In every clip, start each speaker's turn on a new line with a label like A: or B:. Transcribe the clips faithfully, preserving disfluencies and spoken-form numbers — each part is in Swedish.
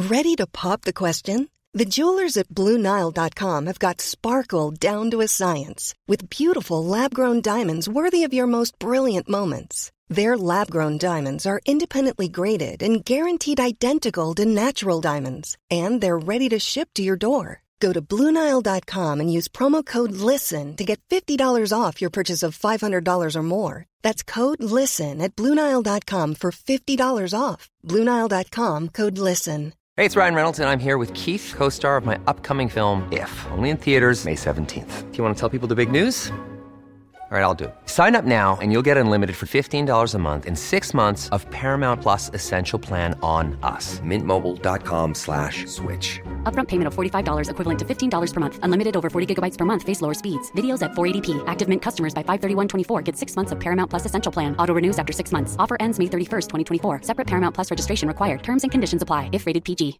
A: Ready to pop the question? The jewelers at Blue Nile dot com have got sparkle down to a science with beautiful lab-grown diamonds worthy of your most brilliant moments. Their lab-grown diamonds are independently graded and guaranteed identical to natural diamonds, and they're ready to ship to your door. Go to Blue Nile dot com and use promo code LISTEN to get fifty dollars off your purchase of five hundred dollars or more. That's code LISTEN at Blue Nile dot com for fifty dollars off. Blue Nile dot com, code LISTEN.
B: Hey, it's Ryan Reynolds, and I'm here with Keith, co-star of my upcoming film, If, only in theaters May seventeenth. Do you want to tell people the big news? All right, I'll do it. Sign up now and you'll get unlimited for fifteen dollars a month and six months of Paramount Plus Essential Plan on us. Mint Mobile dot com slash switch.
C: Upfront payment of forty-five dollars equivalent to fifteen dollars per month. Unlimited over forty gigabytes per month. Face lower speeds. Videos at four eighty p. Active Mint customers by five thirty-one twenty-four get six months of Paramount Plus Essential Plan. Auto renews after six months. Offer ends May thirty-first, twenty twenty-four. Separate Paramount Plus registration required. Terms and conditions apply if rated P G.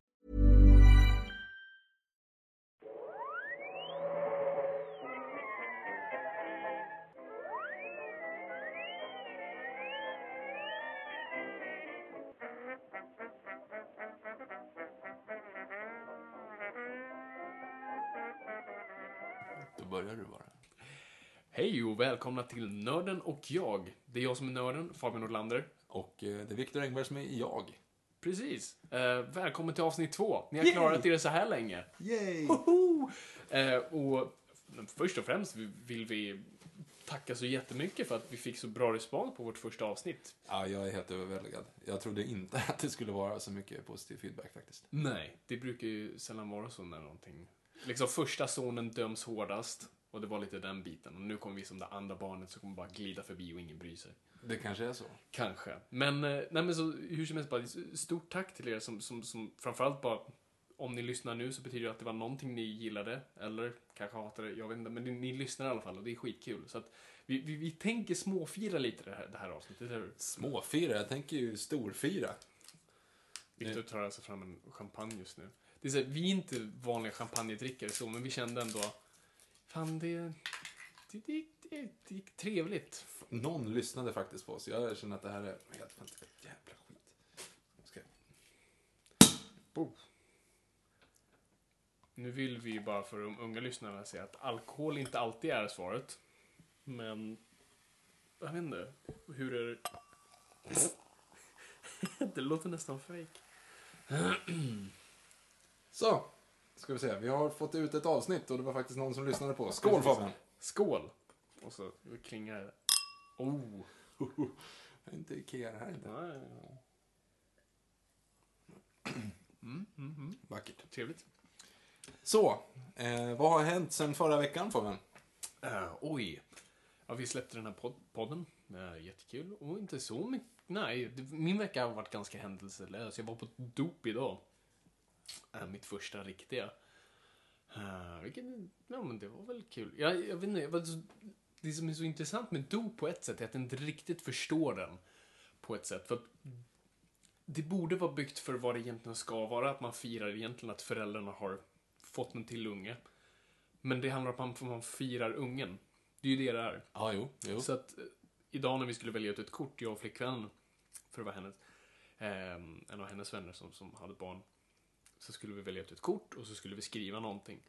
D: Då börjar du bara.
E: Hej och välkomna till Nörden och jag. Det är jag som är nörden, Fabian Nordlander.
D: Och eh, det är Viktor Engberg som är jag.
E: Precis. Eh, välkommen till avsnitt två. Ni har
D: Yay!
E: klarat er så här länge.
D: Yay!
E: Eh, och först och främst vill vi tacka så jättemycket för att vi fick så bra respons på vårt första avsnitt.
D: Ja, jag är helt överväldigad. Jag trodde inte att det skulle vara så mycket positiv feedback faktiskt.
E: Nej, det brukar ju sällan vara så när någonting... Liksom första sonen döms hårdast. Och det var lite den biten. Och nu kommer vi som det andra barnet så kommer bara glida förbi och ingen bryr sig.
D: Det kanske är så.
E: Kanske. Men, eh, nej men så hur som helst, bara stort tack till er som, som, som framförallt bara, om ni lyssnar nu så betyder det att det var någonting ni gillade. Eller kanske hatade, jag vet inte. Men ni, ni lyssnar i alla fall och det är skitkul. Så att vi, vi, vi tänker småfira lite det här, det här avsnittet, eller hur?
D: Småfira? Jag tänker ju storfira.
E: Victor tar alltså fram en champagne just nu. Det är så här, vi är inte vanliga champagnedrickare så, men vi kände ändå, fan det, det, det, det, det gick trevligt.
D: Någon lyssnade faktiskt på oss. Jag känner att det här är helt fantastiskt. Jävla skit. Ska jag...
E: Oh. Nu vill vi bara för de unga lyssnarna säga att alkohol inte alltid är svaret. Men jag vet inte, hur är det? Det låter nästan fake.
D: Så, ska vi se. Vi har fått ut ett avsnitt och det var faktiskt någon som lyssnade på. Skål, Fabian!
E: Skål! Och så klingar det. Oh!
D: Det är inte Ikea det här inte.
E: Nej. Mm, mm, mm.
D: Vackert.
E: Trevligt.
D: Så, eh, vad har hänt sen förra veckan, Fabian?
E: Uh, oj. Ja, vi släppte den här pod- podden. Uh, jättekul. Och inte så mycket. Nej, det, min vecka har varit ganska händelselös. Jag var på ett dop idag. Uh, mitt första riktiga. Uh, vilket, ja, men det var väl kul. Jag, jag vet inte, jag var så, det som är så intressant med dop på ett sätt är att jag inte riktigt förstår den på ett sätt. För att det borde vara byggt för vad det egentligen ska vara. Att man firar egentligen att föräldrarna har fått en till unge. Men det handlar om att man, man firar ungen. Det är ju det det är.
D: Ja, jo. jo.
E: Så att eh, idag när vi skulle välja ut ett kort, jag och flickvännen, för det var hennes, eh, en av hennes vänner som, som hade barn, så skulle vi välja ut ett kort och så skulle vi skriva någonting.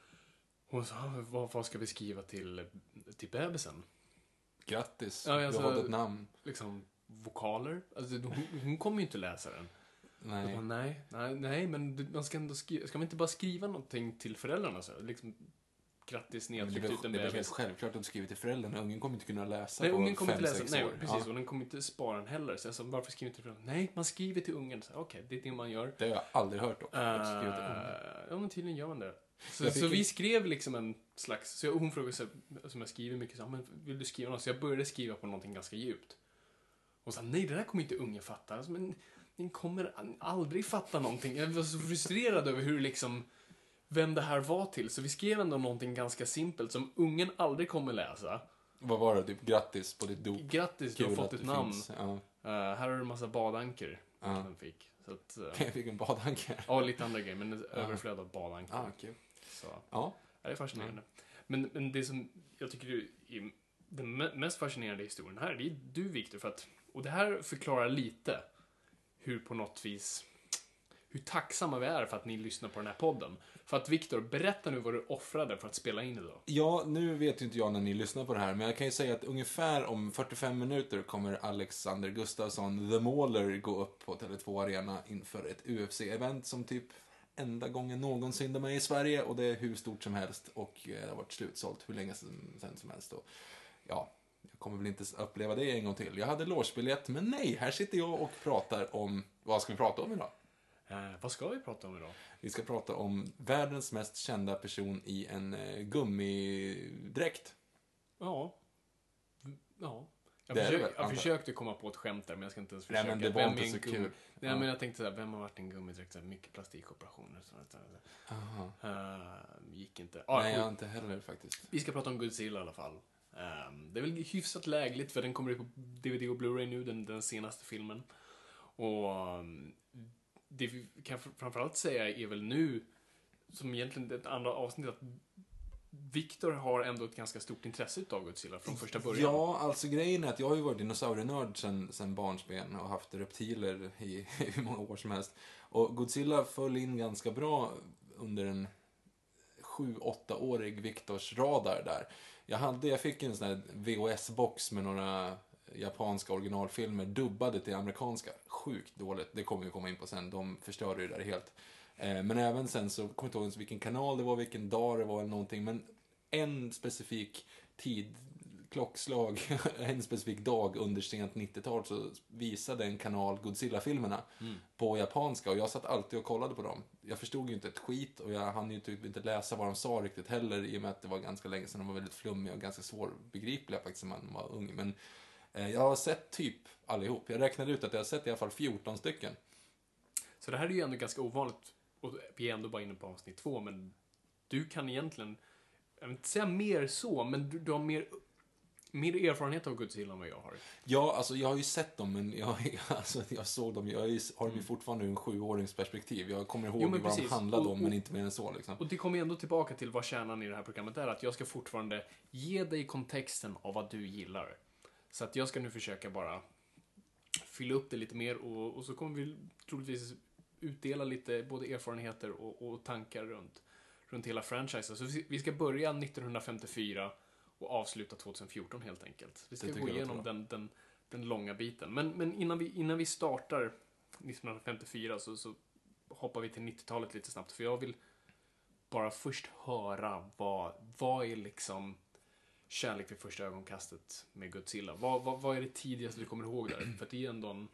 E: Hon sa, vad, vad ska vi skriva till, till bebisen?
D: Grattis,
E: Ja, alltså,
D: du har fått ett namn.
E: Liksom vokaler. Alltså, hon, hon kommer ju inte läsa den.
D: Nej.
E: Bara, nej, nej, nej, men man ska ändå skriva, ska man inte bara skriva någonting till föräldrarna så? Liksom, grattis,
D: Men det
E: nedtryckt ut en
D: är väl
E: bebis.
D: självklart att du skriver till föräldrarna. Ungen kommer inte kunna läsa
E: Nej,
D: på
E: ungen kommer
D: fem,
E: inte läsa.
D: sex
E: Nej,
D: år.
E: precis.
D: Ja.
E: Och den kommer inte spara den heller. Så jag sa, varför skriver inte till föräldrarna? Nej, man skriver till ungen. Okej, okay, det är det man gör.
D: Det har jag aldrig hört också.
E: Uh,
D: att skriva till ungen.
E: ja, men tydligen gör man det. Så,
D: Jag fick
E: så
D: en-
E: vi skrev liksom en slags... Så jag, hon frågade så här, som jag skriver mycket, så här, men vill du skriva något? Så jag började skriva på någonting ganska djupt. Och så nej, det där kommer inte ungen fatta. Alltså, men den kommer aldrig fatta någonting. Jag var så frustrerad över hur liksom... Vem det här var till. Så vi skrev ändå någonting ganska simpelt som ungen aldrig kommer läsa.
D: Vad var det? Typ grattis på ditt dop.
E: Grattis, du har
D: Kul
E: fått
D: att
E: ett
D: det
E: namn.
D: finns. Ja.
E: Uh, här har du en massa badanker.
D: Ja.
E: Den fick. Så att, uh,
D: Jag fick en badanker.
E: ja, lite andra grejer. Men överflöd av badanker.
D: Ah, kul.
E: Så,
D: Ja.
E: ja, det är fascinerande. Men, men det som jag tycker är den mest fascinerande historien här, det är du, Victor. För att, och det här förklarar lite hur på något vis... hur tacksamma vi är för att ni lyssnar på den här podden. För att Viktor, berätta nu vad du offrade för att spela in idag.
D: Ja, nu vet ju inte jag när ni lyssnar på det här, men jag kan ju säga att ungefär om fyrtiofem minuter kommer Alexander Gustafsson, The Mauler, gå upp på Tele två Arena inför ett U F C-event som typ enda gången någonsin de är i Sverige, och det är hur stort som helst, och det har varit slutsålt hur länge sedan som helst. Och ja, jag kommer väl inte uppleva det en gång till. Jag hade logebiljett, men nej, här sitter jag och pratar om, vad ska vi prata om idag?
E: Eh, vad ska vi prata om idag?
D: Vi ska prata om världens mest kända person i en eh, gummidräkt.
E: Ja. Ja. Jag,
D: Det är
E: försök,
D: det väl,
E: jag
D: antar.
E: försökte komma på ett skämt där, men jag ska inte ens försöka.
D: Nej, men det var
E: Vem
D: inte
E: är en
D: så
E: gummi-
D: kul.
E: Nej,
D: Ja.
E: men jag tänkte såhär, vem har varit en gummidräkt? Så här, mycket plastikoperationer. Så där.
D: Aha.
E: Uh, gick inte. Ah,
D: Nej,
E: skit.
D: jag inte heller faktiskt.
E: Vi ska prata om Godzilla i alla fall. Um, det är väl hyfsat lägligt, för den kommer ut på D V D och Blu-ray nu, den, den senaste filmen. Och um, det vi kan framförallt säga är väl nu, som egentligen det andra avsnittet, att Viktor har ändå ett ganska stort intresse av Godzilla från första början.
D: Ja, alltså grejen är att jag har ju varit dinosaurienörd sen, sen barnsben och haft reptiler i hur många år som helst. Och Godzilla föll in ganska bra under en sju åtta-årig Viktors radar där. Jag, hade, jag fick en sån här V H S-box med några japanska originalfilmer dubbade till amerikanska. Sjukt dåligt, det kommer vi komma in på sen. De förstörde ju det där helt. Eh, men även sen så kommer jag inte ihåg vilken kanal det var, vilken dag det var eller någonting. Men en specifik tid, klockslag, en specifik dag under sent nittiotal så visade en kanal Godzilla-filmerna
E: Mm.
D: på japanska, och jag satt alltid och kollade på dem. Jag förstod ju inte ett skit, och jag hann ju typ inte läsa vad de sa riktigt heller, i och med att det var ganska länge sedan. De var väldigt flummiga och ganska svårbegripliga faktiskt när man var ung. Men eh, jag har sett typ allihop. Jag räknade ut att jag har sett i alla fall fjorton stycken.
E: Så det här är ju ändå ganska ovanligt, och vi är ändå bara inne på avsnitt två, men du kan egentligen, jag vill inte säga mer så, men du, du har mer, mer erfarenhet av Godzilla än vad jag har.
D: Ja, alltså jag har ju sett dem, men jag, alltså, jag såg dem, jag har ju- har dem ju fortfarande ur en sjuårings perspektiv. Jag kommer ihåg
E: Jo, men
D: vad de
E: precis.
D: handlade
E: Och-
D: om, men
E: och-
D: inte mer än så liksom.
E: Och det kommer ju ändå tillbaka till vad kärnan i det här programmet är, att jag ska fortfarande ge dig kontexten av vad du gillar. Så att jag ska nu försöka bara fylla upp det lite mer, och, och så kommer vi troligtvis utdela lite både erfarenheter och, och tankar runt, runt hela franchisen. Så vi- vi ska börja nittonhundrafemtiofyra och avsluta tjugohundrafjorton helt enkelt. Vi ska
D: Det tycker
E: gå
D: jag
E: igenom
D: låter
E: den, den, den långa biten. Men, men innan, vi, innan vi startar nittonhundrafemtiofyra så, så hoppar vi till nittiotalet lite snabbt. För jag vill bara först höra vad, vad är liksom kärlek vid första ögonkastet med Godzilla. Vad, vad, vad är det tidigaste du kommer ihåg där? För att det är ändå en,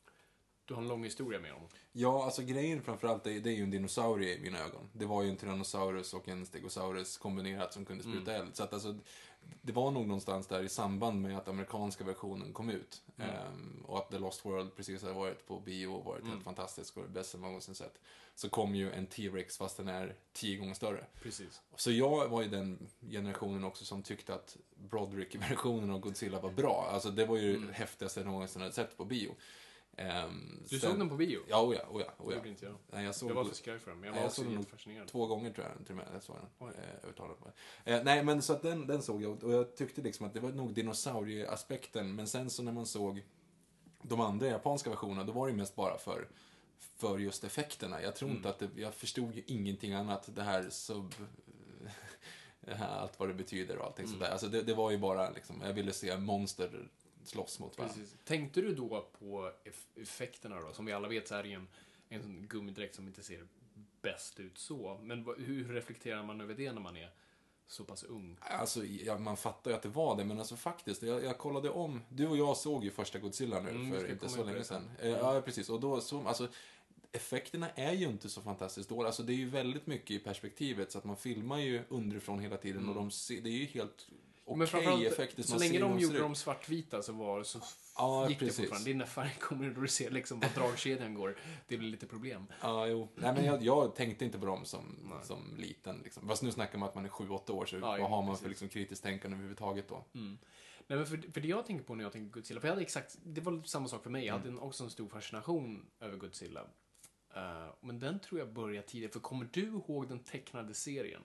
E: du har en lång historia med honom.
D: Ja, alltså grejen framförallt är, det är ju en dinosaurie i mina ögon. Det var ju en Tyrannosaurus och en Stegosaurus kombinerat som kunde spruta eld. Så att alltså, det var nog någonstans där i samband med att amerikanska versionen kom ut.
E: Mm.
D: Ehm, och att The Lost World precis har varit på bio och varit helt fantastisk och det bästa man någonsin sett. Så kom ju en T-Rex fast den är tio gånger större.
E: Precis.
D: Så jag var ju den generationen också som tyckte att Broderick-versionen av Godzilla var bra. Alltså det var ju det häftigaste jag någonsin hade sett på bio. Ehm,
E: Du
D: sen-
E: såg den på bio?
D: Ja, oja, oja,
E: Det
D: oja.
E: gjorde inte jag.
D: Nej, jag såg
E: Jag var för skraj för den, men jag
D: Nej,
E: var
D: jag
E: också
D: såg den nog
E: jättefascinerad.
D: två gånger tror jag till och med. Jag såg den.
E: Oj.
D: Eh, övertalad på det. Eh, nej, men så att den, den såg jag, och jag tyckte liksom att det var nog dinosaurieaspekten. Men sen så när man såg de andra japanska versionerna, då var det mest bara för, för just effekterna. Jag tror inte att det, jag förstod ju ingenting annat. Det här sub... det här, allt vad det betyder och allting sådär. Alltså det, det var ju bara liksom, jag ville se monster slåss mot varandra.
E: Precis. Tänkte du då på eff- effekterna då? Som vi alla vet så är det ju en, en sån gummidräkt som inte ser bäst ut så. Men vad, hur reflekterar man över det när man är så pass ung?
D: Alltså, ja, man fattar ju att det var det, men alltså faktiskt, jag, jag kollade om, du och jag såg ju första Godzilla nu
E: Mm, vi
D: för
E: ska
D: inte
E: komma
D: så
E: in på
D: länge
E: det
D: sedan.
E: sen.
D: Eh, Ja, precis, och då så, alltså, effekterna är ju inte så fantastiskt dåliga, alltså det är ju väldigt mycket i perspektivet, så att man filmar ju underifrån hela tiden, och de ser, det är ju helt
E: Men
D: okej
E: framförallt,
D: effekter som
E: så
D: man
E: länge
D: ser hur
E: de
D: ser
E: gjorde
D: ut.
E: dem svartvita så, var, så
D: Ja,
E: gick det
D: precis.
E: fortfarande. Det är när färgen kommer och du ser liksom var dragkedjan går. Det blir lite problem.
D: Ja, jo. Nej, men jag, jag tänkte inte på dem som,
E: Nej.
D: som liten. Liksom. Fast nu snackar man att man är sju åtta år, så
E: Ja,
D: vad
E: jo,
D: har man
E: precis.
D: för liksom, kritiskt tänkande överhuvudtaget då?
E: Mm. Nej, men för, för det jag tänker på när jag tänker Godzilla, för jag hade exakt, det var samma sak för mig. Jag hade en, också en stor fascination över Godzilla. Uh, men den tror jag började tidigt. För kommer du ihåg den tecknade serien?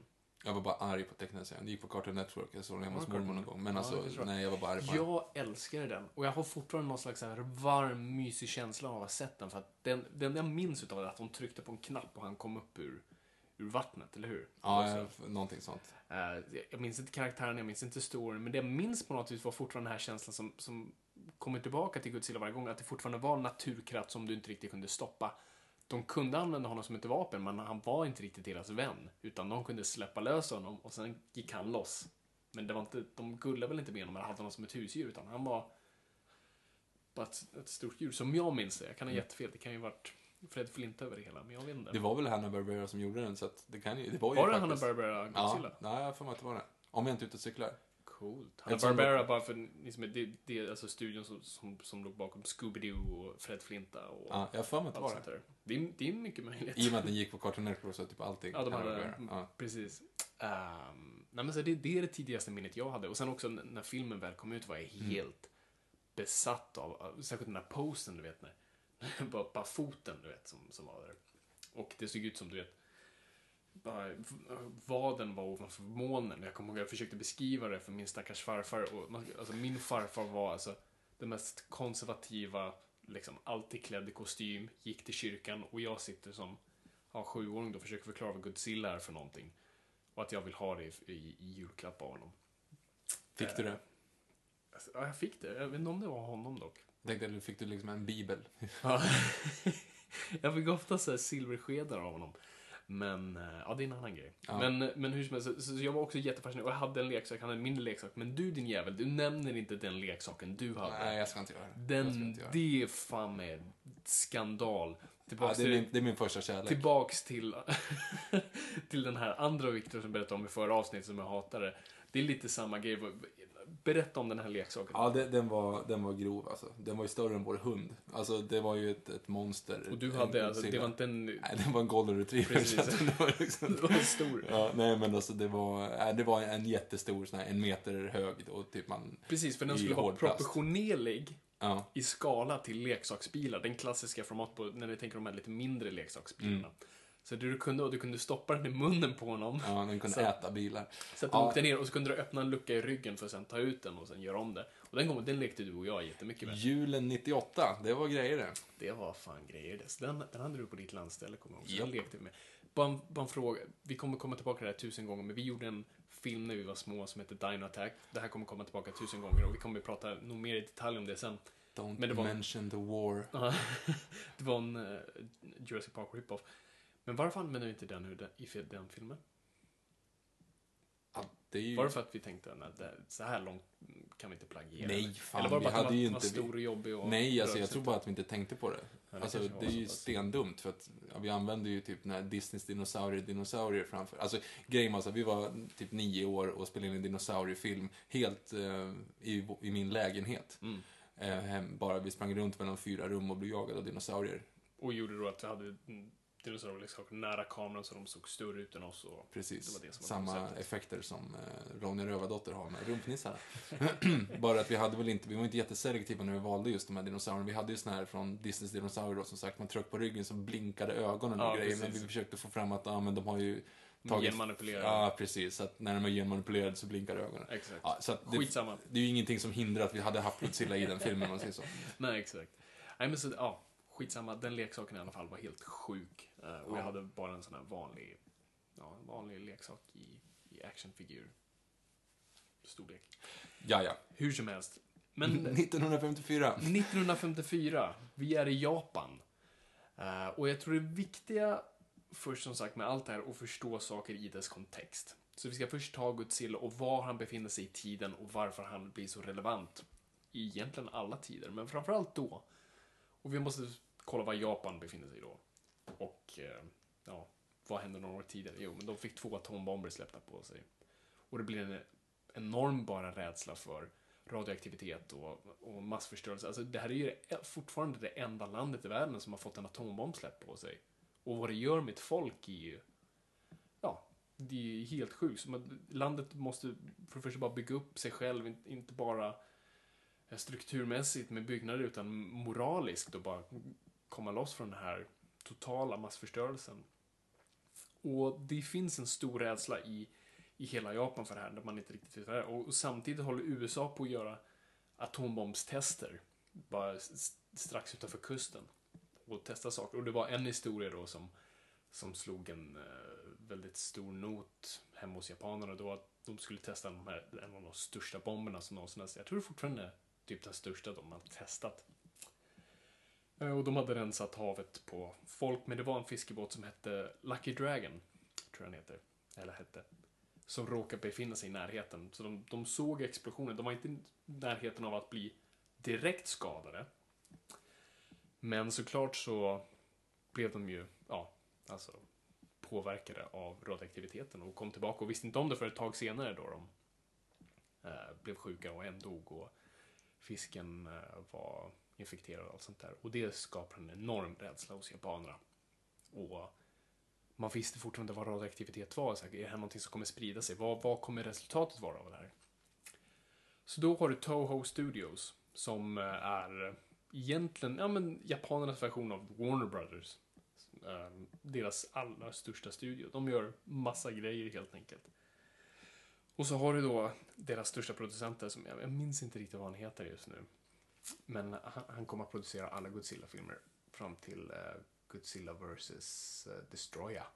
D: Jag var bara arg på tecknarserien. Det gick på Cartoon Network. Jag såg den hemma hos
E: Ja,
D: mormor någon gång. Men
E: Ja,
D: alltså,
E: det tror jag.
D: nej, jag var bara arg på den.
E: Jag älskade den. Och jag har fortfarande någon slags så här varm, mysig känsla av att ha sett den. För att den, den jag minns utav är att de tryckte på en knapp och han kom upp ur, ur vattnet, eller hur?
D: Ja, ja, någonting sånt.
E: Uh, jag minns inte karaktären, jag minns inte storyn. Men det jag minns på något vis var fortfarande den här känslan som, som kommer tillbaka till Godzilla varje gång. Att det fortfarande var en naturkraft som du inte riktigt kunde stoppa. De kunde använda honom som ett vapen, men han var inte riktigt deras vän. Utan de kunde släppa lös honom och sen gick han loss. Men det var inte, de gullade väl inte med honom eller hade honom som ett husdjur, utan han var bara ett, ett stort djur. Som jag minns det. Jag kan ha jättefel. Det kan ju ha varit Fred Flint över det hela, men jag vet inte.
D: Det var väl Hanna-Barbera som gjorde den, så att det kan ju... Det var ju
E: var det
D: faktiskt...
E: Hanna-Barbera Godzilla?
D: Ja, nej, jag får mig att det var det. Om jag inte är ute och cyklar.
E: Coolt.
D: Eftersom
E: Hanna-Barbera,
D: de-
E: bara för ni som är, det, det är alltså studion som, som, som låg bakom Scooby-Doo och Fred Flinta och
D: Ja, jag får mig att det
E: allt
D: var
E: sånt
D: det.
E: där. Det är, det är mycket möjligt.
D: I och med att den gick på Cartoon Network så typ allting.
E: Ja, de hade,
D: Hanna-Barbera. Ja.
E: precis. Um, nej, men så det, det är det tidigaste minnet jag hade. Och sen också n- när filmen väl kom ut var jag
D: Mm.
E: helt besatt av, av särskilt den här posten, du vet, när, bara, bara foten, du vet, som, som var där. Och det såg ut som, du vet, bara, v- vaden var ovanför molnen. Jag kommer ihåg, jag försökte beskriva det för min stackars farfar. Och man, alltså, min farfar var alltså den mest konservativa, liksom, alltid klädd i kostym, gick till kyrkan, och jag sitter som ja, sjuåring då och försöker förklara vad Godzilla är för någonting. Och att jag vill ha det i, i, i julklapp av honom.
D: Fick du det?
E: Alltså, ja, jag fick det. Jag vet inte om det var honom dock.
D: Jag tänkte att du fick du liksom en bibel.
E: Ja. Jag fick ofta så här silverskedar av honom. Men, eh, ja, det är en annan grej.
D: Ja.
E: Men, men hur som helst, så, så jag var också jättefascinerad. Och jag hade en leksak, han hade en mindre leksak. Men du, din jävel, du nämner inte den leksaken du hade.
D: Nej, jag ska inte göra det. Jag ska
E: Den,
D: inte göra
E: det är fan med skandal.
D: Ja,
E: Tillbaks
D: det, är
E: till,
D: min, det är min första kärlek.
E: tillbaks till, till den här andra Victor som berättade om i förra avsnittet som jag hatade. Det är lite samma grej. Berätta om den här leksaken.
D: Ja, det, den, var, den var grov alltså. Den var ju större än vår hund. Alltså, det var ju ett, ett monster.
E: Och du
D: En
E: hade, alltså,
D: Godzilla.
E: det var inte en...
D: Nej, det var en golden retriever.
E: Precis.
D: Så att det var liksom...
E: Det var en stor.
D: Ja, nej, men alltså det var, nej, det var en jättestor, sån här, en meter hög och typ man...
E: Precis, för den
D: i
E: skulle vara
D: hård plast.
E: proportionerlig
D: Ja,
E: i skala till leksaksbilar. Den klassiska format på, när vi tänker de här lite mindre leksaksbilarna.
D: Mm.
E: Så du kunde, och du kunde stoppa den i munnen på honom.
D: ja, den kunde
E: Så-
D: äta bilar.
E: Så att den
D: Ja.
E: åkte ner och så kunde du öppna en lucka i ryggen för att sen ta ut den och sen göra om det. Och den, kom, den lekte du och jag jättemycket med.
D: Julen nittioåtta, det var grejer det.
E: Det var fan grejer det. Så den, den hade du på ditt landställe, kommer jag ihåg. Så
D: Japp.
E: den lekte vi med. Bara en, bara en fråga. Vi kommer komma tillbaka till det här tusen gånger, men vi gjorde en film när vi var små som heter Dino Attack. Det här kommer komma tillbaka tusen gånger och vi kommer prata nog mer i detalj om det sen.
D: Don't
E: Men det var-
D: mention the war.
E: Ja, det var en uh, Jurassic Park rip-off. Men varför använder vi inte den ur den, i den filmen?
D: Ja, det är ju...
E: Var det för att vi tänkte att det, så här långt kan vi inte plagiera?
D: Nej,
E: eller?
D: fan,
E: Eller var det
D: vi
E: bara att
D: hade
E: den
D: ju
E: var, var
D: inte-
E: stor och jobbig och
D: Nej, alltså jag
E: rörelse?
D: tror bara att vi inte tänkte på det.
E: det
D: Alltså,
E: kanske var
D: det är
E: så
D: ju
E: pass.
D: stendumt för att ja, vi använde ju typ när Disneys dinosaurier, dinosaurier framför. Alltså grejen var så att vi var typ nio år och spelade in en dinosauriefilm helt eh, i, i min lägenhet.
E: Mm.
D: Eh, hem, bara vi sprang runt mellan fyra rum och blev jagade av dinosaurier.
E: Och gjorde då att vi hade mm, dinosaurieleksaker nära kameran så de såg större ut än oss. Och
D: Precis,
E: det var det som var
D: samma
E: konceptet.
D: effekter som eh, Ronja Rövardotter har med rumpnissarna. Bara att vi hade väl inte, vi var inte jätteselektiva när vi valde just de här dinosaurierna. Vi hade ju såna här från Disneys dinosaurier då, som sagt, man tryckte på ryggen så blinkade ögonen och
E: Ja,
D: grejer. Men
E: precis.
D: vi försökte få fram att ja, men de har ju tagit...
E: Genmanipulerade.
D: Ja, precis. Så att när de är genmanipulerade så blinkar ögonen.
E: Exakt.
D: Ja, så att det,
E: Skitsamma.
D: det är ju ingenting som hindrar att vi hade haft Godzilla i den filmen, om man säger så.
E: Nej, exakt. Nej, men så, ja, skitsamma. Den leksaken i alla fall var helt sjuk. Uh, och
D: Ja.
E: jag hade bara en sån här vanlig, ja, en vanlig leksak i, i actionfigur. Storlek.
D: Ja, ja.
E: Hur som helst. Men
D: nittonhundrafemtiofyra.
E: nittonhundrafemtiofyra, vi är i Japan. Eh, och jag tror det viktiga först som sagt med allt det här att förstå saker i dess kontext. Så vi ska först ta Godzilla och var han befinner sig i tiden och varför han blir så relevant i egentligen alla tider, men framförallt då. Och vi måste kolla var Japan befinner sig då. Och eh, ja, vad hände några år tidigare? Jo, men de fick två atombomber släppta på sig. Och det blir en enorm bara rädsla för radioaktivitet och, och massförstörelse. Alltså det här är ju fortfarande det enda landet i världen som har fått en atombomb släppt på sig. Och vad det gör med ett folk är ju, ja, det är helt sjukt. Så man, landet måste för det första bara bygga upp sig själv, inte- inte bara strukturmässigt med byggnader utan moraliskt och bara komma loss från den här totala massförstörelsen. Och det finns en stor rädsla i i hela Japan för det här, där man inte riktigt vet vad det är. Och, och samtidigt håller U S A på att göra atombombstester bara strax utanför kusten och testa saker. Och det var en historia då som, som slog en eh, väldigt stor not hemma hos japanerna då, att de skulle testa de här, en av de största bomberna som någonsin. Jag tror det fortfarande är typ den största de har testat. Eh, och de hade rensat havet på folk, men det var en fiskebåt som hette Lucky Dragon, tror jag den heter, eller hette, som råkade befinna sig i närheten. Så de, de såg explosionen. De var inte i närheten av att bli direkt skadade. Men såklart så blev de ju, ja, alltså påverkade av radioaktiviteten och kom tillbaka och visste inte om det för ett tag senare då de eh, blev sjuka och en dog och fisken eh, var infekterad och allt sånt där. Och det skapade en enorm rädsla hos japanerna. Och man visste fortfarande vad radioaktivitet var. Så här, är det här någonting som kommer sprida sig? Vad, vad kommer resultatet vara av det här? Så då har du Toho Studios som är egentligen ja, men, japanernas version av Warner Brothers. Deras allra största studio. De gör massa grejer helt enkelt. Och så har du då deras största producenter som jag, jag minns inte riktigt vad han heter just nu. Men han, han kommer att producera alla Godzilla-filmer fram till uh, Godzilla versus. Uh, Destroya.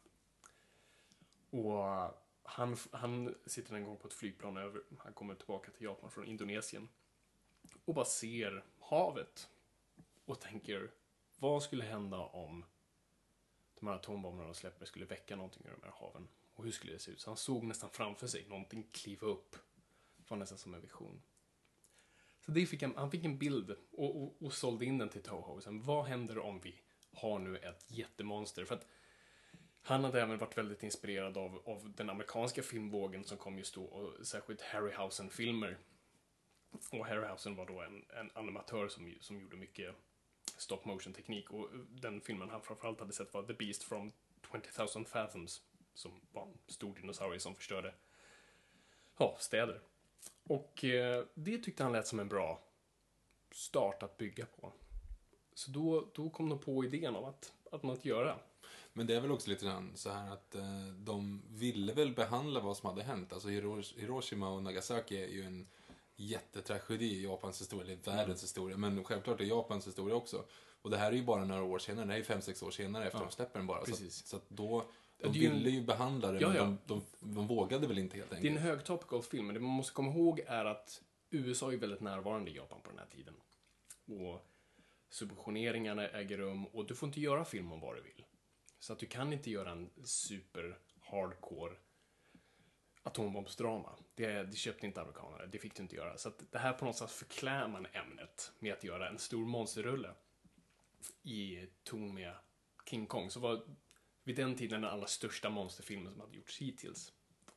E: Och han, han sitter en gång på ett flygplan över, han kommer tillbaka till Japan från Indonesien och bara ser havet och tänker, vad skulle hända om de här atombomberna de släpper skulle väcka någonting i de här haven? Och hur skulle det se ut? Så han såg nästan framför sig någonting kliva upp. Det var nästan som en vision. Så det fick han, han fick en bild och, och, och sålde in den till Toho. Sen, vad händer om vi har nu ett jättemonster? För att han hade även varit väldigt inspirerad av, av den amerikanska filmvågen som kom just då, och särskilt Harryhausen-filmer. Och Harryhausen var då en, en animatör som, som gjorde mycket stop motion-teknik. Och den filmen han framförallt hade sett var The Beast from twenty thousand Fathoms, som var en stor dinosaurie som förstörde ja, städer. Och eh, det tyckte han lät som en bra start att bygga på. Så då, då kom de på idén om att, att man att göra.
D: Men det är väl också lite grann så här att eh, de ville väl behandla vad som hade hänt. Alltså Hiroshima och Nagasaki är ju en jättetragedi i Japans historia, eller världens mm. historia. Men självklart är Japans historia också. Och det här är ju bara några år senare, det här är fem sex år senare efter ja. de släpper den bara. Precis. Så, så att då, de ville ju behandla det, ja, ja. men de, de, de vågade väl inte helt enkelt.
E: Det är en högtopical film, men det man måste komma ihåg är att U S A är väldigt närvarande i Japan på den här tiden. Och subventioneringarna äger rum och du får inte göra film om vad du vill. Så att du kan inte göra en super hardcore atombombsdrama. Det, det köpte inte amerikanerna, det fick du inte göra. Så att det här på något sätt förklär man ämnet med att göra en stor monsterrulle i ton med King Kong. Så var vid den tiden den allra största monsterfilmen som hade gjorts hittills.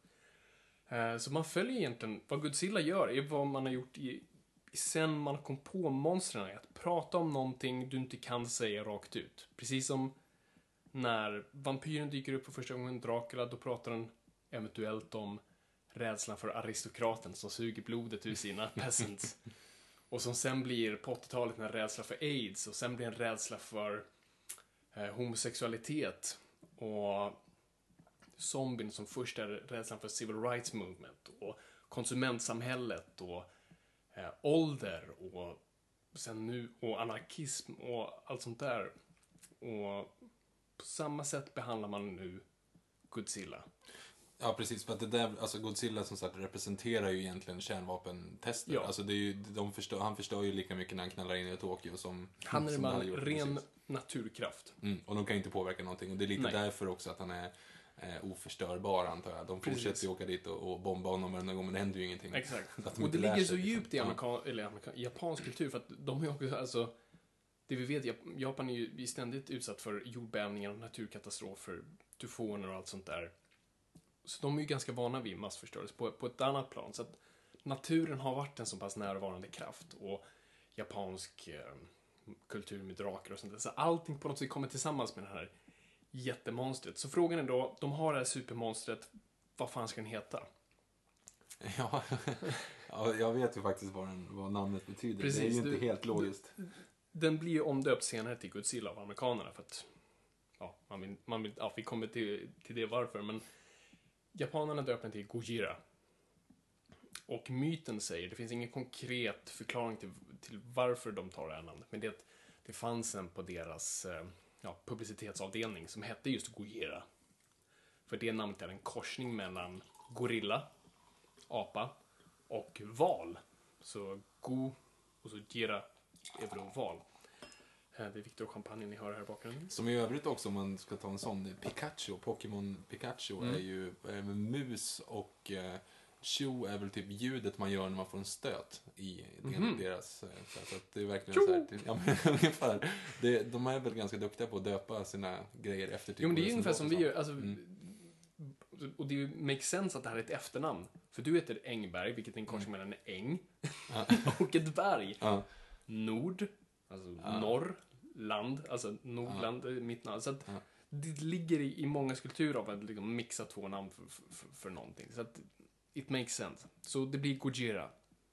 E: Så man följer egentligen, vad Godzilla gör är vad man har gjort i, sen man kom på monstren, är att prata om någonting du inte kan säga rakt ut. Precis som när vampyren dyker upp för första gången, Dracula, då pratar den eventuellt om rädslan för aristokraten som suger blodet ur sina peasants. Och som sen blir på åttiotalet en rädsla för AIDS, och sen blir en rädsla för eh, homosexualitet. Och zombien som först är rädslan för civil rights movement och konsumentsamhället och eh, ålder och sen nu och anarkism och allt sånt där. Och på samma sätt behandlar man nu Godzilla.
D: Ja, precis. För att det där, alltså Godzilla som sagt representerar ju egentligen kärnvapentester. Ja. Alltså det är ju, de förstör, han förstör ju lika mycket när han knallar in i Tokyo som
E: han är
D: som
E: en
D: gjort,
E: ren
D: precis.
E: naturkraft.
D: Mm, och de kan ju inte påverka någonting. Och det är lite Nej. därför också att han är eh, oförstörbar, antar jag. De fortsätter precis. ju åka dit och, och bomba honom varje gång, men det händer ju ingenting.
E: Exakt. Och det ligger så djupt i amerikan, eller amerikan, japansk kultur, för att de är också, alltså, det vi vet, Japan är ju ständigt utsatt för jordbävningar och naturkatastrofer, tyfoner och allt sånt där. Så de är ju ganska vana vid massförstörelse på, på ett annat plan. Så att naturen har varit en så pass närvarande kraft. Och japansk eh, kultur med drakar och sånt där. Så allting på något sätt kommer tillsammans med det här jättemonstret. Så frågan är då, de har det här supermonstret. Vad fan ska den heta?
D: Ja, ja jag vet ju faktiskt vad, den, vad namnet betyder. Precis, det är ju inte du, helt logiskt.
E: Du, den blir ju omdöpt senare till Godzilla av amerikanerna. För att, ja, man vill, man vill, ja, vi kommer till, till det varför, men japanerna döpte den till Gojira. Och myten säger, det finns ingen konkret förklaring till, till varför de tar det här namnet, men det är att det fanns en på deras ja, publicitetsavdelning som hette just Gojira. För det namnet är en korsning mellan gorilla, apa, och val. Så go och så gira är då val. Det är Victor Champagne ni hör här i bakgrunden.
D: Som i övrigt också, om man ska ta en sån, Pikachu, Pokémon Pikachu mm. är ju är mus och eh, Tjo är väl typ ljudet man gör när man får en stöt i mm-hmm. deras så att det är verkligen så här, typ, ja, men, ungefär, det, de är väl ganska duktiga på att döpa sina grejer efter typ.
E: Jo, men det är ungefär som vi gör, alltså, mm. och det makes sense att det här är ett efternamn, för du heter Engberg, vilket är en korsning mellan en äng och ett berg. Ja. Nord, alltså ja. norr, land, alltså Nordland, ja. mitt namn, så att ja. det ligger i, i många skulpturer av att liksom mixa två namn för, för, för någonting, så att it makes sense. Så det blir Gojira.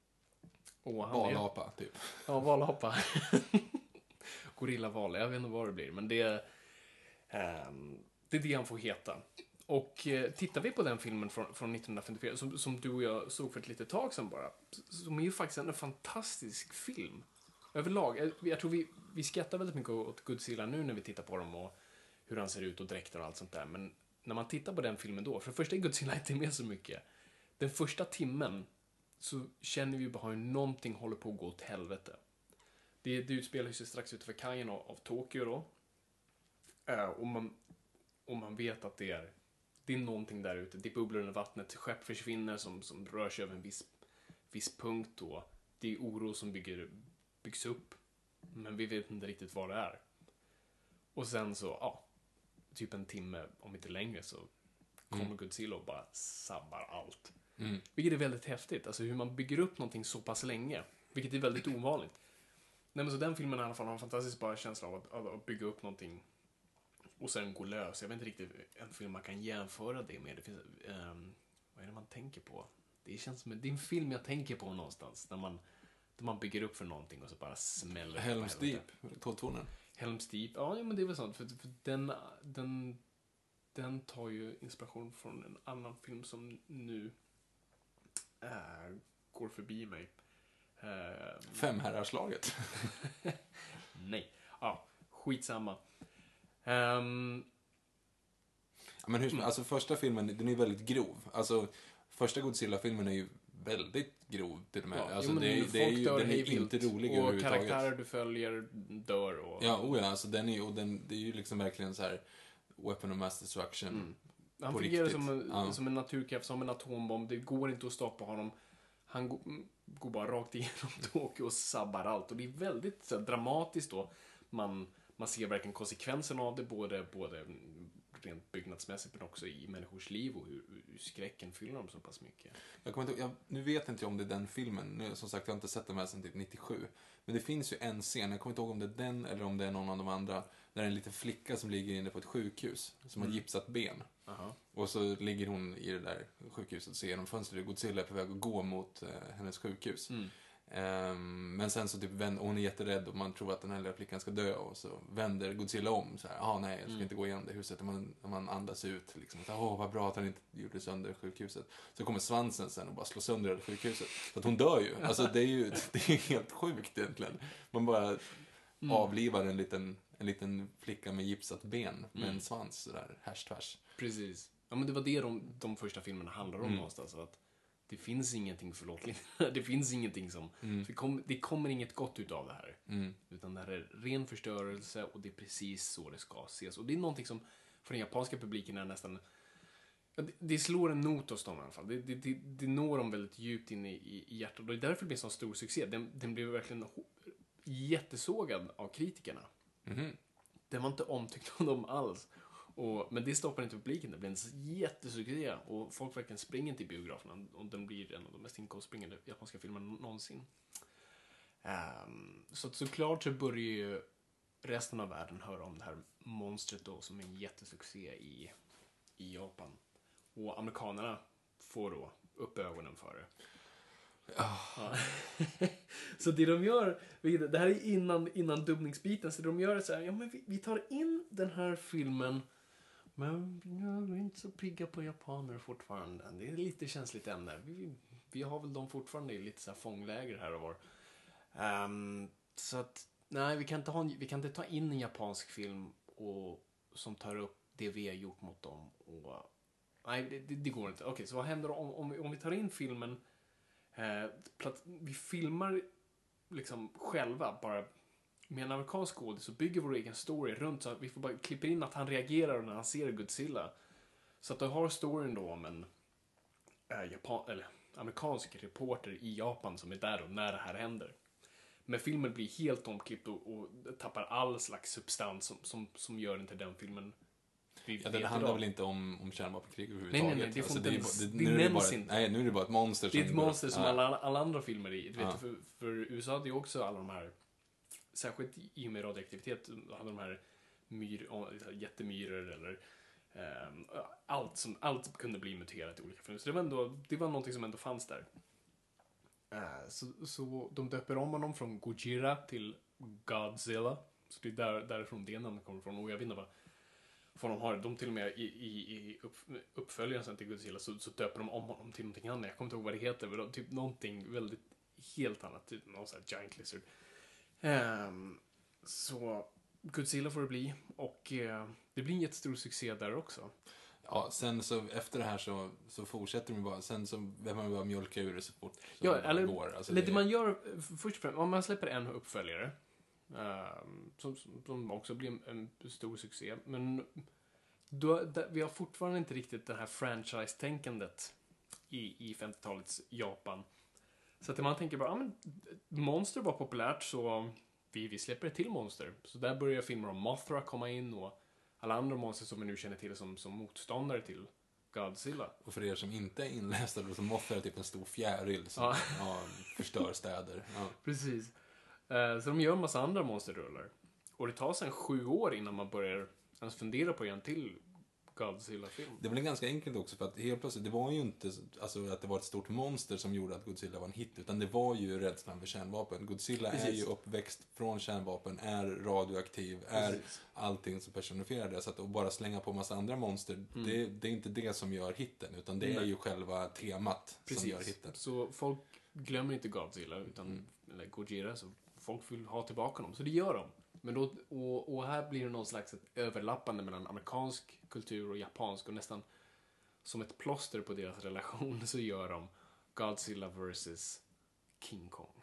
D: Valapa, typ.
E: Ja, valapa. Gorilla-val, jag vet inte vad det blir. Men det är, um, det är det han får heta. Och uh, tittar vi på den filmen från, från nittonhundrafemtiofyra, som, som du och jag såg för ett litet tag sedan bara, som är ju faktiskt en fantastisk film. Överlag. Jag, jag tror vi, vi skrattar väldigt mycket åt Godzilla nu när vi tittar på dem och hur han ser ut och dräkter och allt sånt där. Men när man tittar på den filmen då, för det första är Godzilla inte med så mycket. Den första timmen så känner vi bara hur någonting håller på att gå åt helvete. Det, det utspelar sig strax utanför kajen av, av Tokyo då. Uh, och, man, och man vet att det är, det är någonting där ute. Det bubblar under vattnet, skepp försvinner som, som rör sig över en viss, viss punkt då. Det är oro som bygger, byggs upp. Men vi vet inte riktigt vad det är. Och sen så, ja, typ en timme, om inte längre, så kommer mm. Godzilla och bara sabbar allt. Mm. Vilket är väldigt häftigt. Alltså hur man bygger upp någonting så pass länge. Vilket är väldigt ovanligt. Nej, men så den filmen i alla fall har en fantastisk bara känsla av att, att, att bygga upp någonting och sen gå lös. Jag vet inte riktigt en film man kan jämföra det med. Det finns, um, vad är det man tänker på? Det känns som det är en film jag tänker på någonstans. När man, där man bygger upp för någonting och så bara smäller.
D: Helm's Deep, tolvtonen.
E: Helm's Deep, ja men det är väl sånt. För, för den, den, den tar ju inspiration från en annan film som nu Äh, går förbi mig. Äh,
D: Femherrarslaget.
E: Nej. Ja, skitsamma. Um,
D: ja, men hur, alltså första filmen, den är väldigt grov. Alltså första Godzilla-filmen är ju väldigt grov till och med.
E: Ja,
D: alltså,
E: jo,
D: det, det är ju, den är inte rolig
E: och
D: överhuvudtaget.
E: Karaktärer du följer dör och...
D: Ja, oh ja, alltså den är, och den, det är ju liksom verkligen så här weapon of mass destruction. Mm.
E: Han fungerar som en, ja. som en naturkraft, som en atombomb. Det går inte att stoppa honom. Han går, går bara rakt igenom Tokyo och sabbar allt. Och det är väldigt så här, dramatiskt då. Man, man ser verkligen konsekvenserna av det, både, både rent byggnadsmässigt men också i människors liv och hur, hur skräcken fyller dem så pass mycket.
D: Jag kommer inte, jag, nu vet inte jag om det är den filmen. Nu, som sagt, jag har inte sett den här sedan typ nittiosju. Men det finns ju en scen, jag kommer inte ihåg om det är den eller om det är någon av de andra, där en liten flicka som ligger inne på ett sjukhus som mm. har gipsat ben. Uh-huh. Och så ligger hon i det där sjukhuset och ser genom fönstret och Godzilla är på väg att gå mot eh, hennes sjukhus. Mm. Um, men sen så typ vänder, hon är jätterädd och man tror att den här lilla flickan ska dö och så vänder Godzilla om så här, ah, nej, jag ska mm. inte gå igenom det huset. Och man, man andas ut liksom, åh oh, vad bra att han inte gjorde sönder sjukhuset. Så kommer svansen sen och bara slår sönder det sjukhuset. Så att hon dör ju. Alltså det är ju det är helt sjukt egentligen. Man bara mm. avlivar en liten, en liten flicka med gipsat ben med mm. en svans sådär, härs-tvärs.
E: Precis. Ja, men det var det de, de första filmerna handlar om mm. någonstans, att det finns ingenting förlåtligt. Det finns ingenting som... Mm. Det, kom, det kommer inget gott ut av det här. Mm. Utan det här är ren förstörelse och det är precis så det ska ses. Och det är någonting som för den japanska publiken är nästan... Det, det slår en not hos dem i alla fall. Det, det, det, det når dem väldigt djupt in i, i, i hjärtat. Och det är därför det blir en så stor succé. Den, den blev verkligen jättesågad av kritikerna. Mm. Den var inte omtyckt av dem alls. Och, men det stoppar inte publiken. Det blir en jättesuccé. Och folk verkligen springer till biograferna. Och den blir en av de mest inkomstspringande japanska filmerna någonsin. Um, så såklart så börjar ju resten av världen höra om det här monstret då, som är en jättesuccé i, i Japan. Och amerikanerna får då upp ögonen för det. Oh. Ja. Så det de gör, det här är innan, innan dubbningsbiten, så det de gör är så här, ja men vi, vi tar in den här filmen Men ja, vi är inte så pigga på japaner fortfarande. Det är lite känsligt ämne. Vi, vi har väl dem fortfarande i lite så här fångläger här och var. Um, så att, nej, vi kan, inte ha, vi kan inte ta in en japansk film och, som tar upp det vi har gjort mot dem. Och, nej, det, det, det går inte. Okej, så vad händer om, om, vi, om vi tar in filmen? Eh, platt, vi filmar liksom själva bara med en amerikansk skådis så bygger vår egen story runt så att vi får bara klippa in att han reagerar när han ser Godzilla. Så att du har storyn då om en äh, Japan, eller amerikansk reporter i Japan som är där och när det här händer. Men filmen blir helt omklippt och, och tappar all slags substans som, som, som gör inte den filmen.
D: Ja, det handlar väl inte om, om kärnvapenkrig överhuvudtaget.
E: Nej, nej, nej, det,
D: alltså,
E: det,
D: det,
E: det,
D: det, nu
E: det
D: är det bara,
E: inte.
D: Nej, nu är det bara ett monster.
E: Det är ett monster som
D: ja.
E: alla, alla andra filmer i. Du vet,
D: ja.
E: för, för U S A hade ju också alla de här, särskilt i och med radioaktivitet, hade de här myr, jättemyror eller um, allt, som, allt kunde bli muterat i olika filmer. Så det var, ändå, det var någonting som ändå fanns där. Uh, så, så de döper om honom från Gojira till Godzilla. Så det är där, därifrån det namnet kommer ifrån. Och jag vet inte vad för de har. De till och med i, i, i upp, uppföljaren sen till Godzilla så, så döper de om honom till någonting annat. Jag kommer inte ihåg vad det heter. Men typ någonting väldigt helt annat. Typ någon sån här giant lizard. Um, så Godzilla får det bli. Och uh, det blir en jättestor succé där också.
D: Ja, sen så efter det här så, så fortsätter de bara. Sen så behöver man bara mjölka ur det så fort så
E: ja, eller,
D: går. Alltså
E: eller
D: det,
E: det man gör först och främst, om man släpper en uppföljare uh, som, som också blir en, en stor succé. Men då, där, vi har fortfarande inte riktigt det här franchise-tänkandet i, i femtiotalets Japan. Så att man tänker bara, ja men monster var populärt så vi, vi släpper ett till monster. Så där börjar filmer om Mothra komma in och alla andra monster som vi nu känner till som, som motståndare till Godzilla.
D: Och för er som inte är inlästa då så Mothra är typ en stor fjäril som
E: ja.
D: Ja, förstör städer. Ja.
E: Precis. Uh, så de gör en massa andra monsterrullar. Och det tar sedan sju år innan man börjar ens fundera på en till Godzilla-film.
D: Det blev ganska enkelt också för att helt plötsligt, det var ju inte alltså, att det var ett stort monster som gjorde att Godzilla var en hit, utan det var ju rädslan för kärnvapen. Godzilla Precis. är ju uppväxt från kärnvapen, är radioaktiv, är Precis. allting som personifierar det. Så att bara slänga på massa andra monster, mm. det, det är inte det som gör hitten, utan det Nej. är ju själva temat Precis. som gör hitten.
E: Så folk glömmer inte Godzilla, utan,
D: mm.
E: eller Gojira, så folk vill ha tillbaka dem. Så det gör de. Men då, och, och här blir det någon slags ett överlappande mellan amerikansk kultur och japansk och nästan som ett plåster på deras relation så gör de Godzilla versus King Kong.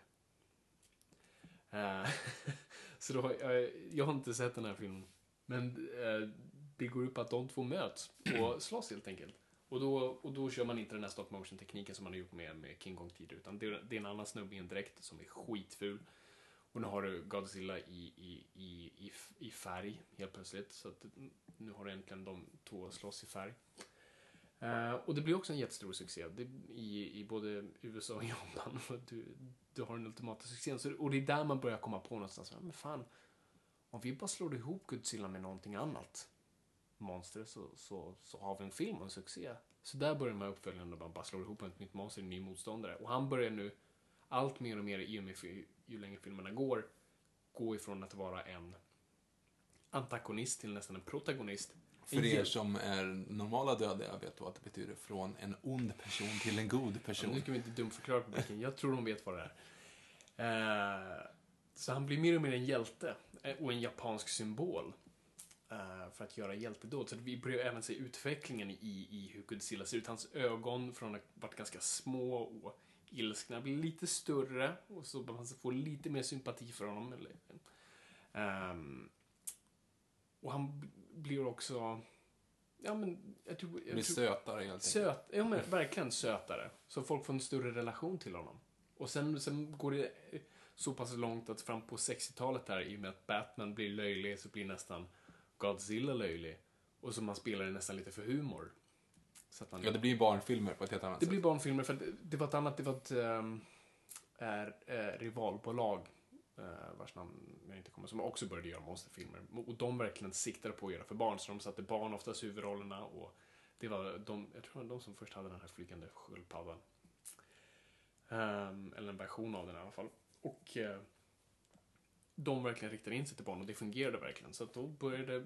E: Uh, så då, uh, jag har inte sett den här filmen, men uh, det går upp att de två möts och slåss helt enkelt. Och då, och då kör man inte den här stop motion tekniken som man har gjort med, med King Kong tidigare, utan det, det är en annan snubbe i en dräkt som är skitful. Och nu har du Godzilla i, i, i, i, i färg helt plötsligt. Så att nu har du egentligen de två slåss i färg. Uh, och det blir också en jättestor succé. Det, i, I både U S A och Japan. Du, du har den ultimata succén. Så, och det är där man börjar komma på någonstans. Men fan, om vi bara slår ihop Godzilla med någonting annat monster så, så, så har vi en film och en succé. Så där börjar man uppföljande och man bara slår ihop ett nytt monster, en ny motståndare. Och han börjar nu allt mer och mer i och med ju längre filmerna går, gå ifrån att vara en antagonist till nästan en protagonist.
D: För er som är normala döda vet då att det betyder från en ond person till en god person.
E: Ja, nu ska vi inte dumförklara publiken. Jag tror de vet vad det är. Uh, så han blir mer och mer en hjälte och en japansk symbol uh, för att göra hjältedåd. Så vi börjar även se utvecklingen i, i hur Godzilla ser ut. Hans ögon från att varit ganska små och ilskna blir lite större och så man får lite mer sympati för honom. Um, och han blir också ja men jag tror, jag
D: blir
E: tror,
D: sötare helt
E: söt, ja men verkligen sötare så folk får en större relation till honom. Och sen, sen går det så pass långt att fram på sextiotalet här i och med att Batman blir löjlig så blir nästan Godzilla löjlig och så man spelar det nästan lite för humor. Så att man,
D: ja, det blir barnfilmer på ett helt annat
E: det
D: sätt.
E: Det blir barnfilmer för det, det var ett annat, det var ett ähm, är, äh, rivalbolag äh, vars namn jag inte kommer som också började göra monsterfilmer. Och de verkligen siktade på att göra för barn så de satte barn oftast i huvudrollerna och det var de, jag tror det var de som först hade den här flygande sköldpaddan. Ähm, eller en version av den i alla fall. Och äh, de verkligen riktade in sig till barn och det fungerade verkligen. Så att då började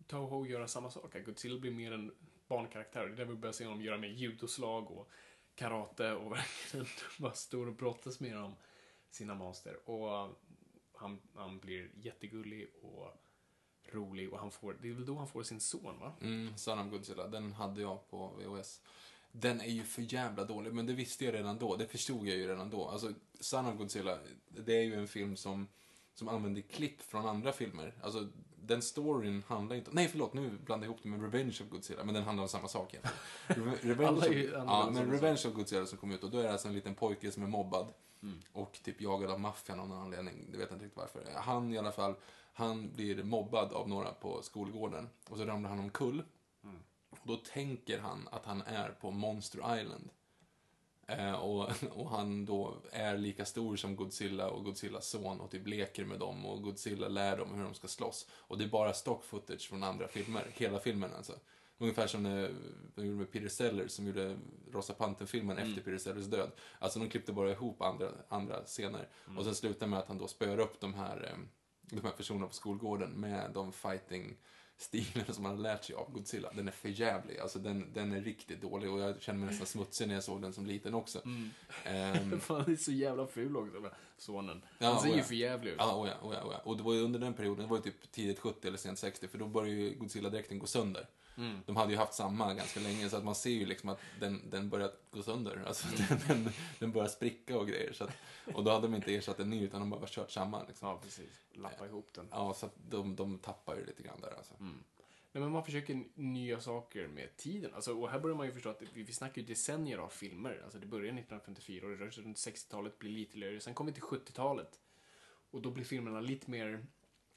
E: Toho göra samma sak. Att Godzilla blir mer en barnkaraktär. Det är där vi börjar se honom göra mer judoslag och karate och verkligen bara stor och brottas med om sina monster. Och han, han blir jättegullig och rolig och han får, det är väl då han får sin son, va?
D: Mm, Son of Godzilla, den hade jag på V H S. Den är ju för jävla dålig, men det visste jag redan då. Det förstod jag ju redan då. Alltså, Son of Godzilla, det är ju en film som, som använder klipp från andra filmer. Alltså, den storyn handlar inte... Nej, förlåt, nu blandar jag ihop det med Revenge of Godzilla, men den handlar om samma sak egentligen. Re- Revenge of, ja, men Revenge of Godzilla som kom ut, och då är det alltså en liten pojke som är mobbad mm. och typ jagad av maffian av någon anledning. Det vet jag inte riktigt varför. Han i alla fall, han blir mobbad av några på skolgården, och så ramlar han omkull. Mm. Och då tänker han att han är på Monster Island. Eh, och, och han då är lika stor som Godzilla och Godzillas son och typ leker med dem, och Godzilla lär dem hur de ska slåss. Och det är bara stock footage från andra filmer, hela filmen alltså. Ungefär som det, de gjorde med Peter Sellers som gjorde Rosa Panther-filmen mm. efter Peter Sellers död. Alltså de klippte bara ihop andra, andra scener. Mm. Och sen slutar med att han då spör upp de här, de här personerna på skolgården med de fighting stilen som man har lärt sig av Godzilla. Den är för jävlig. Alltså den, den är riktigt dålig, och jag känner mig nästan smutsig när jag såg den som liten också. Mm. Um,
E: Fan, det är så jävla ful också med sonen. Han ja, ser ju
D: ja.
E: för jävlig ut.
D: Ja, oh ja, oh ja, oh ja. Och det var ju under den perioden, det var ju typ tidigt sjuttio eller sent sextio, för då började ju Godzilla-dräkten gå sönder. Mm. De hade ju haft samma ganska länge, så att man ser ju liksom att den, den börjar gå sönder. Alltså mm. den, den börjar spricka och grejer. Så att, och då hade de inte ersatt en ny, utan de bara kört samman. Liksom.
E: Ja, precis. Lappa ihop den.
D: Ja, så att de, de tappar ju lite grann där. Alltså.
E: Mm. Nej, men man försöker nya saker med tiden. Alltså, och här börjar man ju förstå att vi, vi snackar ju decennier av filmer. Alltså det börjar nittonhundrafemtiofyra och det rör sig runt sextiotalet, blir lite löjligt. Sen kommer vi till sjuttiotalet. Och då blir filmerna lite mer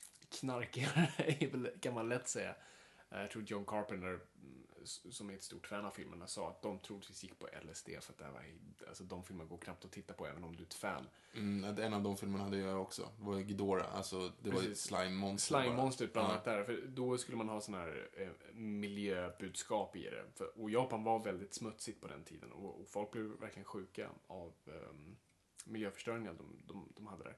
E: knarkigare, kan man lätt säga. Jag tror John Carpenter, som är ett stort fan av filmerna, sa att de troligtvis gick på L S D, för att det var, alltså, de filmerna går knappt att titta på även om du är ett fan.
D: Mm, en av de filmerna hade jag också. Det var Ghidorah, alltså det var ju ett slime-monster.
E: Slime-monster bland annat ja. där, för då skulle man ha sån här eh, miljöbudskap i det. För, och Japan var väldigt smutsigt på den tiden, och, och folk blev verkligen sjuka av eh, miljöförstöringen de, de, de hade där.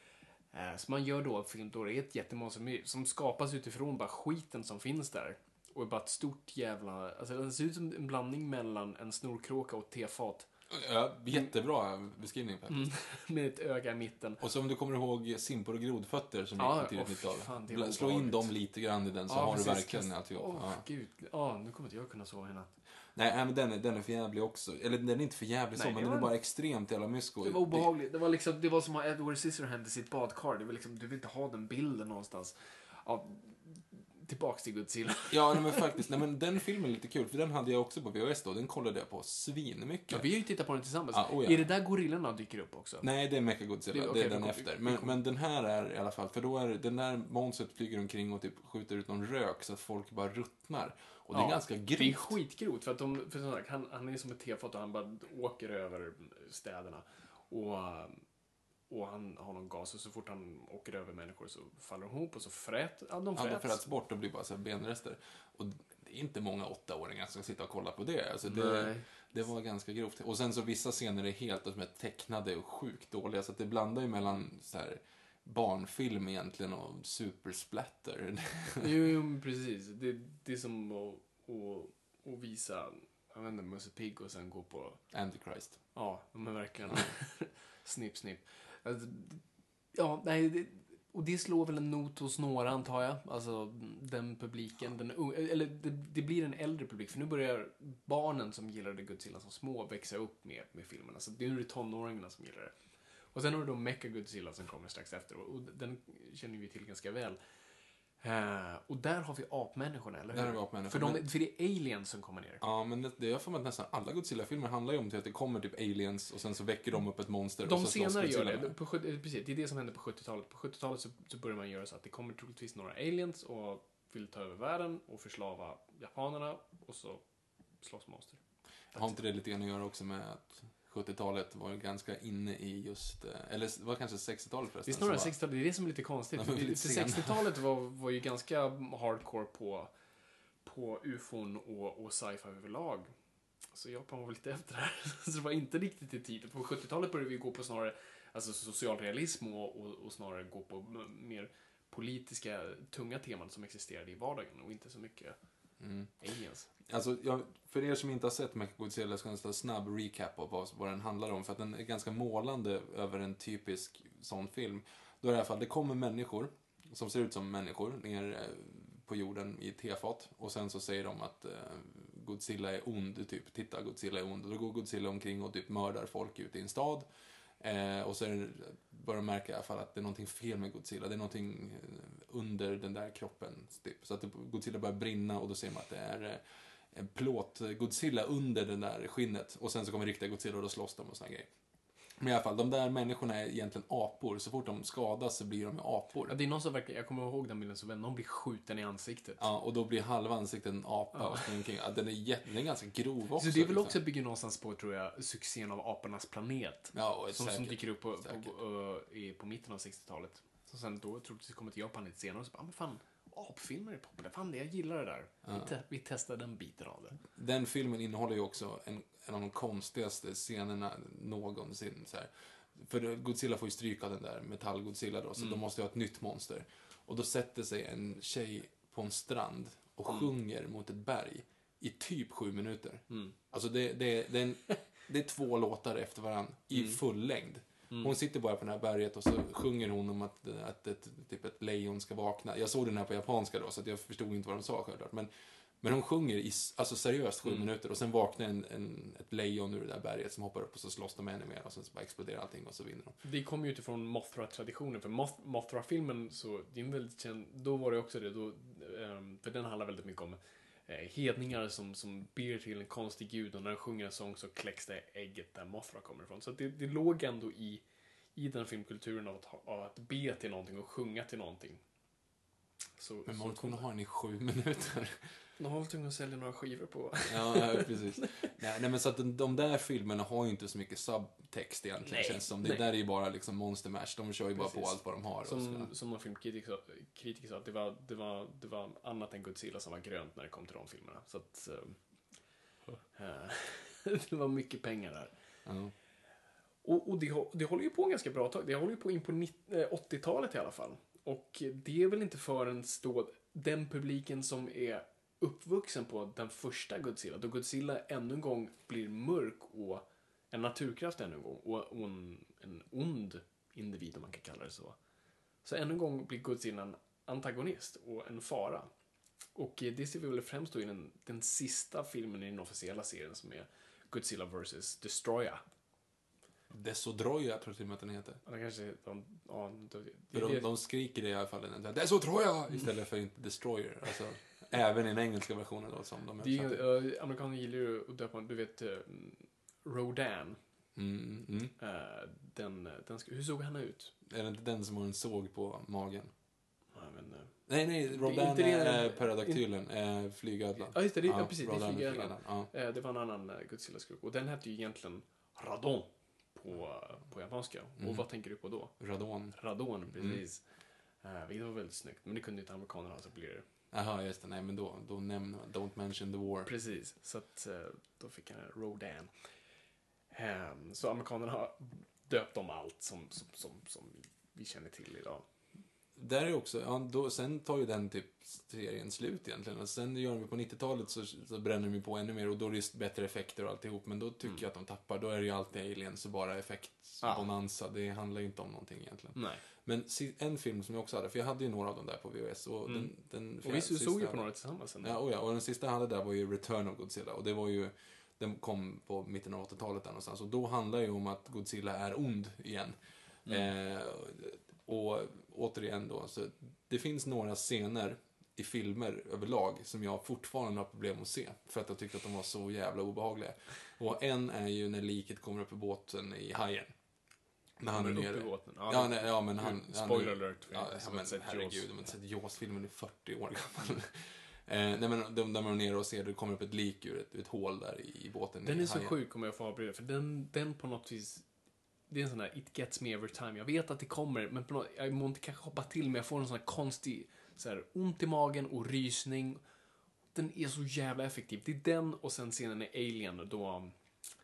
E: Så man gör då en film då det är ett jättemonster som skapas utifrån bara skiten som finns där. Och är bara ett stort jävla... Alltså den ser ut som en blandning mellan en snorkråka och ett tefat.
D: Ja, jättebra beskrivning faktiskt.
E: Mm, med ett öga i mitten.
D: Och så om du kommer ihåg Simpor och grodfötter som
E: ja,
D: gick på tidigt
E: nittiotalet.
D: Slå in dem lite grann i den, så
E: ja,
D: har
E: precis,
D: du verkligen
E: kast...
D: alltihop.
E: Åh,
D: ja.
E: gud. Ja, nu kommer inte jag kunna sova i natt.
D: Nej, men den är, den är för jävlig också. Eller den är inte för jävlig så, men den är bara extremt jävla mysko.
E: Det var obehagligt. Det var liksom, det var som att Edward Scissorhands i sitt badkar. Det var liksom, du vill inte ha den bilden någonstans. Ja, tillbaks till Godzilla.
D: Ja, nej, men faktiskt. Nej, men den filmen är lite kul, för den hade jag också på V H S då. Den kollade jag på svin mycket.
E: Ja, vi har ju tittat på den tillsammans.
D: Ja, oh ja.
E: Är det där gorillorna dyker upp också?
D: Nej, det är Mechagodzilla. Det, okay, det är den kom, efter. Men, men den här är i alla fall, för då är den där monstret flyger omkring och typ skjuter ut någon rök så att folk bara ruttnar. Och det är ja, ganska grovt.
E: Det är skitgrovt, för att de, för sådär, han, han är som ett tefat och han bara åker över städerna. Och, och han har någon gas, och så fort han åker över människor så faller de ihop och så frät, ja, de fräts.
D: Ja, de fräts bort och blir bara så här benrester. Och det är inte många åttaåringar som ska sitta och kolla på det. Alltså det, det var ganska grovt. Och sen så vissa scener är helt som är tecknade och sjukt dåliga, så att det blandar ju mellan så här barnfilm egentligen och supersplatter.
E: Jo, jo, precis. Det, det är som att, att, att visa, jag vet inte, Musse Pigg och sen gå på
D: Antichrist.
E: Ja, men verkligen. snipp, snipp. Alltså, ja, nej, det, och det slår väl en not hos några, antar jag. Alltså den publiken, den, eller det, det blir en äldre publik, för nu börjar barnen som gillade Godzilla som små växa upp med, med filmen. Alltså det är nu tonåringarna som gillar det. Och sen har du då Mechagodzilla som kommer strax efter, och den känner vi till ganska väl. Uh, och där har vi apmänniskorna, eller hur?
D: Där har vi apmänniskorna.
E: För, de, för det är aliens som kommer ner.
D: Ja, men det, det är för mig att nästan alla Godzilla-filmer handlar ju om till att det kommer typ aliens och sen så väcker de upp ett monster.
E: De
D: och så
E: senare gör det. På, precis, det är det som händer på sjuttiotalet. På sjuttiotalet så, så börjar man göra så att det kommer troligtvis några aliens och vill ta över världen och förslava japanerna, och så slåss monster.
D: Har inte det lite grann att göra också med att sjuttiotalet var ganska inne i just, eller det var kanske sextiotalet förresten.
E: Det är snarare sextiotalet, det är det som är lite konstigt. Ja, lite för sextiotalet var, var ju ganska hardcore på, på ufon och, och sci-fi överlag. Så Japan var lite efter det här. Så det var inte riktigt i tiden. På sjuttiotalet började vi gå på snarare alltså socialrealism och, och, och snarare gå på mer politiska, tunga teman som existerade i vardagen och inte så mycket mm. aliens.
D: Alltså, jag, för er som inte har sett Mechagodzilla ska jag en snabb recap av vad, vad den handlar om. För att den är ganska målande över en typisk sån film. Då är det i alla fall, det kommer människor som ser ut som människor ner på jorden i ett tefat. Och sen så säger de att eh, Godzilla är ond, typ. Titta, Godzilla är ond. Och då går Godzilla omkring och typ mördar folk ute i en stad. Eh, och så är det, börjar de märka i alla fall att det är någonting fel med Godzilla. Det är någonting under den där kroppen, typ. Så att det, Godzilla börjar brinna och då ser man att det är eh, en plåt Godzilla under den där skinnet. Och sen så kommer riktiga Godzilla och då slåss de och såna grejer. Men i alla fall, de där människorna är egentligen apor. Så fort de skadas så blir de apor.
E: Ja, det är någon som verkar, jag kommer ihåg den bilden, så någon blir skjuten i ansiktet.
D: Ja, och då blir halva ansiktet en apa. Ja. Och omkring. Ja, den, är jätte, den är ganska grov också.
E: Så det är väl
D: liksom.
E: också bygger någonstans på, tror jag, succén av Apornas planet.
D: Ja, och
E: som,
D: säkert,
E: som dyker upp på,
D: säkert.
E: på, på, på, på mitten av sextiotalet. Så sen då troligtvis kommer till Japan lite senare och så bara, ah, men fan, apfilmer är populära. Fan, det, jag gillar det där. Ja. Vi, te- vi testar den biten av det.
D: Den filmen innehåller ju också en, en av de konstigaste scenerna någonsin. Så här. För Godzilla får ju stryka den där metall-Godzilla då, så mm. de måste ha ett nytt monster. Och då sätter sig en tjej på en strand och mm. sjunger mot ett berg i typ sju minuter. Mm. Alltså det, det, det, är en, det är två låtar efter varandra i mm. full längd. Mm. Hon sitter bara på det här berget och så sjunger hon om att, att ett, typ ett lejon ska vakna. Jag såg den här på japanska då, så att jag förstod inte vad de sa självklart. Men, men hon sjunger i, alltså seriöst sju mm. minuter och sen vaknar en, en, ett lejon ur det där berget som hoppar upp och så slåss de ännu mer och sen så bara exploderar allting och så vinner de.
E: Det kommer ju utifrån Mothra-traditionen, för Moth, Mothra-filmen så, det är en väldigt känd, då var det också det, då, um, för den handlar väldigt mycket om eh, hedningar som, som ber till en konstig gud och när den sjunger en sång så kläcks det ägget där Mothra kommer ifrån. Så det, det låg ändå i, i den filmkulturen av att, av att be till någonting och sjunga till någonting. Så,
D: men man kunde ha den i sju minuter.
E: De har väl tvungen att sälja några skivor på.
D: Ja, precis. Nej, nej, men så att de, de där filmerna har ju inte så mycket subtext egentligen, nej, känns som. Det nej. Där är ju bara liksom Monster Mash. De kör ju precis. Bara på allt vad de har.
E: Som,
D: och
E: som någon filmkritiker kritiker sa, att det var, det, var, det var annat än Godzilla som var grönt när det kom till de filmerna. Så att uh, det var mycket pengar där. Uh. Och, och det, det håller ju på en ganska bra tag. Det håller ju på in på åttiotalet i alla fall. Och det är väl inte förrän då den publiken som är uppvuxen på den första Godzilla, då Godzilla ännu en gång blir mörk och en naturkraft ännu en gång och, och en, en ond individ, om man kan kalla det så. Så ännu en gång blir Godzilla en antagonist och en fara. Och det ser vi väl främst då i den, den sista filmen i den officiella serien som är Godzilla versus. Destroyer.
D: Desodroja tror jag till och med att den heter.
E: Ja, det kanske, de, ja, de,
D: de, de, de skriker det i alla fall. Desodroja! Istället för inte Destroyer. Alltså, även i den engelska versionen då, som de
E: är. Uh, amerikaner gillar ju att döpa, du vet, uh, Rodan.
D: Mm, mm.
E: Uh, den, den, hur såg han ut?
D: Är det inte den som har en såg på magen?
E: Ja, men, uh,
D: nej, nej, Rodan är, är pterodaktylen, äh, flygödlan.
E: Ja, just det, det ja, precis,
D: Rodan
E: det är flygödlan.
D: Ja.
E: Uh, det var en annan uh, Godzilla-skurk. Och den hette ju egentligen Radon. På, på japanska. Mm. Och vad tänker du på då?
D: Radon.
E: Radon, precis. Mm. Uh, det var väldigt snyggt. Men det kunde inte amerikanerna, så blir det.
D: Jaha, just det. Nej, men då, då nämner man Don't mention the war.
E: Precis. Så att uh, då fick han Rodan. Um, så amerikanerna har döpt om allt som, som, som, som vi känner till idag.
D: Där är också, ja, då, sen tar ju den typ serien slut egentligen. Och sen gör de på nittiotalet så, så bränner de på ännu mer och då är det bättre effekter och alltihop. Men då tycker mm. jag att de tappar. Då är det ju alltid aliens och bara effektbonanza. Ah. Det handlar ju inte om någonting egentligen.
E: Nej.
D: Men en film som jag också hade, för jag hade ju några av dem där på V H S. Och, mm. den, den,
E: och vi såg ju på några tillsammans sen.
D: Ja, och ja, och den sista jag hade där var ju Return of Godzilla. Och det var ju, den kom på mitten av åttiotalet där någonstans. Och då handlar det ju om att Godzilla är ond igen. Mm. Eh, och återigen då, så det finns några scener i filmer överlag som jag fortfarande har problem att se. För att jag tyckte att de var så jävla obehagliga. Och en är ju när liket kommer upp i båten i Hajen. När han är nere.
E: Ja,
D: ja, nej, ja, men han...
E: Spoiler
D: han,
E: alert.
D: Ja, ja, men herregud, de har sett Jaws-filmen i fyrtio år gammal. eh, nej, men de, de är nere och ser det kommer upp ett lik ur ett, ett hål där i, i båten.
E: Den
D: i
E: är så
D: Hajen.
E: sjuk, om jag får avbryta. För den, den på något vis... Det är en sån där it gets me every time. Jag vet att det kommer, men på något, jag måste inte kanske hoppa till, men jag får en sån här konstig så här, ont i magen och rysning. Den är så jävla effektiv. Det är den och sen scenen är Alien då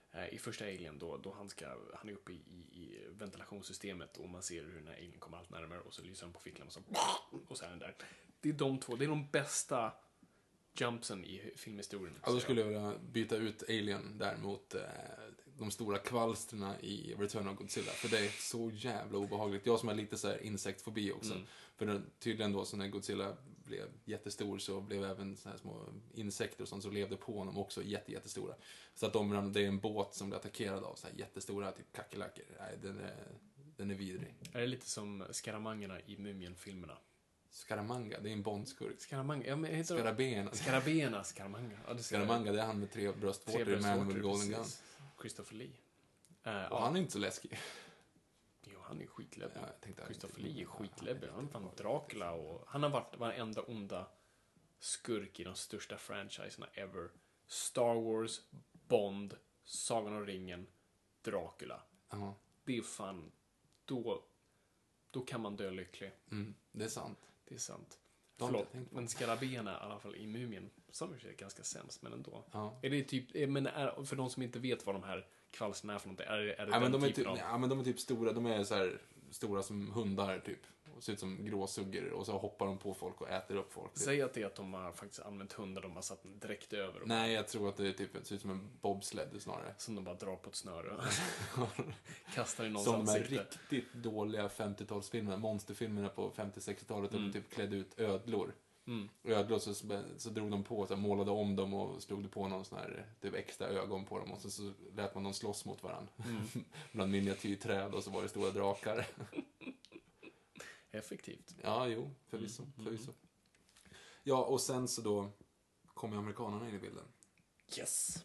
E: I första Alien då, då han, ska, han är uppe i, i ventilationssystemet och man ser hur den här Alien kommer allt närmare och så lyser han på fickan och så, och så är den där. Det är de två, det är de bästa jumpsen i filmhistorien.
D: Ja, då skulle jag vilja byta ut Alien där mot eh, de stora kvalsterna i Return of Godzilla. För det är så jävla obehagligt. Jag som har lite så här insektfobi också. Mm. För det, tydligen då så när Godzilla blev jättestor så blev även så här små insekter och sånt som levde på honom också jätte, jättestora. Så att om det är en båt som blir attackerad av så här jättestora typ kackerlackor, nej, den är, den är vidrig.
E: Är det lite som skaramangerna i Mumien-filmerna?
D: Scaramanga, det är en bondskurk.
E: Scaramanga, ja men heter
D: Scarabena.
E: Scarabena, Scaramanga. Ja, det
D: Scaramanga, det är han med tre bröstvårtor i Man with Golden Gun.
E: Christopher Lee.
D: Uh, och ja. Han är inte så läskig.
E: Jo, han är skitläbbig.
D: Ja,
E: Christopher Lee är skitläbbig. Han fann Dracula och han har varit varenda onda skurk i de största franchiserna ever. Star Wars, Bond, Sagan om ringen, Dracula.
D: Uh-huh.
E: Det är fan då då kan man dö lycklig.
D: Mm, det är sant.
E: Det är sant.
D: De
E: Förlåt, men Scarabena i alla fall i Mumien som är ganska sämst, men ändå.
D: Ja.
E: Är det typ, men är, för de som inte vet vad de här kvalsterna är för något, är, är det
D: ja,
E: den
D: men de är
E: typen
D: typ,
E: av...
D: Ja, men de är typ stora, de är så här stora som hundar typ. Och ser ut som gråsuggor och så hoppar de på folk och äter upp folk. Typ.
E: Säg att det är att de har faktiskt använt hundar, de har satt en direkt över.
D: Nej, jag tror att det är typ, det ser ut som en bobsled snarare.
E: Som de bara drar på ett snöre. Kastar i någons
D: som de här
E: ansikte.
D: riktigt dåliga femtiotalsfilmerna, monsterfilmerna på femtio-sextiotalet, mm. de typ klädde ut ödlor.
E: Mm.
D: Ödlor så, så drog de på, så här, målade om dem och slog på någon sån här typ extra ögon på dem och så, så lät man dem slåss mot varandra. Mm. Bland miniatyrträd och så var det stora drakar.
E: Effektivt.
D: Ja, jo, förvisso, mm. förvisso. Ja, och sen så då kommer amerikanerna in i bilden.
E: Yes.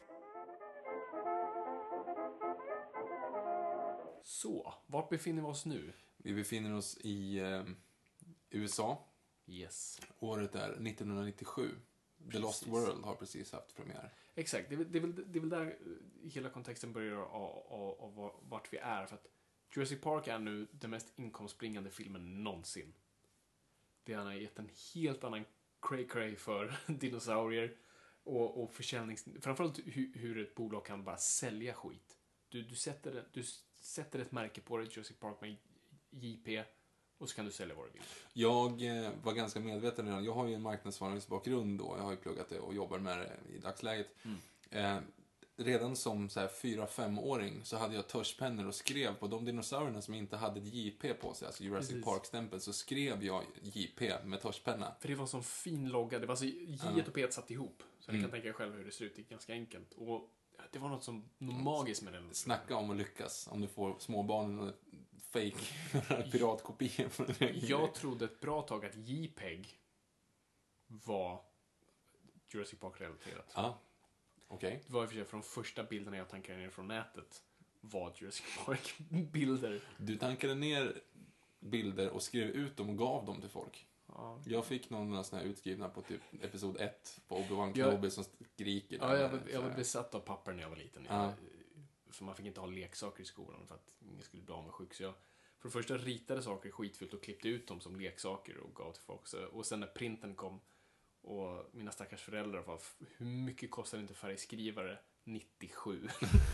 E: Så, vart befinner vi oss nu?
D: Vi befinner oss i eh, U S A.
E: Yes.
D: Året är nittonhundranittiosju. Precis. The Lost World har precis haft premiär.
E: Exakt, det är, det är, väl, det är väl där hela kontexten börjar av vart vi är. För att Jurassic Park är nu den mest inkomstbringande filmen någonsin. Det har gett en helt annan cray-cray för dinosaurier och, och försäljnings... Framförallt hur, hur ett bolag kan bara sälja skit. Du, du, sätter, du sätter ett märke på det, Jurassic Park med J P, och så kan du sälja vad du vill.
D: Jag eh, var ganska medveten redan. Jag har ju en marknadsföringsbakgrund då. Jag har ju pluggat det och jobbar med det i dagsläget. Mm. Eh, redan som så här fyra-femåring så hade jag tuschpennor och skrev på de dinosaurierna som inte hade ett J P på sig, alltså Jurassic Park-stämpel, så skrev jag J P med tuschpenna.
E: För det var en sån fin logga. Det var så J uh. och P satt ihop. Så mm. ni kan tänka er själv hur det ser ut. Det är ganska enkelt. Och det var något som något magiskt med den.
D: Snacka om att lyckas. Om du får småbarnen och fake piratkopior.
E: Jag trodde ett bra tag att J P E G var Jurassic Park-relaterat.
D: Ja, okej. Okay.
E: Det var i och för sig från första bilderna jag tankade ner från nätet var Jurassic Park-bilder.
D: Du tankade ner bilder och skrev ut dem och gav dem till folk.
E: Ja.
D: Jag fick några såna här utskrivna på typ episod ett på Obi-Wan Kenobi som skriker.
E: Ja, jag var, jag var besatt av papper när jag var liten.
D: Ja.
E: Jag, för man fick inte ha leksaker i skolan för att ingen skulle bli av med sjuk. Så jag för det första ritade saker skitfullt och klippte ut dem som leksaker och gav till folk. Så, och sen när printen kom och mina stackars föräldrar var, hur mycket kostar inte färgskrivare? nittiosju.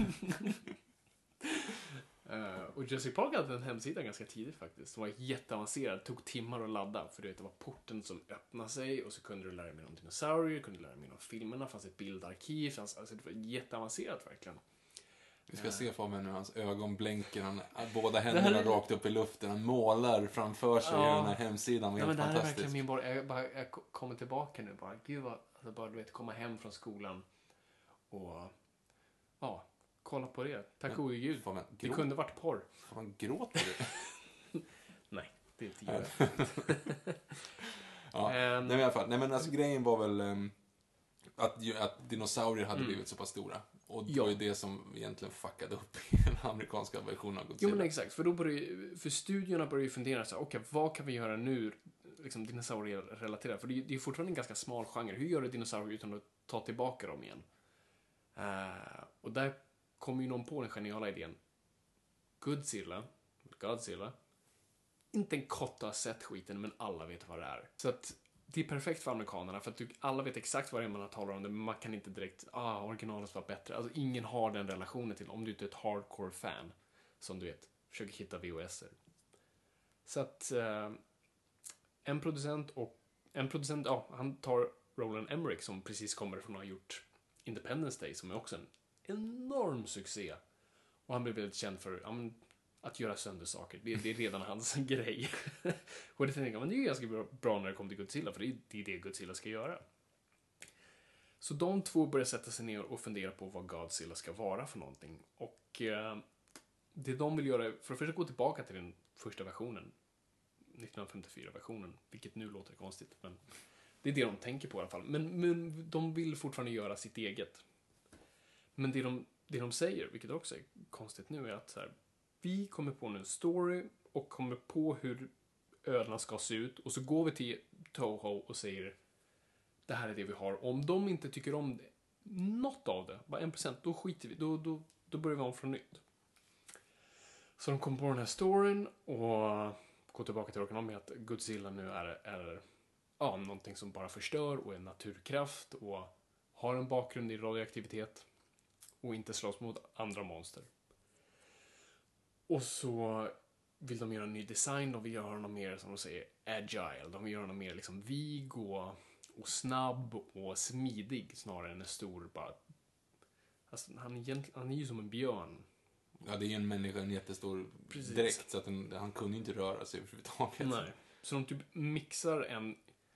E: Uh, och Jurassic Park hade en hemsida ganska tidigt faktiskt. Den var jätteavancerad, tog timmar att ladda. För det var porten som öppnade sig. Och så kunde du lära dig mer om dinosaurier, kunde du lära dig mer om filmerna. Fanns ett bildarkiv, fanns, alltså det var jätteavancerat verkligen.
D: Vi ska uh. se för mig nu, hans ögon blänker. Han, båda händerna är... rakt upp i luften. Han målar framför sig
E: ja.
D: den här hemsidan.
E: Ja, men det här
D: fantastisk.
E: är verkligen min bara, jag, bara, jag kommer tillbaka nu bara. Gud vad, alltså bara du vet, komma hem från skolan. Och ja, kolla på det. Tack gode gud.
D: Fan,
E: det kunde varit porr.
D: Fan, gråter du?
E: Nej, det är inte jag.
D: Ja, um, nej, men i alla fall. Nej, men alltså grejen var väl um, att, att dinosaurier hade mm. blivit så pass stora. Och det ja. var ju det som egentligen fuckade upp i den amerikanska versionen av Godzilla.
E: Jo, men exakt. För, då började, för studierna började ju fundera så här, okej, okay, vad kan vi göra nu liksom dinosaurier-relaterat? För det är, det är fortfarande en ganska smal genre. Hur gör du dinosaurier utan att ta tillbaka dem igen? Uh, och där kom ju någon på den geniala idén. Godzilla, Godzilla. Inte en kotte har sett skiten, men alla vet vad det är. Så att det är perfekt för amerikanerna för att du, alla vet exakt vad det är man talar om det, men man kan inte direkt, ah, originalet var bättre. Alltså ingen har den relationen till, om du inte är ett hardcore fan som du vet, försöker hitta V H S-er. Så att eh, en producent och en producent, ja, han tar Roland Emmerich som precis kommer från att ha gjort Independence Day som är också en enorm succé. Och han blev väldigt känd för ja, men, att göra sönder saker. Det, det är redan hans grej. Och det tänker jag, men det är ju ganska bra när det kommer till Godzilla, för det är, det är det Godzilla ska göra. Så de två börjar sätta sig ner och fundera på vad Godzilla ska vara för någonting. Och eh, det de vill göra, för att försöka gå tillbaka till den första versionen, nittonhundrafemtiofyra-versionen, vilket nu låter konstigt, men det är det de tänker på i alla fall. Men, men de vill fortfarande göra sitt eget. Men det de, det de säger, vilket också är konstigt nu, är att så här, vi kommer på en story och kommer på hur öarna ska se ut. Och så går vi till Toho och säger det här är det vi har. Om de inte tycker om det, något av det, bara en procent, då skiter vi. Då, då, då börjar vi om från nytt. Så de kommer på den här storyn och går tillbaka till original med att Godzilla nu är, är ja, någonting som bara förstör och är naturkraft och har en bakgrund i radioaktivitet och inte slåss mot andra monster. Och så vill de göra en ny design. De vill göra honom mer, som de säger, agile. De vill göra honom mer liksom vig och, och snabb och smidig snarare än en stor bara. Alltså, han, är, han är ju som en björn.
D: Ja, det är en människa, en jättestor
E: Precis.
D: direkt, så att den, han kunde inte röra sig överhuvudtaget.
E: Nej. Så de typ mixar en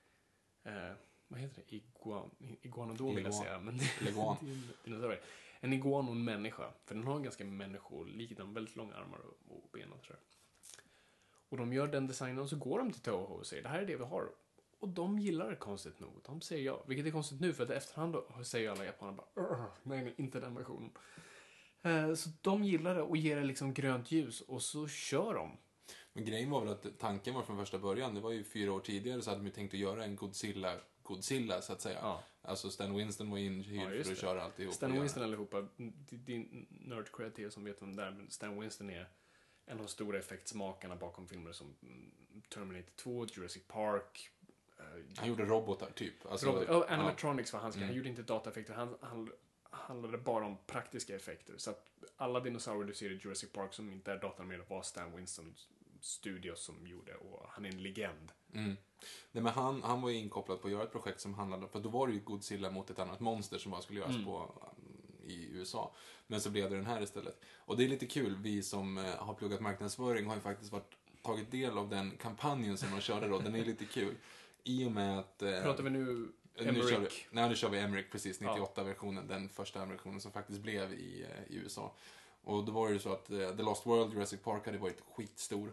E: eh, vad heter det? Iguan, iguanodon vill jag säga. Men det,
D: Iguan.
E: det är en, en iguan och en människa. För den har en ganska människolik, den har väldigt långa armar och, och ben och sådär. Och de gör den designen och så går de till Toho och säger det här är det vi har. Och de gillar det konstigt nog. De säger ja. Vilket är konstigt nu för att efterhand säger alla japaner bara nej, inte den versionen. Eh, så de gillar det och ger det liksom grönt ljus och så kör de.
D: Men grejen var väl att tanken var från första början, det var ju fyra år tidigare så hade de ju tänkt att göra en Godzilla, Godzilla så att säga. Ja. Alltså Stan Winston var inhyrd ja, för att köra alltihop.
E: Stan Winston allihopa, det är nerd cred till som vet vem där, men Stan Winston är en av de stora effektsmakarna bakom filmer som Terminator två, Jurassic Park. Uh,
D: han gjorde robotar typ. Alltså,
E: robot, oh, animatronics
D: ja.
E: var hans, mm. han gjorde inte dataeffekter, han, han handlade bara om praktiska effekter. Så att alla dinosaurier du ser i Jurassic Park som inte är datanimerade var Stan Winston Studios som gjorde, och han är en legend.
D: Mm. Nej, men han, han var ju inkopplad på att göra ett projekt som handlade, för då var det ju Godzilla mot ett annat monster som bara skulle göras mm. på um, i U S A. Men så blev det den här istället. Och det är lite kul, vi som uh, har pluggat marknadsföring har ju faktiskt varit, tagit del av den kampanjen som de körde då. Den är lite kul. I och med att... Uh,
E: Pratar vi nu
D: Emmerich? Nu kör vi, nej, nu kör vi Emmerich, precis, nittioåtta-versionen, ja. Den första versionen som faktiskt blev i, uh, i U S A. Och då var det ju så att uh, The Lost World, Jurassic Park hade varit skitstor.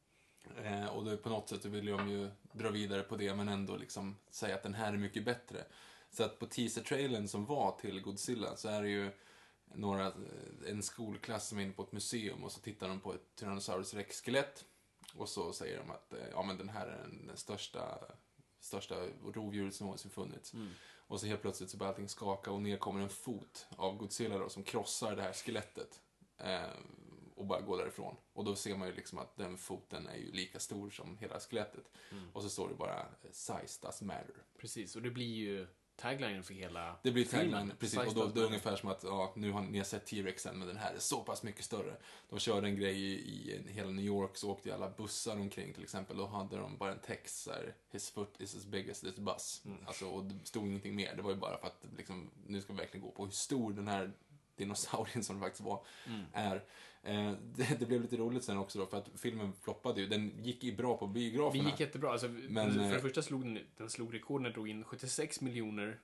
D: Eh, och då på något sätt vill de ju dra vidare på det, men ändå liksom säga att den här är mycket bättre. Så att på teaser-trailern som var till Godzilla så är det ju några, en skolklass som är inne på ett museum och så tittar de på ett Tyrannosaurus rex-skelett och så säger de att ja, men den här är den största, största rovdjuret som någonsin funnits. Mm. Och så helt plötsligt så börjar allting skaka och ner kommer en fot av Godzilla då, som krossar det här skelettet. Eh, och bara gå därifrån. Och då ser man ju liksom att den foten är ju lika stor som hela skelettet. Mm. Och så står det bara size does matter.
E: Precis, och det blir ju tagline för hela
D: det blir tagline, precis.
E: Size
D: och då, då är det ungefär som att ja, nu har ni sett T-Rexen, men den här är så pass mycket större. De körde en grej i, i hela New York, så åkte alla bussar omkring till exempel. Då hade de bara en text så här, his foot is as big as this bus. Mm. Alltså, och det stod ingenting mer. Det var ju bara för att liksom, nu ska vi verkligen gå på hur stor den här dinosaurien som det faktiskt var mm. är. Eh, det, det blev lite roligt sen också då, för att filmen floppade ju. Den gick ju bra på biograferna.
E: Det gick jättebra. Alltså, men, för det första slog den, den slog rekorden, drog in sjuttiosex miljoner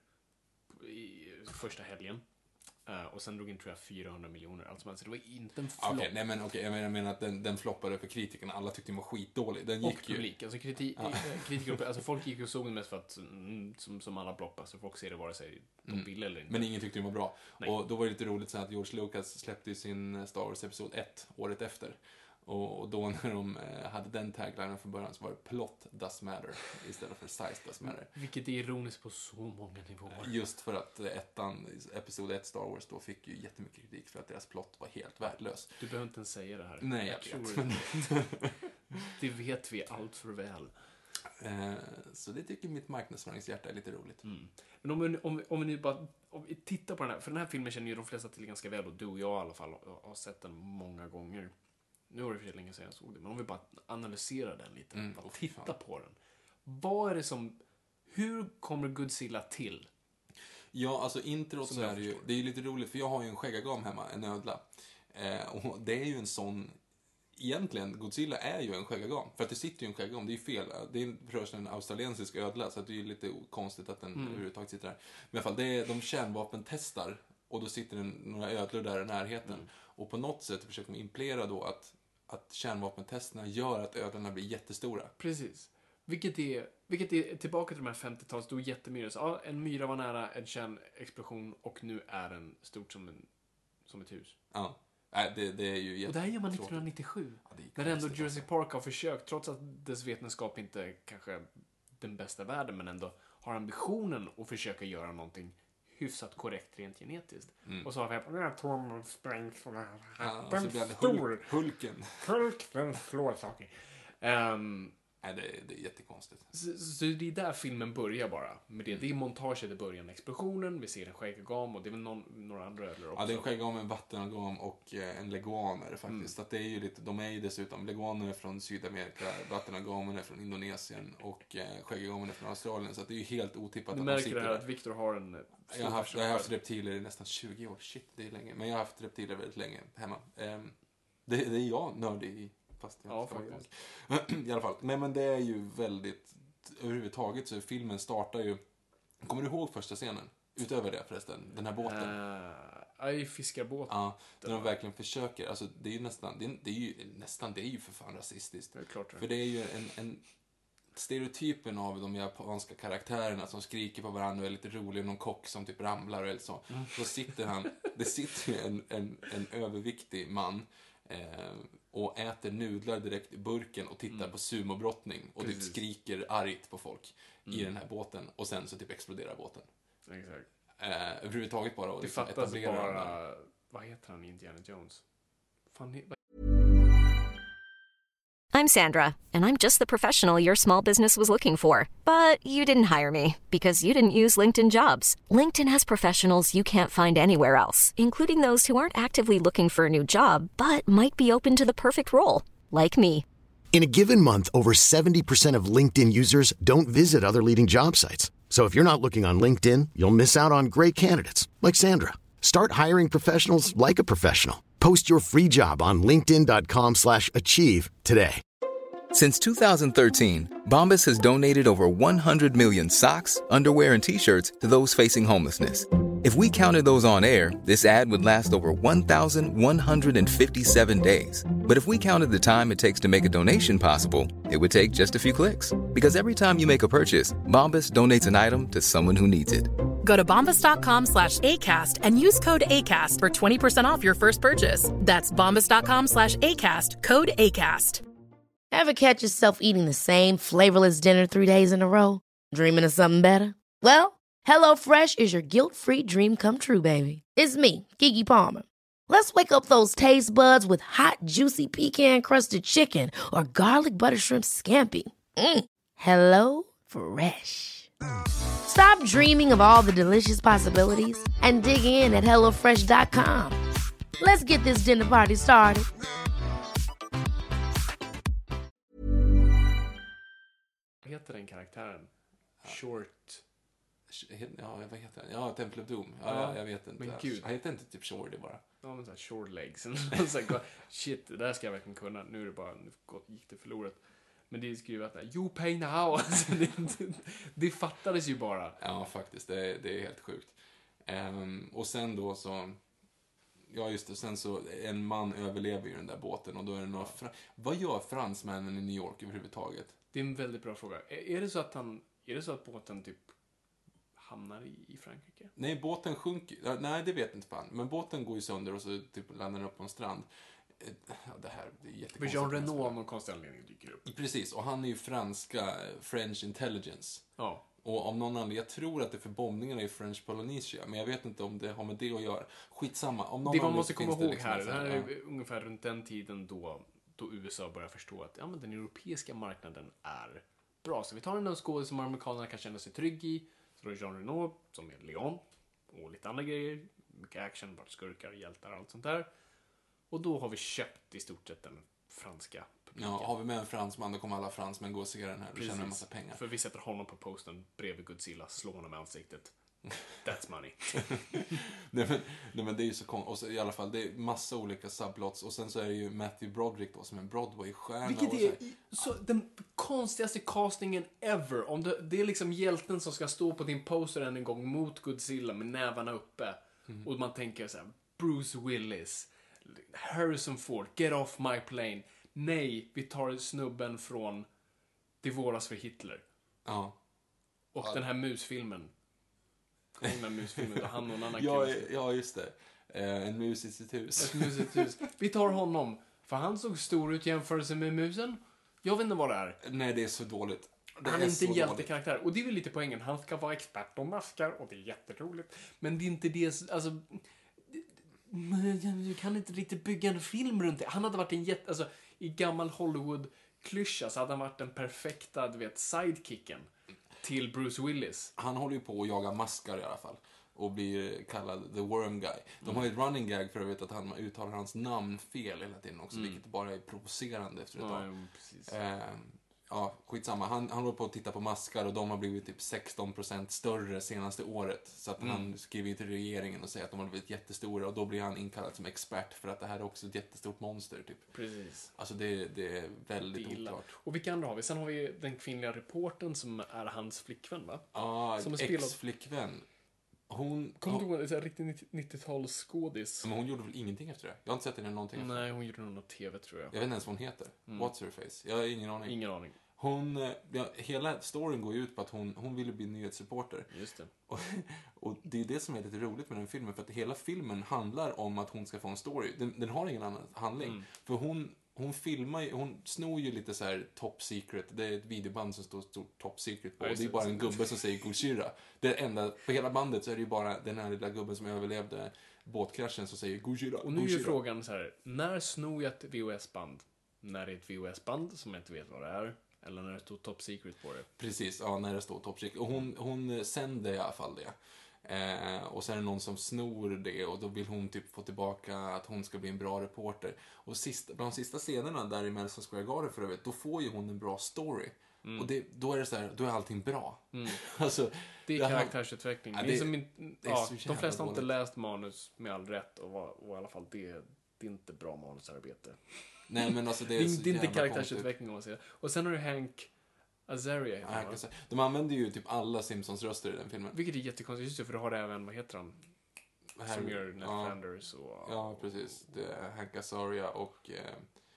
E: i första helgen. Uh, och sen drog in, tror jag, fyrahundra miljoner. Alltså, alltså, det var inte en flopp.
D: Okay, nej, men okej, okay, jag, menar, jag menar att den, den floppade för kritikerna. Alla tyckte den var skitdålig. Den gick
E: och publik. Ju... Alltså, kriti- ja. kritiker, alltså, folk gick och såg den mest för att, mm, som, som alla plopp, alltså, folk ser det vare sig de mm. vill eller inte.
D: Men ingen tyckte den var bra. Nej. Och då var det lite roligt så att George Lucas släppte sin Star Wars episod ett året efter. Och, och då när de eh, hade den taglinen från början så var det plot does matter istället för size does matter.
E: Vilket är ironiskt på så många nivåer.
D: Just för att ettan, episod ett Star Wars då fick ju jättemycket kritik för att deras plott var helt värdelös.
E: Du behöver inte ens säga det här.
D: Nej, jag, jag tror
E: det vet vi allt för väl.
D: Eh, så det tycker mitt marknadsföringshjärta är lite roligt.
E: Mm. Men om vi, om, vi, om vi nu bara om vi tittar på den här, för den här filmen känner ju de flesta till ganska väl, och du och jag i alla fall har, har sett den många gånger. Nu var det för länge sedan jag såg det, men om vi bara analyserar den lite,
D: Mm,
E: bara
D: oh,
E: titta
D: fan.
E: på den. Vad är det som, hur kommer Godzilla till?
D: Ja, alltså introt
E: Som
D: så
E: jag
D: är det ju,
E: förstår.
D: det är ju lite roligt för jag har ju en skäggagam hemma, en ödla. Eh, och det är ju en sån, egentligen, Godzilla är ju en skäggagam. För att det sitter ju en skäggagam, det är ju fel. Det är först en australiensisk ödla, så att det är ju lite konstigt att den mm. överhuvudtaget sitter där. Men i alla fall, det är, de kärnvapentestar och då sitter det några ödlor där i närheten. Mm. Och på något sätt försöker man implera då att, att kärnvapentesterna gör att ödlorna blir jättestora.
E: Precis. Vilket är, vilket är tillbaka till de här femtio-tals, då jättemyra. Så, ja, en myra var nära en kärnexplosion och nu är den stort som, en, som ett hus.
D: Ja. Nej, det, det är ju jätte-
E: Och det här gör man
D: tråkigt.
E: nittonhundranittiosju.
D: Ja, det är
E: när ändå
D: konstigt,
E: Jurassic
D: alltså.
E: Park har försökt, trots att dess vetenskap inte är kanske den bästa världen, men ändå har ambitionen att försöka göra någonting hyfsat korrekt rent genetiskt.
D: Mm.
E: Och så har vi den här atomen sprängs och
D: Ja,
E: den
D: så blir det
E: stor.
D: Hulk, Hulken.
E: Hulk, den slår saker. Um,
D: Nej, det, det är jättekonstigt.
E: Så, så det är där filmen börjar bara. Med det, det är montaget i början, explosionen, vi ser en skäggagam och det är väl någon, några andra ödlor också.
D: Ja, det är en skäggagam, en vattenagam och eh, en leguaner faktiskt. Mm. Så att det är ju lite, de är ju dessutom, leguaner är från Sydamerika, vattenagamen är från Indonesien och eh, skäggagamen är från Australien. Så att det är ju helt otippat
E: du
D: att de
E: märker
D: sitter
E: det här
D: där.
E: att Victor har en stor
D: Jag har, haft, jag har haft
E: person.
D: reptiler i nästan tjugo år. Shit, det är länge. Men jag har haft reptiler väldigt länge hemma. Um, det, det är jag nördig i. Fast jag
E: Ja,
D: ska vara
E: faktiskt.
D: I alla fall. Men, men det är ju väldigt, överhuvudtaget så filmen startar ju, kommer du ihåg första scenen? Utöver det förresten, den här båten.
E: Uh, I fiskarbåten.
D: Ja, där de verkligen försöker, alltså det är ju nästan, det är, det är ju nästan, det är ju för fan rasistiskt.
E: Det är klart det.
D: För det är ju en, en stereotypen av de japanska karaktärerna som skriker på varandra och är lite roliga, någon kock som typ ramlar eller så. Mm. Då sitter han, det sitter ju en, en, en överviktig man eh, och äter nudlar direkt i burken och tittar mm. på sumobrottning och typ skriker argt på folk mm. i den här båten och sen så typ exploderar båten.
E: Exakt.
D: Eh, överhuvudtaget bara. Och
E: det
D: liksom
E: fattas bara,
D: den.
E: Vad heter han, Indiana Jones? Fan, vad...
F: I'm Sandra, and I'm just the professional your small business was looking for. But you didn't hire me because you didn't use LinkedIn Jobs. LinkedIn has professionals you can't find anywhere else, including those who aren't actively looking for a new job, but might be open to the perfect role, like me.
G: In a given month, over seventy percent of LinkedIn users don't visit other leading job sites. So if you're not looking on LinkedIn, you'll miss out on great candidates like Sandra. Start hiring professionals like a professional. Post your free job on linkedin dot com slash achieve today.
H: Since two thousand thirteen, Bombas has donated over one hundred million socks, underwear, and T-shirts to those facing homelessness. If we counted those on air, this ad would last over one thousand one hundred fifty-seven days. But if we counted the time it takes to make a donation possible, it would take just a few clicks. Because every time you make a purchase, Bombas donates an item to someone who needs it.
I: Go to bombas dot com slash ACAST and use code ACAST for twenty percent off your first purchase. That's bombas dot com slash ACAST, code ACAST.
J: Ever catch yourself eating the same flavorless dinner three days in a row? Dreaming of something better? Well, HelloFresh is your guilt-free dream come true, baby. It's me, Keke Palmer. Let's wake up those taste buds with hot, juicy pecan-crusted chicken or garlic butter shrimp scampi. Mm. Hello Fresh. Stop dreaming of all the delicious possibilities and dig in at hello fresh dot com. Let's get this dinner party started.
E: Vad heter den karaktären? Short...
D: Ja, vad heter den? Ja, Temple of Doom. Ja,
E: Ja,
D: jag vet inte.
E: men gud.
D: Han heter inte typ Shorty bara.
E: Ja, men såhär short legs. Så här, shit, det där ska jag verkligen kunna. Nu är det bara, nu gick det förlorat. Men det är skrivet där, you pay now. Alltså, det, det, det fattades ju bara.
D: Ja, faktiskt. Det är, det är helt sjukt. Um, och sen då så... Ja, just det. Sen så, en man överlever ju den där båten och då är det några... Fra- Vad gör fransmännen i New York överhuvudtaget?
E: Det är en väldigt bra fråga. Är, är det så att han... Är det så att båten typ hamnar i, i Frankrike?
D: Nej, båten sjunker... Ja, nej, det vet inte fan. Men båten går ju sönder och så typ landar den upp på en strand. Ja, det här det är jättekonstigt.
E: För Jean Reno av någon konstig anledning dyker upp.
D: Precis, och han är ju franska French Intelligence.
E: Ja.
D: Och om någon anledning, jag tror att det är för bombningarna i French Polynesia, men jag vet inte om det har med det att göra. Skitsamma. Om någon
E: Det man måste komma ihåg
D: liksom
E: här, det här är
D: ja.
E: ungefär runt den tiden då, då U S A börjar förstå att ja, men den europeiska marknaden är bra. Så vi tar en skådespelare som amerikanerna kan känna sig trygg i. Så då är Jean Reno som är Leon. Och lite andra grejer. Mycket action, vart skurkar, hjältar och allt sånt där. Och då har vi köpt i stort sett den franska publiken.
D: Ja, har vi med en fransman, då kommer alla fransmän gå och se den här. Då tjänar en massa pengar.
E: För vi sätter honom på posten bredvid Godzilla, slår honom i ansiktet. That's money.
D: nej, men, nej men det är ju så konstigt. Och så, i alla fall, det är massa olika subplots. Och sen så är det ju Matthew Broderick då, som är en Broadway-stjärna.
E: Vilket är så, så, den konstigaste castingen ever. Om det, det är liksom hjälten som ska stå på din poster en gång mot Godzilla med nävarna uppe. Mm. Och man tänker så här: Bruce Willis, Harrison Ford, get off my plane. Nej, vi tar snubben från Det våras för Hitler.
D: Ja.
E: Och
D: ja.
E: den här musfilmen. Den här musfilmen där han och en annan
D: ja,
E: kul.
D: ja, just det. Eh, en mus i sitt hus.
E: Ett mus i sitt hus. Vi tar honom. För han såg stor ut i jämförelse med musen. Jag vet inte vad det är.
D: Nej, det är så dåligt. Det
E: han
D: är
E: är inte en
D: dåligt.
E: hjältekaraktär. Och det är väl lite poängen. Han ska vara expert om maskar. Och det är jätteroligt. Men det är inte det... Alltså... Du kan inte riktigt bygga en film runt det. Han hade varit en jätte... Alltså, i gammal Hollywood-klyscha så hade han varit den perfekta, du vet, sidekicken till Bruce Willis.
D: Han håller ju på att jaga maskar i alla fall. Och blir kallad The Worm Guy. De mm. har ju ett running gag för att veta att han uttalar hans namn fel hela tiden också. Mm. Vilket bara är provocerande efter ett tag.
E: Ja, precis.
D: Eh, ja, skitsamma. Han, han håller på att titta på maskar och de har blivit typ sexton procent större senaste året. Så att mm. han skriver till regeringen och säger att de har blivit jättestora. Och då blir han inkallad som expert för att det här är också ett jättestort monster. Typ.
E: Precis.
D: Alltså det, det är väldigt oklart.
E: Och vilka andra har vi? Sen har vi den kvinnliga reportern som är hans flickvän, va?
D: Ja,
E: som
D: ex-flickvän. Hon...
E: Kommer du ihåg en riktigt nittiotalsskådis?
D: Men hon gjorde väl ingenting efter det? Jag har inte sett henne någonting efter.
E: Nej, hon gjorde någon tv, tror jag.
D: Jag vet inte ens vad hon heter. Mm. What's her face? Jag har ingen aning.
E: Ingen aning.
D: Hon, ja, hela storyn går ju ut på att hon, hon ville bli nyhetsreporter.
E: Just det.
D: Och, och det är det som är lite roligt med den filmen. För att hela filmen handlar om att hon ska få en story. Den, den har ingen annan handling. Mm. För hon, hon filmar ju, hon snor ju lite så här top secret. Det är ett videoband som står stort top secret på. Ja, och det är bara en gubbe som säger Gojira. Det är enda, på hela bandet så är det ju bara den här lilla gubben som överlevde båtkraschen som säger Gojira.
E: Och nu är ju frågan så här: när snor jag ett V H S-band? När det är ett V H S-band som jag inte vet vad det är. Eller när det står top secret på det.
D: Precis, ja, när det står top secret. Och hon, hon sänder i alla fall det. Eh, och sen är det någon som snor det. Och då vill hon typ få tillbaka att hon ska bli en bra reporter. Och sista, bland de sista scenerna där i Madison Square Garden för övrigt, då får ju hon en bra story. Mm. Och det, då är det så här, då är allting bra.
E: Mm.
D: alltså,
E: det är
D: det
E: karaktärsutveckling.
D: Ja,
E: det,
D: det,
E: som in,
D: det
E: ja, de flesta har inte
D: dåligt.
E: läst manus med all rätt. Och, och i alla fall det, det är inte bra manusarbete.
D: Nej, men alltså det är,
E: det är, det är inte
D: konstigt.
E: karaktärsutveckling om man säger. Och sen har du Hank Azaria.
D: Ja, de använder ju typ alla Simpsons-röster i den filmen.
E: Vilket är jättekonstigt, just det, för du har även, vad heter han? Harry, som gör Ned
D: ja,
E: Flanders och...
D: Ja, precis. Det är Hank Azaria och... Eh,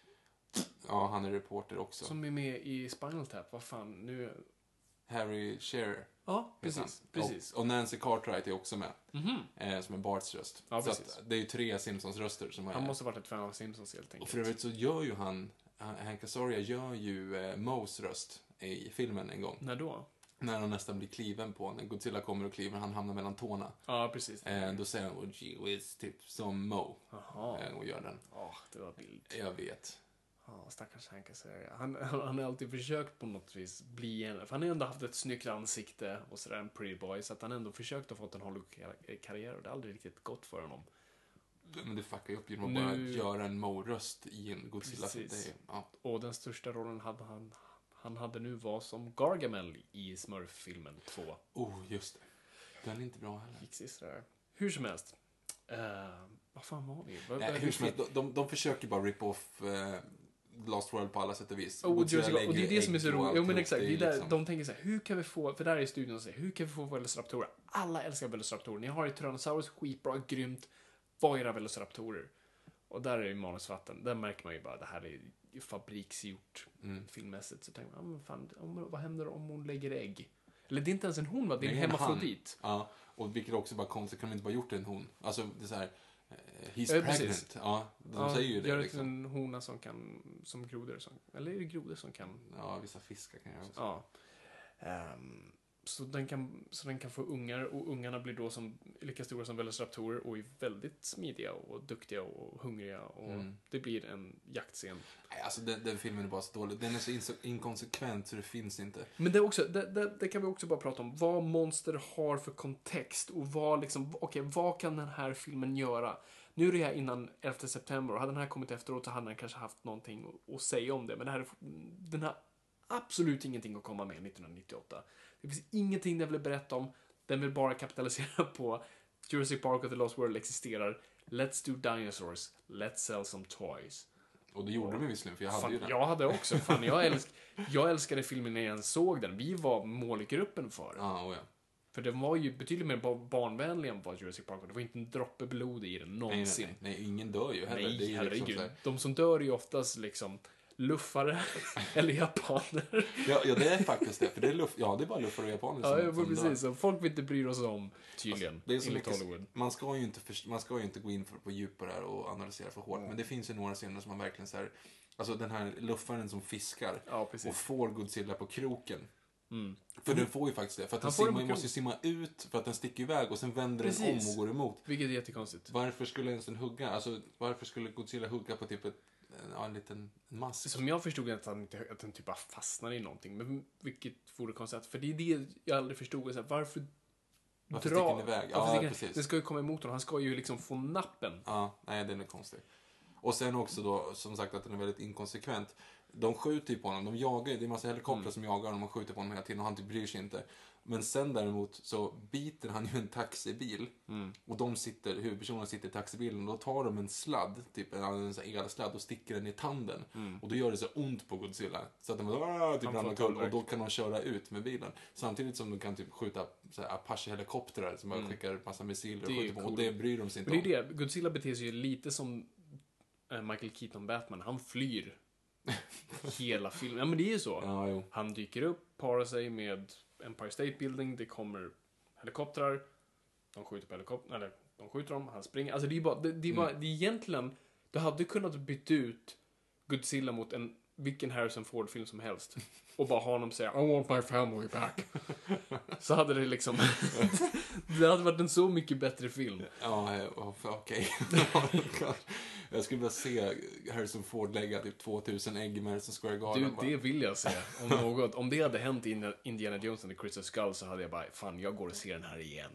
D: ja, han är reporter också.
E: Som är med i Spinal Tap, vad fan, nu...
D: Harry Shearer.
E: Ja, precis. precis.
D: Och, och Nancy Cartwright är också med.
E: Mm-hmm.
D: eh, som är Barts röst.
E: Ja,
D: så
E: precis.
D: att det är ju tre Simpsons-röster som
E: Han
D: är...
E: måste ha varit ett fan av Simpsons helt enkelt.
D: Och för övrigt så gör ju han... Hank Azaria gör ju eh, Moes röst i filmen en gång.
E: När då?
D: När han nästan blir kliven på. När Godzilla kommer och kliver, han hamnar mellan tårna.
E: Ja, precis.
D: Eh, då säger han, gee whiz, typ som Mo.
E: Jaha.
D: Eh, och gör den.
E: Ja, oh, det var bild.
D: Jag vet.
E: Ja, stackars Hank Azaria. Han, han, han har alltid försökt på något vis bli en... För han har ändå haft ett snyggt ansikte och sådär, en pretty boy. Så att han ändå försökt att få en Hollywood-karriär. Och det har aldrig riktigt gått för honom.
D: Men det fuckar ju upp genom att
E: Nu...
D: bara göra en Mo-röst i en Godzilla. Det är, ja.
E: Och den största rollen hade han... Han hade nu var som Gargamel i Smurf-filmen två.
D: Oh, just det. Den är inte bra heller.
E: Gick där. Hur som helst. Uh, vad fan var vi? Vad,
D: Nej,
E: vad
D: hur som helst, de, de, de försöker bara rip off uh, Lost World på alla sätt och vis.
E: Oh, och det är det som är så roligt. Jo, men exakt. Det är där,
D: liksom...
E: De tänker så här, hur kan vi få... För där är studion och säger, hur kan vi få Velociraptorer? Alla älskar Velociraptorer. Ni har ju Tyrannosaurus, skitbra, grymt. Vad är era Velociraptorer? Och där är ju manusvatten. Där märker man ju bara, det här är fabriksgjort mm. filmmässigt. Så tänker man, ah, men fan, om, vad händer om hon lägger ägg? Eller det är inte ens en hon, va? Det är en hemafrodit.
D: Ja, och vilket också bara konstigt, kan de inte bara gjort en hon? Alltså, det är så här, uh, he's
E: ja,
D: pregnant.
E: Precis.
D: Ja, de
E: ja,
D: säger ju det.
E: Gör det
D: liksom.
E: till en hona som kan, som grodor som, eller är det grodor som kan?
D: Ja, vissa fiskar kan göra också.
E: Ja. Um, så, den kan, så den kan få ungar, och ungarna blir då som, lika stora som Velociraptorer och är väldigt smidiga och duktiga och hungriga, och mm. det blir en jaktscen.
D: Nej, alltså den, den filmen är bara så dålig. Den är så in- inkonsekvent så det finns inte.
E: Men det, är också, det, det, det kan vi också bara prata om. Vad monster har för kontext och vad liksom, okej, okay, vad kan den här filmen göra? Nu är det här innan elfte september, och hade den här kommit efteråt så hade den kanske haft någonting att, att säga om det. Men det här, den har absolut ingenting att komma med nittonhundranittioåtta. Det finns ingenting den vill berätta om. Den vill bara kapitalisera på Jurassic Park och The Lost World existerar. Let's do dinosaurs. Let's sell some toys.
D: Och det gjorde de visserligen, för jag hade
E: fan,
D: ju den.
E: Jag hade också. Fan, jag, älsk, jag älskade filmen när jag såg den. Vi var målgruppen för.
D: Ah, oh ja.
E: För den var ju betydligt mer barnvänlig än vad Jurassic Park var. Det var inte en droppe blod i den någonsin.
D: Nej, nej, nej, ingen dör ju heller.
E: Nej,
D: det är ju
E: herregud.
D: liksom
E: De som dör är ju oftast liksom luffare eller japaner.
D: Ja, ja, det är faktiskt det. För det är luff, ja, det är bara luffare och japaner
E: ja,
D: som,
E: ja,
D: som
E: precis.
D: dör.
E: Folk vill inte bry oss om, tydligen.
D: Alltså, det är så
E: enligt
D: mycket,
E: Hollywood.
D: man ska ju inte för, man ska ju inte gå in för, på djup på det här och analysera för hårt. Mm. Men det finns ju några scener som man verkligen så här, alltså den här luffaren som fiskar
E: ja,
D: och får Godzilla på kroken.
E: Mm.
D: För mm. den får ju faktiskt det. För att den simma, måste ju simma ut för att den sticker iväg och sen vänder precis. Den om och går emot.
E: Vilket är jättekonstigt.
D: Varför skulle ens den hugga? Alltså, varför skulle Godzilla hugga på typ ett, ja, en liten mask?
E: Som jag förstod att, han inte, att den typ bara fastnar i någonting. Men vilket vore konstigt. För det är det jag aldrig förstod. Så här, varför
D: varför
E: dra?
D: sticker den iväg? Ja,
E: sticker,
D: precis.
E: Den ska ju komma emot honom. Han ska ju liksom få nappen.
D: Ja, nej, den är konstig. Och sen också då, som sagt, att den är väldigt inkonsekvent. De skjuter ju på honom, de jagar ju, det är en massa helikoptrar mm. som jagar honom och skjuter på honom hela tiden och han typ bryr sig inte. Men sen däremot så biter han ju en taxibil mm. och de sitter, huvudpersonen sitter i taxibilen och då tar de en sladd, typ en, en sån här elsladd och sticker den i tanden. Mm. Och då gör det så ont på Godzilla så att de bara, typ ramlar kull och då kan de köra ut med bilen. Samtidigt som de kan typ skjuta så här Apache-helikoptrar som bara mm. skickar massa missiler och skjuter på cool. Och det bryr de sig inte
E: om.
D: Men
E: det är det, Godzilla beter sig ju lite som Michael Keaton Batman, han flyr hela filmen. Ja, men det är ju så.
D: Ja, jo.
E: Han dyker upp, parar sig med Empire State Building, det kommer helikoptrar, de skjuter på helikoptrar, eller de skjuter dem, han springer. Alltså det är bara, det, det är bara, mm. det är egentligen, du hade kunnat byta ut Godzilla mot en vilken Harrison Ford-film som helst och bara ha honom säga I want my family back. Så hade det liksom det hade varit en så mycket bättre film.
D: Ja, okej. Okay. Jag skulle vilja se Harrison Ford lägga typ tvåtusen ägg i Madison Square Garden.
E: Du, det vill jag se. Om något. Om det hade hänt i Indiana Jones and the Crystal Skull så hade jag bara, fan, jag går och ser den här igen.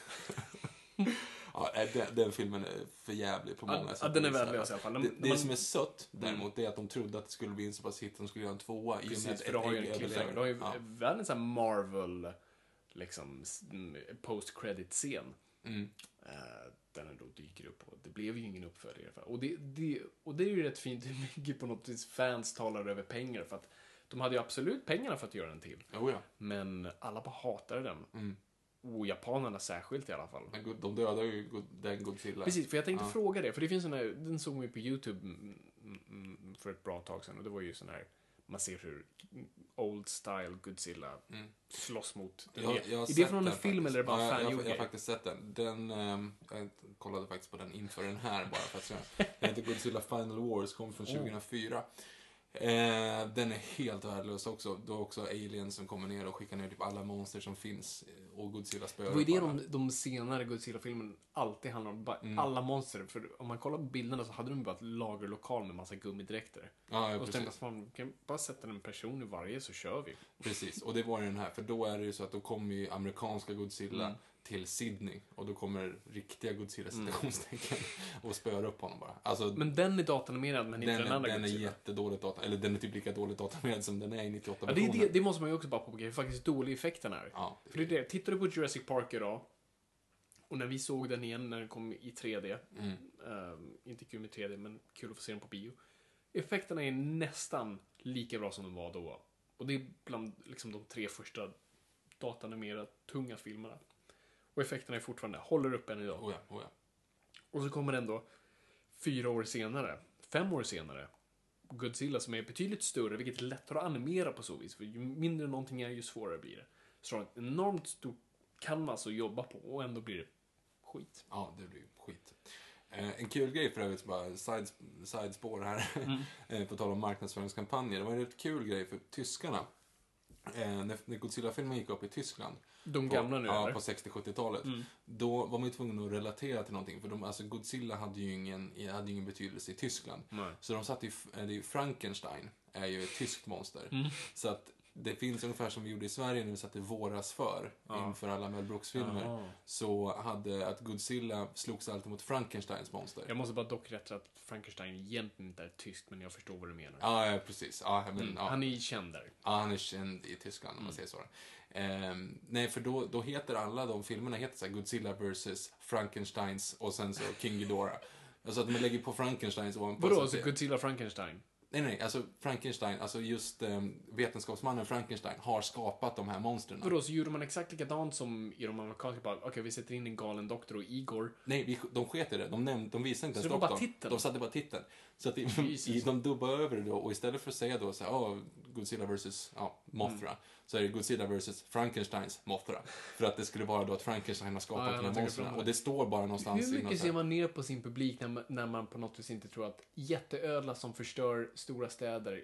D: Ja, den, den filmen är för jävlig på många
E: ja,
D: sätt.
E: Ja, den är värdelös i alla fall.
D: Det, det
E: man...
D: som är sött däremot är att de trodde att det skulle bli en så pass hit som skulle göra en tvåa.
E: Precis, för det har ju en cliffhanger. Det har ju ja. världens sån här Marvel liksom post-credit-scen. Mm. Uh, den då dyker upp och det blev ju ingen uppföljare. Och det, det, och det är ju rätt fint hur mycket på något vis fans talar över pengar för att de hade ju absolut pengarna för att göra den till.
D: Oh ja.
E: Men alla bara hatade den. Mm. Och japanerna särskilt i alla fall.
D: De dödar ju den Godzilla.
E: Precis, för jag tänkte ja. fråga det. För det finns sån här, den såg man ju på YouTube för ett bra tag sedan. Och det var ju sån här, man ser hur old style Godzilla mm. slåss mot den.
D: Jag, jag
E: är det från en film eller är det bara
D: ja,
E: fan
D: jag, jag, jag har faktiskt sett den. den um, jag kollade faktiskt på den inför den här bara för att säga. Den heter Godzilla Final Wars, kom från tjugohundrafyra. Oh. Eh, den är helt värdelös också. Då också aliens som kommer ner och skickar ner typ alla monster som finns och Godzilla spöar.
E: Det var ju det de, de senare Godzilla-filmen alltid handlar om. Bara mm. alla monster. För om man kollar på bilderna så hade de bara ett lagerlokal med massa gummidräkter.
D: Ja, ja,
E: och så tänkte man, kan bara sätta en person i varje så kör vi.
D: Precis, och det var ju den här. För då är det ju så att då kommer ju amerikanska Godzilla mm. till Sydney. Och då kommer riktiga Godzilla citationstecken mm. och spöar upp honom bara. Alltså,
E: men den är datanimerad men inte den, den andra
D: den
E: Godzilla.
D: Den är jättedåligt datanimerad. Eller den är typ lika dåligt datanimerad som den är i nittioåtta.
E: Ja, det, det, det måste man ju också bara påpeka. Hur faktiskt dålig effekten är.
D: Ja,
E: det för det är det. Tittar du på Jurassic Park idag och när vi såg den igen när den kom i tre D. Mm. Um, inte kul med tre D men kul att få se den på bio. Effekterna är nästan lika bra som de var då. Och det är bland liksom, de tre första datanimerade tunga filmerna. Och effekterna är fortfarande, håller upp än idag.
D: Oh ja, oh ja.
E: Och så kommer den då fyra år senare, fem år senare, Godzilla som är betydligt större, vilket är lättare att animera på så vis. För ju mindre någonting är, ju svårare blir det. Så har en enormt stor canvas att jobba på och ändå blir det skit.
D: Ja, det blir skit. Eh, en kul grej för övrigt, bara sides, sidespår här, mm. eh, på tal om marknadsföringskampanjer. Det var en rätt kul grej för tyskarna. Eh, när, när Godzilla-filmen gick upp i Tyskland.
E: De
D: på,
E: gamla nu,
D: ja,
E: eller?
D: på sextio-sjuttiotalet. Mm. Då var man ju tvungen att relatera till någonting. För de, alltså Godzilla hade ju ingen, hade ingen betydelse i Tyskland. Nej. Så de satt ju, det är ju Frankenstein är ju ett tyskt monster. Mm. Så att det finns ungefär som vi gjorde i Sverige när vi satte våras för ja. inför alla Mel Brooks-filmer. Ja. Så hade att Godzilla slogs alltid mot Frankensteins monster.
E: Jag måste bara dock rätta att Frankenstein egentligen inte är tysk, men jag förstår vad du menar.
D: Ja, precis. Ja, men,
E: mm.
D: ja.
E: Han är ju känd där.
D: Ja, han är känd i Tyskland om man säger så. Ehm, nej, för då, då heter alla de filmerna heter så här Godzilla versus Frankensteins och sen så King Ghidorah. Alltså att man lägger på Frankensteins ovanpå.
E: Vadå, så Godzilla Frankenstein?
D: Nej, nej, alltså Frankenstein, alltså just um, vetenskapsmannen Frankenstein har skapat de här monstren.
E: Vadå, så gjorde man exakt likadant som i de amerikanska bara, okej, okay, vi sätter in en galen doktor och Igor.
D: Nej, vi, de sket i det, de, nämnde, de visade inte ens
E: doktorn. Så det var bara titeln?
D: De satte bara titeln. Så att de, i, de dubbade över det då, och istället för att säga då så här, oh, Godzilla versus ja, Mothra, mm. så är det Godzilla versus Frankensteins Mothra. För att det skulle vara då att Frankenstein har skapat ja, ja, de här monstren. Och det står bara någonstans.
E: Hur mycket ser man ner på sin publik när man, när man på något vis inte tror att jätteödla som förstör stora städer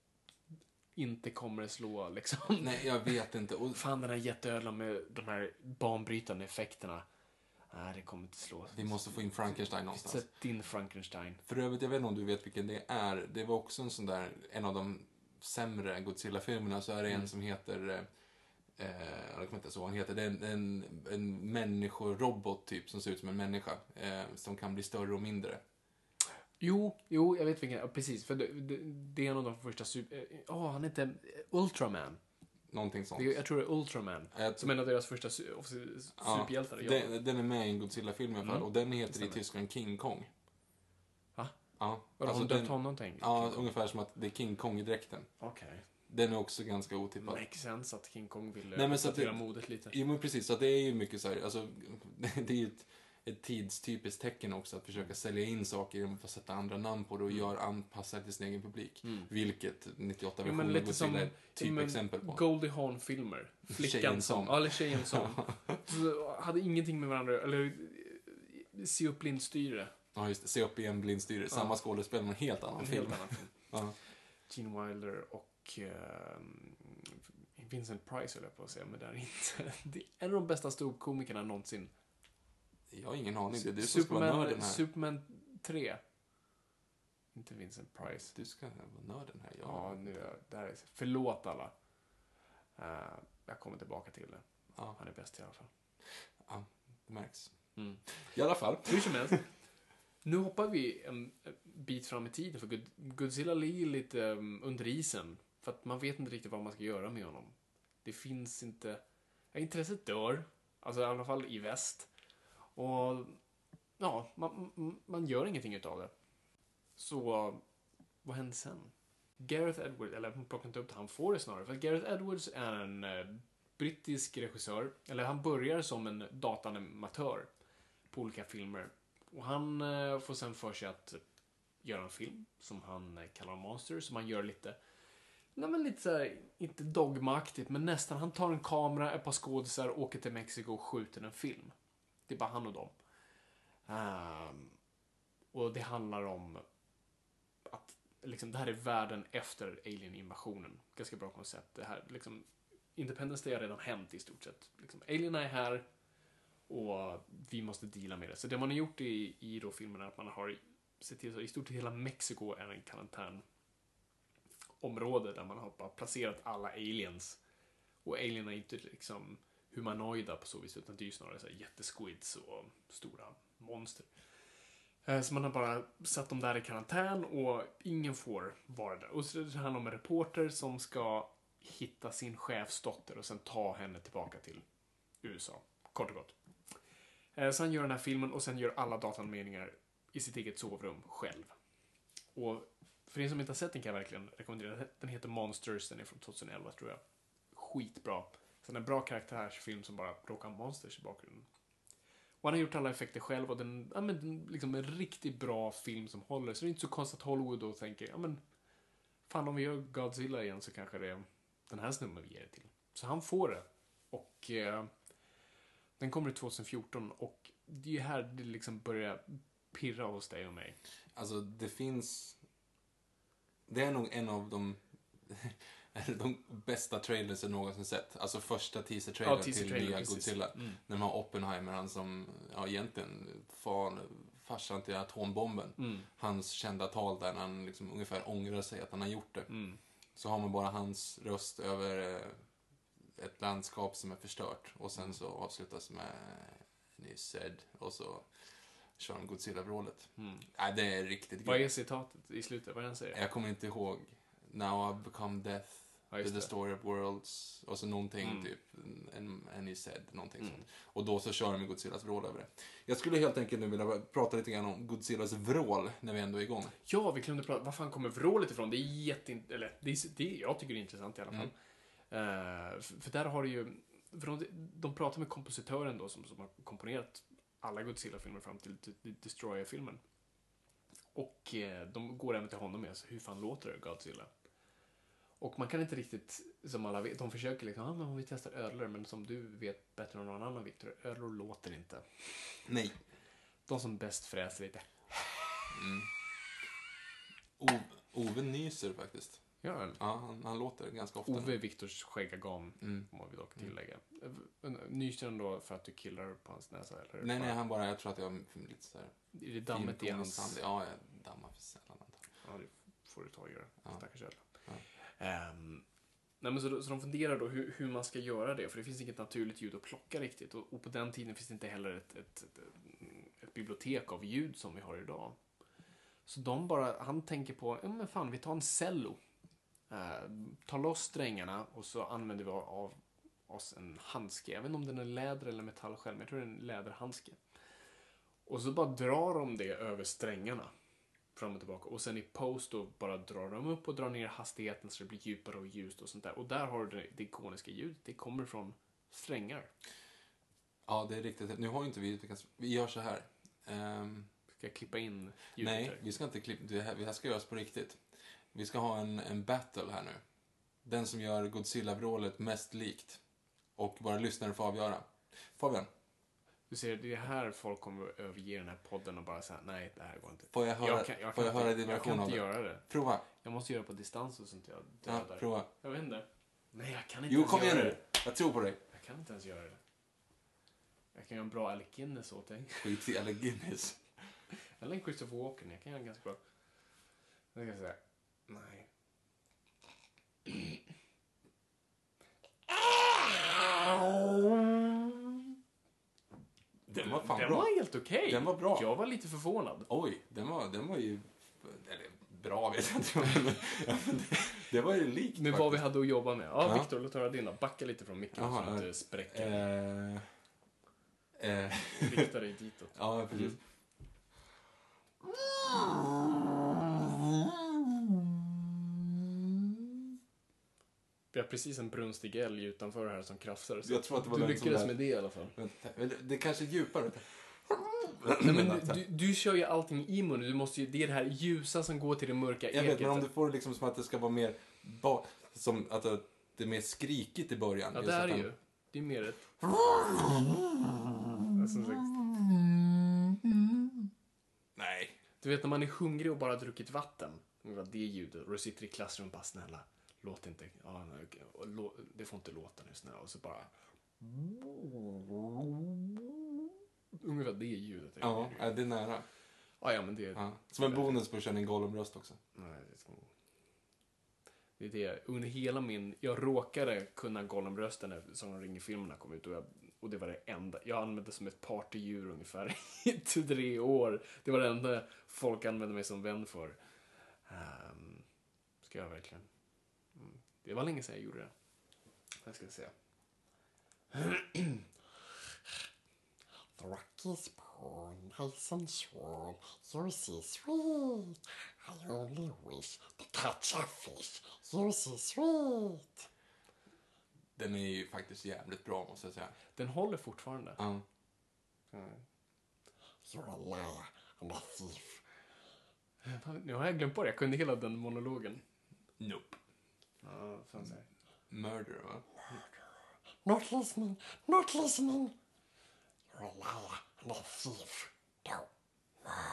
E: inte kommer att slå liksom?
D: Nej, jag vet inte. Och
E: fan, den här jätteödlan med de här banbrytande effekterna. Nej, det kommer inte slå.
D: Vi måste få in Frankenstein någonstans.
E: Sätt in Frankenstein.
D: För övrigt, jag vet inte om du vet vilken det är. Det var också en sån där, en av de sämre Godzilla-filmerna, så är det mm. en som heter eh, jag kommer inte så han heter. Det är en, en, en människorobot typ som ser ut som en människa. Eh, som kan bli större och mindre.
E: Jo, jo, jag vet vilken. Precis, för det, det, det är en av de första super... Ja, oh, han heter Ultraman.
D: Någonting sånt.
E: Det, jag tror det är Ultraman. Jag som en av deras första su, superhjältar.
D: Ja, den, den är med i en Godzilla-film i alla fall. Mm. Och den heter i Tyskland King Kong.
E: Va?
D: Ja.
E: Har alltså de dött honom, tänkt?
D: Ja, ungefär som att det är King Kong i dräkten.
E: Okej. Okay.
D: Den är också ganska otippad.
E: Makes sense att King Kong ville
D: Nej, men så
E: uppdatera
D: det,
E: modet lite.
D: Jo, men precis. Så det är ju mycket så här, alltså, det är ju ett, ett tidstypiskt tecken också att försöka sälja in saker genom att sätta andra namn på det och mm. göra anpassa till sin egen publik. Mm. Vilket nittioåtta-versionen
E: ja, lite som
D: är typ exempel på.
E: Goldie Hawn-filmer. Flickan som, eller tjejen som. hade ingenting med varandra, eller se upp blindstyre.
D: Ja, just det. Se upp igen blindstyre. Ja. Samma skådespel, men helt annan
E: en
D: film.
E: Helt annan film. ja. Gene Wilder och uh, Vincent Price höll jag på att säga, men det är inte. Det är en av de bästa ståuppkomikerna någonsin.
D: Jag har ingen aning. Det är du
E: som
D: ska vara nörden här.
E: Superman tre. Inte Vincent Price.
D: Du ska vara nörden här. Jag
E: ja, nu är det här är, förlåt alla. Uh, jag kommer tillbaka till det. Ja. Han är bäst i alla fall.
D: Ja, det märks.
E: Mm.
D: I alla fall.
E: Hur som helst. Nu hoppar vi en bit fram i tiden, för Godzilla ligger lite um, under isen. För att man vet inte riktigt vad man ska göra med honom. Det finns inte... Ja, intresset dör. Alltså i alla fall i väst. Och ja, man, man gör ingenting utav det. Så vad händer sen? Gareth Edwards, eller man plockar inte upp det, han får det snarare. För Gareth Edwards är en eh, brittisk regissör. Eller han börjar som en datanimatör på olika filmer. Och han eh, får sen för sig att göra en film som han eh, kallar Monster. Som han gör lite, nej men lite såhär, inte dogmaktigt, men nästan. Han tar en kamera, ett par skådisar, åker till Mexiko och skjuter en film. Det är bara han och dem. Um, och det handlar om att liksom, det här är världen efter Alien-invasionen. Ganska bra koncept. Det här, liksom, Independence Day har redan hänt i stort sett. Liksom, Alien är här och vi måste deala med det. Så det man har gjort i, i då filmen är att man har sett till så i stort sett hela Mexiko är en karantänområde där man har bara placerat alla aliens. Och alien är inte liksom humanoida på så vis, utan det är ju snarare så här jättesquids och stora monster. Så man har bara satt dem där i karantän och ingen får vara där. Och så är det handlar om en reporter som ska hitta sin chefsdotter och sen ta henne tillbaka till U S A. Kort och gott. Så han gör den här filmen och sen gör alla datanmeningar i sitt eget sovrum själv. Och för er som inte har sett den kan jag verkligen rekommendera. Den heter Monsters, den är från tjugoelva tror jag. Skitbra. Så den är en bra karaktärsfilm som bara råkar ha monsters i bakgrunden. Och han har gjort alla effekter själv och den, ja, men, liksom en riktigt bra film som håller. Så det är inte så konstigt att Hollywood då tänker, ja men fan om vi gör Godzilla igen så kanske det är den här snubben vi ger det till. Så han får det. Och eh, den kommer tjugo fjorton och det är här det liksom börjar pirra hos dig och mig.
D: Alltså det finns, det är nog en av de är de bästa trailers jag någonsin sett. Alltså första teaser-trailern
E: ja, teaser
D: till
E: trailer,
D: nya
E: precis.
D: Godzilla. Mm. När man har Oppenheimer, han som, ja egentligen, fan, farsan till atombomben. Mm. Hans kända tal där när han liksom ungefär ångrar sig att han har gjort det. Mm. Så har man bara hans röst över ett landskap som är förstört. Och sen så avslutas med Ni said, och så kör de Godzilla-vrålet. Mm. Nej, det är riktigt
E: Vad är citatet i slutet? Vad är han säger?
D: Jag kommer inte ihåg. Now I've become death, ja, the story of worlds. Och så någonting mm. typ, and, and he said, någonting mm. sånt. Och då så kör de med Godzillas vrål över det. Jag skulle helt enkelt nu vilja prata lite grann om Godzillas vrål när vi ändå är igång.
E: Ja, vi kunde prata, var fan kommer vrålet ifrån? Det är jätte, eller det är, det, jag tycker det är intressant i alla fall. Mm. Uh, för, för där har det ju, för de, de pratar med kompositören då som, som har komponerat alla Godzilla-filmer fram till Destroyer-filmen. Och eh, de går även till honom med, så hur fan låter det Godzilla? Och man kan inte riktigt, som alla vet, de försöker liksom, ah, men om vi testar ödlor, men som du vet bättre än någon annan, Victor, ödlor låter inte.
D: Nej.
E: De som bäst fräser lite.
D: Mm. O- Ove nyser faktiskt.
E: Ja,
D: ja han, han låter ganska ofta.
E: Ove är Viktors skäggagam, mm. må vi dock tillägga. Mm. Nyser han då för att du killar på hans näsa? Eller
D: nej, nej, han bara, jag tror att jag har lite så här.
E: Är det dammet i hans...
D: Sand. Ja, jag dammar för sällan.
E: Ja, det får du ta och göra. Ja. Stackars öl.
D: Ja.
E: Um, nej, men så, så de funderar då hur, hur man ska göra det, för det finns inget naturligt ljud att plocka riktigt. Och, och på den tiden finns det inte heller ett, ett, ett, ett bibliotek av ljud som vi har idag. Så de bara, han tänker på, ja men fan, vi tar en cello. Uh, tar loss strängarna och så använder vi av oss en handske. Jag vet inte om den är läder eller metall själv, men jag tror det är en läderhandske. Och så bara drar de det över strängarna fram och tillbaka. Och sen i post då bara drar de upp och drar ner hastigheten så det blir djupare och ljust och sånt där. Och där har du det, det ikoniska ljudet. Det kommer från strängar.
D: Ja, det är riktigt. Nu har ju inte vi, vi gör så här. Um,
E: ska jag klippa in ljudet?
D: Nej,
E: här?
D: vi ska inte klippa, det här, det här ska göras på riktigt. Vi ska ha en, en battle här nu. Den som gör Godzilla-vrålet mest likt. Och bara lyssnare får avgöra. Fabian.
E: Du ser, det är här folk kommer överge den här podden och bara säga, nej, det här går inte.
D: Får jag höra, jag kan, jag får jag
E: inte,
D: höra din
E: version av det? Jag kan inte göra det.
D: Prova.
E: Jag måste göra på distans och sånt jag
D: dödar. Ja, prova.
E: Jag vet inte. Nej, jag kan inte
D: jo,
E: ens
D: kom igen
E: göra
D: nu.
E: det.
D: Jag tror på dig.
E: Jag kan inte ens göra det. Jag kan göra en bra Alec Guinness åt dig.
D: Skit i Alec Guinness.
E: Eller en Christopher Walken. Jag kan göra en ganska bra. Jag kan säga, nej.
D: Den var fan
E: den
D: bra.
E: var helt okej. Okay.
D: Den var bra.
E: Jag var lite förvånad.
D: Oj, den var, den var ju... Eller bra vet jag inte. Men, ja, men det, det var ju likt.
E: Men vad vi hade att jobba med. Ja, ja. Victor, låt höra dina. Backa lite från micken så att du inte spräcker.
D: Eh, eh.
E: Rikta dig ditåt.
D: Ja, precis. Mm.
E: Vi har precis en brunstig älg utanför här som krafsar. Så
D: jag tror att det var
E: du lyckades med det i alla fall.
D: Men det, det kanske är djupare.
E: Nej, men du, du kör ju allting i munnen. Du måste ju, det är det här ljusa som går till det mörka
D: jag eket. Jag vet, men om du får det liksom som att det ska vara mer... Ba, som att det är mer skrikigt i början.
E: Ja, det är ju. Det är mer ett... Alltså,
D: nej.
E: Du vet när man är hungrig och bara druckit vatten. Det ljudet. Och du sitter i klassrum och bara snälla. Låt inte. Ja, det får inte låta nu snälla. Och så bara... Ungefär det ljudet.
D: Ja, det är nära.
E: Ja, ja, men det...
D: Ja. Som en bonus på att köra en Gollum-röst också.
E: Nej, det ska... Det är det. Under hela min... Jag råkade kunna Gollum-rösten när Sagan om ringen-filmerna kom ut. Och, jag, och det var det enda. Jag använde som ett partydjur ungefär i tre år. Det var det enda folk använde mig som vän för. Um, ska jag verkligen... Mm. Det var länge sedan jag gjorde det. Jag ska se.
K: The Rockies born, nice and swole, you're so sweet. I only wish to catch a fish, you're so sweet.
D: Den är ju faktiskt jävligt bra, måste jag säga.
E: Den håller fortfarande.
D: Ja.
E: Mm.
K: You're a liar and a thief.
E: Nu har jag glömt på det. Jag kunde hela den monologen.
D: Nope.
E: Ja, fan säger.
D: Murder, va?
K: Not listening, not listening. You're a liar and a thief. No,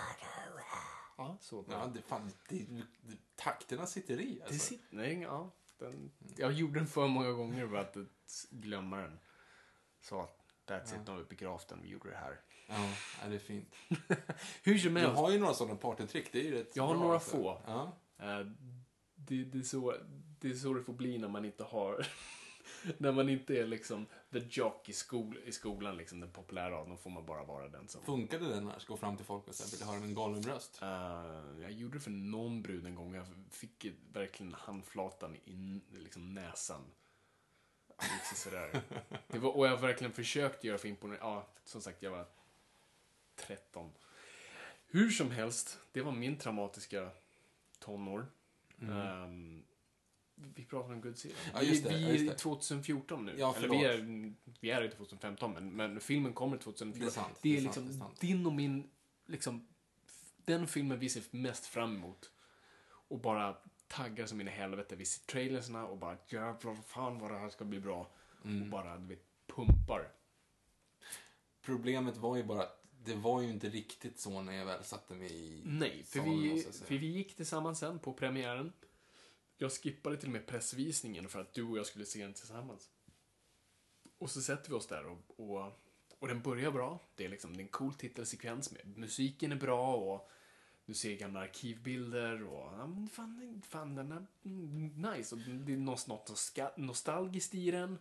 K: murderer.
E: Ja, så bra.
D: Ja, det fan, det, det, takterna sitter i, alltså.
E: Det sitter, nej, ja. Den, jag gjorde den för många gånger för att glömma den. Så that's
D: Ja.
E: it, nu har vi begravt den, vi gjorde det här.
D: Ja, ja, det är fint.
E: Hur som
D: Du
E: helst.
D: har ju några sådana partytrick, det är ju rätt
E: Jag har
D: bra,
E: några
D: alltså.
E: få.
D: Ja.
E: Eh, det, det, är så, det är så det får bli när man inte har... när man inte är liksom the jock i, skol, i skolan, liksom den populära, då får man bara vara den som...
D: Funkade den när jag ska gå fram till folk och säga, vill du höra min Gollum-röst?
E: Uh, jag gjorde det för någon brud en gång. Jag fick verkligen handflatan i liksom, näsan. Liksom sådär. Det var, och jag verkligen försökt göra för imponerande. Ja, som sagt, jag var tretton. Hur som helst, det var min traumatiska tonår. Mm. Um, vi pratar om Godzilla.
D: Ja, just det,
E: vi
D: ja, just det.
E: är tjugohundrafjorton nu.
D: Ja,
E: Eller vi är, vi är tjugohundrafemton, men, men filmen kommer tjugohundrafjorton.
D: Det är sant.
E: Det är,
D: det är
E: liksom
D: sant, det är sant.
E: din och min... Liksom, den filmen vi ser mest fram emot. Och bara taggar som in i helvete. Vi ser trailersna och bara jävlar fan vad det här ska bli bra.
D: Mm.
E: Och bara, du vet, pumpar.
D: Problemet var ju bara att det var ju inte riktigt så när jag väl satte mig i
E: Nej, för
D: salen,
E: vi,
D: måste jag säga.
E: för vi gick tillsammans sen på premiären. Jag skippade till och med pressvisningen för att du och jag skulle se den tillsammans. Och så sätter vi oss där och, och, och den börjar bra. Det är liksom det är en cool titelsekvens med. Musiken är bra och du ser gamla arkivbilder och ja, men fan, fan den är mm, nice. Och det är något, något ska- nostalgiskt i den.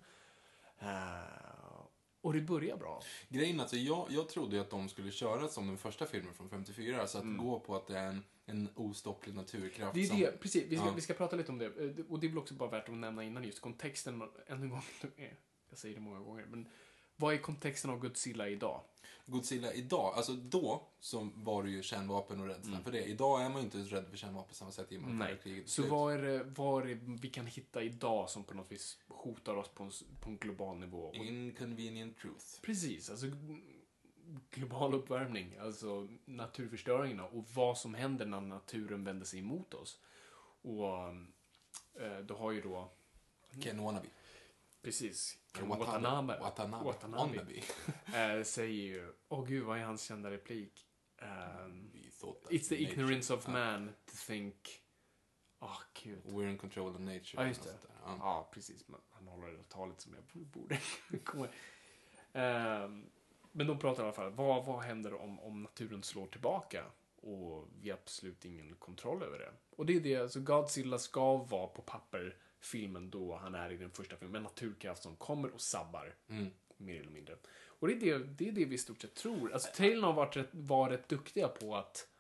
E: Uh, och det börjar bra.
D: Grejen, alltså, jag, jag trodde ju att de skulle köra som den första filmen från femtiofyra. Så att
E: Mm.
D: gå på att det är en, en ostopplig naturkraft.
E: Det är
D: som,
E: det, precis. Vi ska,
D: ja.
E: vi ska prata lite om det. Och det är väl också bara värt att nämna innan just kontexten. Ännu en gång, jag säger det många gånger. Men vad är kontexten av Godzilla idag?
D: Godzilla idag, alltså då så var det ju kärnvapen och rädslan
E: Mm.
D: för det. Idag är man ju inte rädd för kärnvapen på samma sätt i och med
E: Nej.
D: att kriget är
E: Så
D: slut.
E: vad är, det, vad är det vi kan hitta idag som på något vis hotar oss på en, på en global nivå? Och
D: Inconvenient truth.
E: precis, alltså global uppvärmning, alltså naturförstöringen och vad som händer när naturen vänder sig emot oss. Och eh, då har ju då
D: Ken Watanabe.
E: precis
D: Ken
E: Watanabe,
D: Watanabe.
E: Watanabe.
D: Watanabe.
E: eh, säger ju, åh gud, vad är hans kända replik? Um,
D: We thought that
E: It's the
D: nature-
E: ignorance of
D: Ja.
E: man to think, åh gud.
D: We're in control of nature.
E: Ja, just
D: och
E: det.
D: sånt där. Ja.
E: Ja, precis. Men han håller det talet som jag borde komma. Ehm, men de pratar i alla fall, vad, vad händer om, om naturen slår tillbaka? Och vi har absolut ingen kontroll över det. Och det är det, alltså Godzilla ska vara på papper filmen då han är i den första filmen. En naturkraft som kommer och sabbar.
D: Mm.
E: Mer eller mindre. Och det är det, det, är det vi i stort sett tror. Alltså trailern har varit rätt, var rätt duktiga på att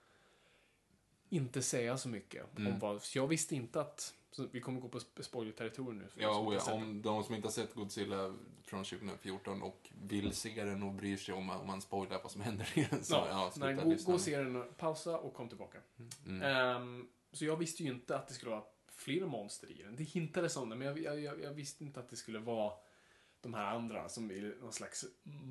E: inte säga så mycket
D: Mm.
E: om vad. Så jag visste inte att, så vi kommer gå på sp- spoiler-territorium nu. för
D: Ja,
E: de som
D: och
E: inte
D: ja,
E: har sett
D: om de som inte har sett Godzilla från tjugofjorton och vill se den och bryr sig om, om man spoilar vad som händer i den. Så,
E: Ja,
D: ja,
E: nej,
D: sluta
E: gå,
D: lyssna.
E: gå och se den, pausa och kom tillbaka.
D: Mm.
E: Ehm, så jag visste ju inte att det skulle vara fler monster i den. Det hintades om det, men jag, jag, jag, jag visste inte att det skulle vara de här andra som är någon slags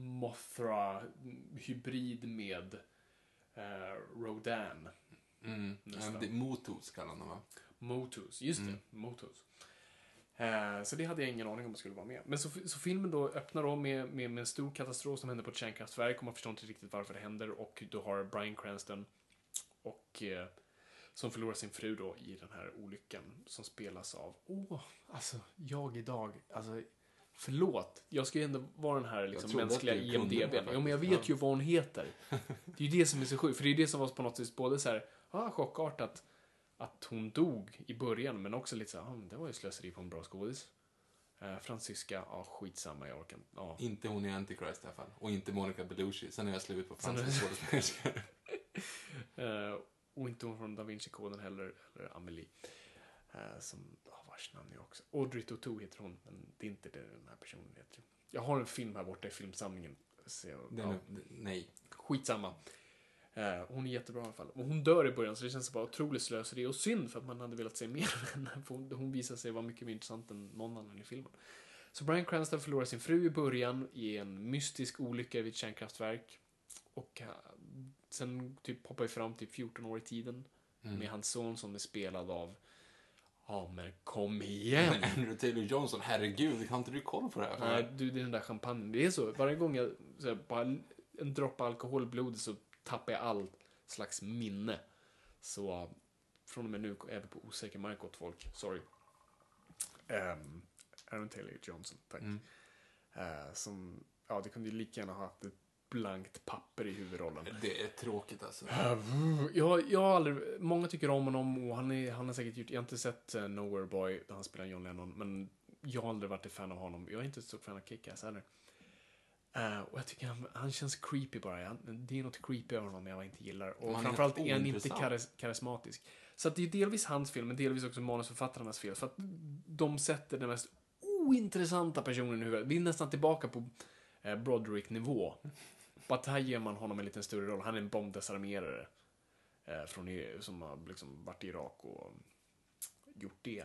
E: Mothra-hybrid med eh, Rodan.
D: Mm.
E: Nästan.
D: Ja, det, Motos kallar de, va?
E: Motus, just det,
D: Mm.
E: Motus. Eh, så det hade jag ingen aning om det skulle vara med. Men så, så filmen då öppnar då med, med, med en stor katastrof som händer på ett kärnkraftverk och man förstår inte riktigt varför det händer och du har Bryan Cranston och eh, som förlorar sin fru då i den här olyckan som spelas av, åh, oh, alltså jag idag, alltså förlåt, jag ska ju ändå vara den här liksom
D: trodde att
E: mänskliga
D: du
E: I M D
D: kunde
E: B:n.
D: det
E: Ja, men jag vet
D: faktiskt.
E: ju vad hon heter. Det är ju det som är så sjukt, för det är det som var på något vis både så här, ah, chockartat att hon dog i början, men också lite så här, ah, det var ju slöseri på en bra skådis. Eh, fransyska, ja, ah, skitsamma, jag orkar ah.
D: Inte hon i Antichrist i alla fall. Och inte Monica Bellucci. Sen är jag slut på
E: Sen är
D: franska
E: det-
D: skådespelerskor.
E: Eh, och inte hon från Da Vinci-koden heller, eller Amelie. Eh, som, ah, vars namn är också. Audrey Tautou heter hon, men det är inte det den här personen heter. Jag har en film här borta i filmsamlingen. Så jag,
D: Den
E: ja,
D: är, nej.
E: skitsamma. Eh, hon är jättebra i alla fall. Och hon dör i början, så det känns bara otroligt slöseri och synd för att man hade velat se mer av henne. För hon, hon visar sig vara mycket mer intressant än någon annan i filmen. Så Bryan Cranston förlorar sin fru i början i en mystisk olycka vid ett kärnkraftverk. Och uh, sen typ hoppar vi fram till fjorton år i tiden.
D: Mm.
E: Med hans son som är spelad av, ja men kom igen!
D: Andrew Taylor-Johnson, herregud, har inte du koll på det här?
E: Nej, du, det är den där champagnen. Det är så, varje gång jag så här, bara en droppe alkohol i blodet så tappar jag all slags minne. Så från och med nu är vi på osäker mark åt folk. Sorry. Um, Aaron Taylor Johnson, tack. Mm. Uh, som, ja, det kunde ju lika gärna ha haft ett blankt papper i huvudrollen.
D: Det är tråkigt alltså.
E: Uh, jag, jag har aldrig, många tycker om honom och han, är, han har säkert gjort, jag har inte sett uh, Nowhere Boy där han spelar John Lennon, men jag har aldrig varit ett fan av honom. Jag är inte ett stort fan av Kick-Ass heller. Uh, och jag tycker han, han känns creepy bara. Han, det är något creepy över honom jag inte gillar. Och han framförallt är, är han inte karis, karismatisk. Så att det är delvis hans film, men delvis också manusförfattarnas fel. För att de sätter den mest ointressanta personen i huvudet. Vi är nästan tillbaka på eh, Broderick-nivå. Bara att här ger man honom en lite större roll. Han är en bombdesarmerare eh, från, som har liksom varit i Irak och gjort det.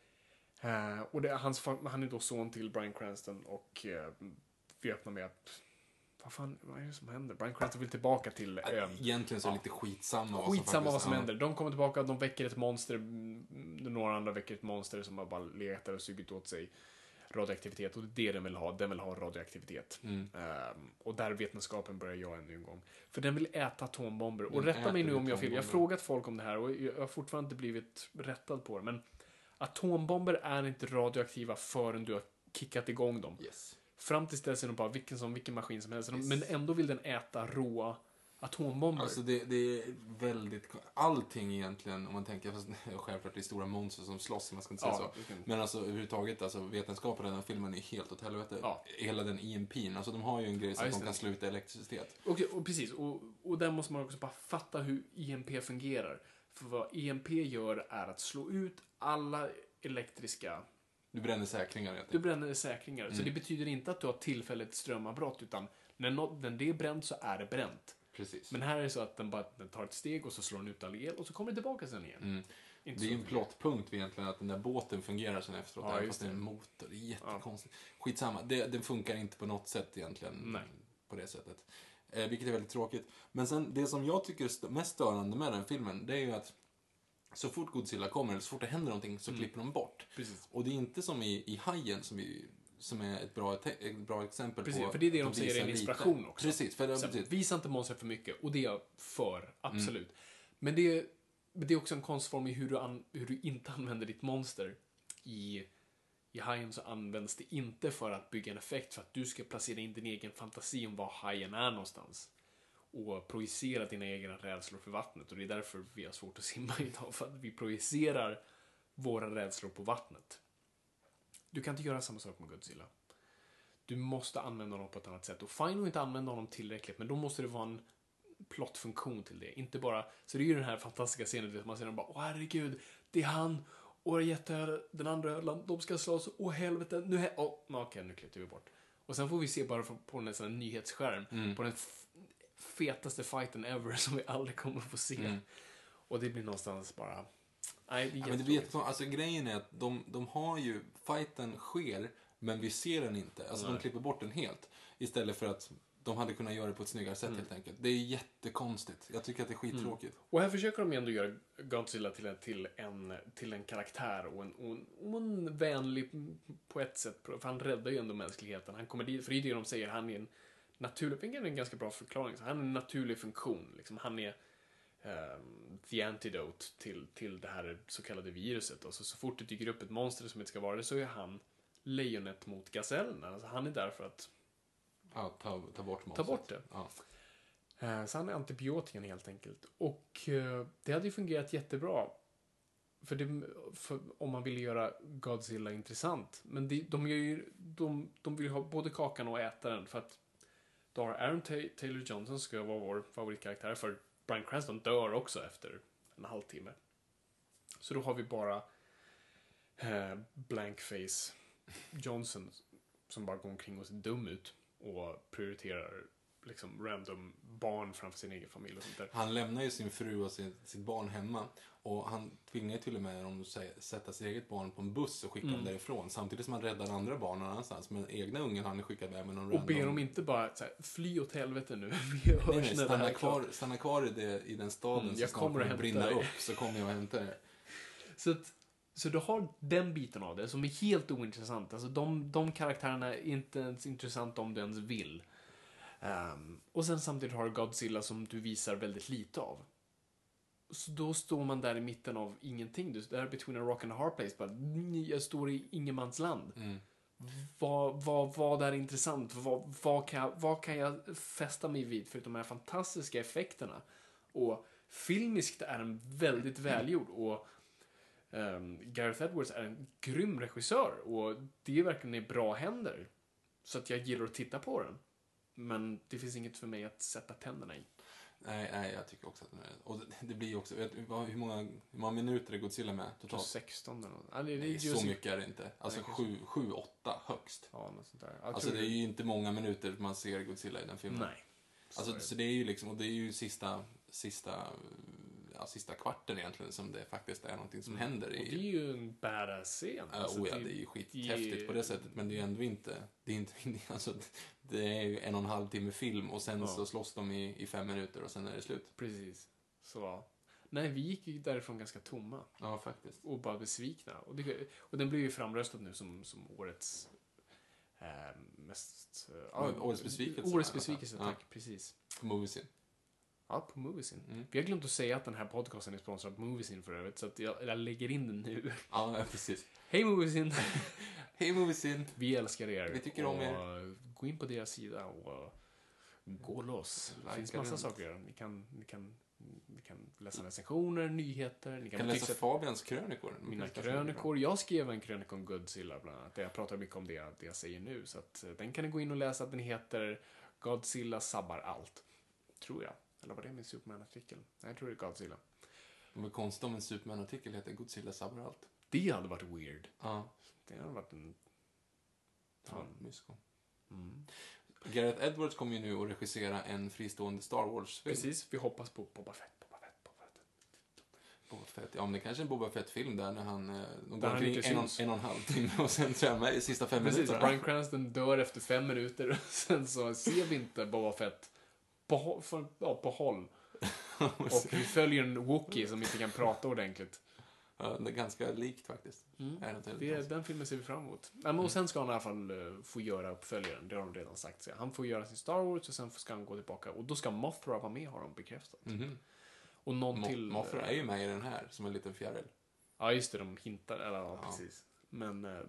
E: Eh, och det, hans, han är då son till Bryan Cranston och eh, vi öppnar med att vad fan, vad är det som händer? Bryan Cranston vill tillbaka till ön.
D: Egentligen så är det ja, lite skitsamma vad
E: skitsamma
D: som,
E: vad som
D: ja.
E: händer. De kommer tillbaka, de väcker ett monster. Några andra väcker ett monster som har bara legat där och sugit åt sig radioaktivitet. Och det är det den vill ha. Den vill ha radioaktivitet. Mm. Um, och där vetenskapen börjar jag ännu en gång. För den vill äta atombomber. Och rätta mig nu om jag fel. Jag har frågat folk om det här och jag har fortfarande inte blivit rättad på det. Men atombomber är inte radioaktiva förrän du har kickat igång dem.
D: Yes.
E: Fram tills dess är de bara vilken, som, vilken maskin som helst. Yes. Men ändå vill den äta råa atombomber.
D: Alltså det, det är väldigt... Allting egentligen, om man tänker... Fast, självklart det är stora monster som slåss, man ska inte säga ja, så. Kan... Men alltså överhuvudtaget, alltså, vetenskapen i den filmen är helt åt helvete. Ja. Hela den E M P:n. Alltså de har ju en grej så ja, att de det. kan sluta elektricitet.
E: Och, och precis, och, och där måste man också bara fatta hur E M P fungerar. För vad E M P gör är att slå ut alla elektriska...
D: Du bränner säkringar.
E: Du bränner säkringar. Mm. Så det betyder inte att du har tillfälligt strömavbrott, utan när, no- när det är bränt så är det bränt.
D: Precis.
E: Men här är det så att den bara den tar ett steg och så slår den ut all el och så kommer det tillbaka sen igen.
D: Mm. Det är ju en plottpunkt egentligen att den där båten fungerar sen efteråt. Ja, fast det är en motor. Det är jättekonstigt. Ja. Skitsamma. Det, den funkar inte på något sätt egentligen. Nej. På det sättet. Eh, vilket är väldigt tråkigt. Men sen det som jag tycker är mest störande med den filmen, det är ju att så fort Godzilla kommer, eller så fort det händer någonting, så mm. klipper de bort.
E: Precis.
D: Och det är inte som i, i Hajen, som, vi, som är ett bra, ett bra exempel
E: precis,
D: på...
E: för det är det de säger är en inspiration lite. Också.
D: Precis. För det,
E: så,
D: precis.
E: Visa inte monster för mycket, och det är jag för, absolut. Mm. Men, det är, men det är också en konstform i hur du, an, hur du inte använder ditt monster. I, I Hajen så används det inte för att bygga en effekt, för att du ska placera in din egen fantasi om var hajen är någonstans. Och projicera dina egna rädslor för vattnet. Och det är därför vi har svårt att simma idag. För att vi projicerar våra rädslor på vattnet. Du kan inte göra samma sak med Godzilla. Du måste använda honom på ett annat sätt. Och fine att inte använda honom tillräckligt. Men då måste det vara en plottfunktion till det. Inte bara... Så det är ju den här fantastiska scenen där man ser dem bara, åh herregud, det är han. Och jätte, den andra ödlan, de ska slåss. Åh helvete, nu är... Åh, okej, okay, nu klippte vi bort. Och sen får vi se bara på en sån här nyhetsskärm. Mm. På den f- fetaste fighten ever som vi aldrig kommer att få se. Mm. Och det blir någonstans bara... Nej, det är
D: ja, men det vet, alltså grejen är att de, de har ju... Fighten sker, men vi ser den inte. Alltså Nej. de klipper bort den helt. Istället för att de hade kunnat göra det på ett snyggare sätt mm. helt enkelt. Det är jättekonstigt. Jag tycker att det är skittråkigt. Mm.
E: Och här försöker de ändå göra Godzilla till en, till en, till en karaktär och en, och, en, och en vänlig på ett sätt. För han räddar ju ändå mänskligheten. Han kommer dit, för det är det de säger, han är en naturlig, det är en ganska bra förklaring. Så han är en naturlig funktion. Liksom, han är um, the antidote till, till det här så kallade viruset. Och så, så fort det dyker upp ett monster som inte ska vara det, så är han lejonet mot gazellen. Alltså, han är där för att
D: ja, ta, ta bort
E: monstret. Ta bort det.
D: Ja.
E: Uh, så han är antibiotikan helt enkelt. Och uh, det hade ju fungerat jättebra. För, det, för om man vill göra Godzilla intressant. Men de, de, gör ju, de, de vill ha både kakan och äta den. För att då har Aaron T- Taylor Johnson ska vara vår favoritkaraktär. För Bryan Cranston dör också efter en halvtimme. Så då har vi bara uh, Blankface Johnson som bara går omkring och ser dum ut. Och prioriterar liksom random barn framför sin egen familj och sånt där.
D: Han lämnar ju sin fru och sin, sitt barn hemma. Och han tvingar till och med dem att sätta sitt eget barn på en buss och skicka mm. dem därifrån. Samtidigt som han räddar andra barn någon annanstans. Men egna ungen han skickar med med någon
E: och random. Och ber dem inte bara så här, fly åt helvete nu. Vi hörs nej, nej,
D: stanna, kvar, stanna kvar i, det, i den staden mm,
E: jag
D: så
E: kommer
D: att brinna upp. Så kommer jag och hämtar det.
E: Så att Så du har den biten av det som är helt ointressant. Alltså de, de karaktärerna är inte ens intressant om du ens vill. Um, och sen samtidigt har du Godzilla som du visar väldigt lite av. Så då står man där i mitten av ingenting. Du, där between a rock and a hard place. Bara, jag står i ingenmansland.
D: Mm.
E: Vad, vad, vad är intressant? Vad, vad, kan jag, vad kan jag fästa mig vid för de här fantastiska effekterna? Och filmiskt är den väldigt välgjord. Och um, Gareth Edwards är en grym regissör. Och det är verkligen i bra händer. Så att jag gillar att titta på den. Men det finns inget för mig att sätta tänderna i.
D: Nej, nej, jag tycker också att den är... Och det, det blir ju också... Vet, hur, många, hur många minuter är Godzilla med totalt?
E: sexton eller något. Ja, det, det
D: nej,
E: just...
D: så mycket är det inte. Alltså sju åtta högst.
E: Ja, något sånt där.
D: Alltså det är ju inte många minuter man ser Godzilla i den filmen.
E: Nej. Så,
D: alltså,
E: är det.
D: så det är ju liksom... Och det är ju sista... Sista... Ja, sista kvarten egentligen som det faktiskt är någonting som mm. händer i...
E: Och det är ju en badass scen.
D: Ja, alltså, oh ja, det är ju skithäftigt det... på det sättet. Men det är ändå inte... Det är inte... Alltså, det är ju en och en halv timme film och sen ja. så slåss de i, i fem minuter och sen är det slut.
E: Precis. Så... Nej, vi gick ju därifrån ganska tomma.
D: Ja, faktiskt.
E: Och bara besvikna. Och, det, och den blir ju framröstad nu som, som årets... Eh, mest...
D: Ja, årets besvikelse.
E: Årets besvikelse, tack. Ja. Precis.
D: På Moviesin.
E: Ja, på Moviesin.
D: Mm.
E: Vi har glömt att säga att den här podcasten är sponsrad på Moviesin för övrigt, så att jag, jag lägger in den nu.
D: Ja, precis.
E: Hej Moviesin!
D: Hej Moviesin!
E: Vi älskar er.
D: Vi tycker om er.
E: Och gå in på deras sida och gå loss. Det finns massa saker. Ni kan, ni kan, ni kan läsa recensioner, nyheter. Ni kan,
D: kan läsa Fabians krönikor.
E: Mina krönikor. Jag skrev en krönika om Godzilla bland annat. Jag pratar mycket om det, det jag säger nu. Så att den kan ni gå in och läsa. Den heter Godzilla sabbar allt. Tror jag. Eller var det min Superman-artikel? Nej, jag tror det är Godzilla.
D: Det var konstigt om en Superman-artikel heter Godzilla sabbar allt.
E: Det hade varit weird.
D: Ja.
E: Det hade varit en...
D: Fan, mysko. Mm. Gareth Edwards kommer ju nu att regissera en fristående Star Wars-film.
E: Precis, vi hoppas på Boba Fett, Boba Fett, Boba Fett.
D: Boba Fett. Ja, men det kanske är en Boba Fett-film där när han... De
E: där
D: går
E: han
D: en, en, en och en halv timme och sen tror jag med i sista fem
E: Precis,
D: minuter.
E: Bryan Cranston dör efter fem minuter och sen så ser vi inte Boba Fett på, för, ja, på håll. Och vi följer en Wookiee som inte kan prata ordentligt.
D: Ja, det är ganska likt faktiskt.
E: Mm. Det, den filmen ser vi fram emot. Ja, men och sen ska han i alla fall uh, få göra uppföljaren. Det har de redan sagt. Så han får göra sin Star Wars och sen ska han gå tillbaka. Och då ska Mothra vara med, har de bekräftat.
D: Mm-hmm.
E: Och någon
D: Mo-
E: till...
D: Mothra är ju med i den här som en liten fjäril.
E: Ja, just det. De hintar. Eller ja,
D: ja.
E: precis. Men uh,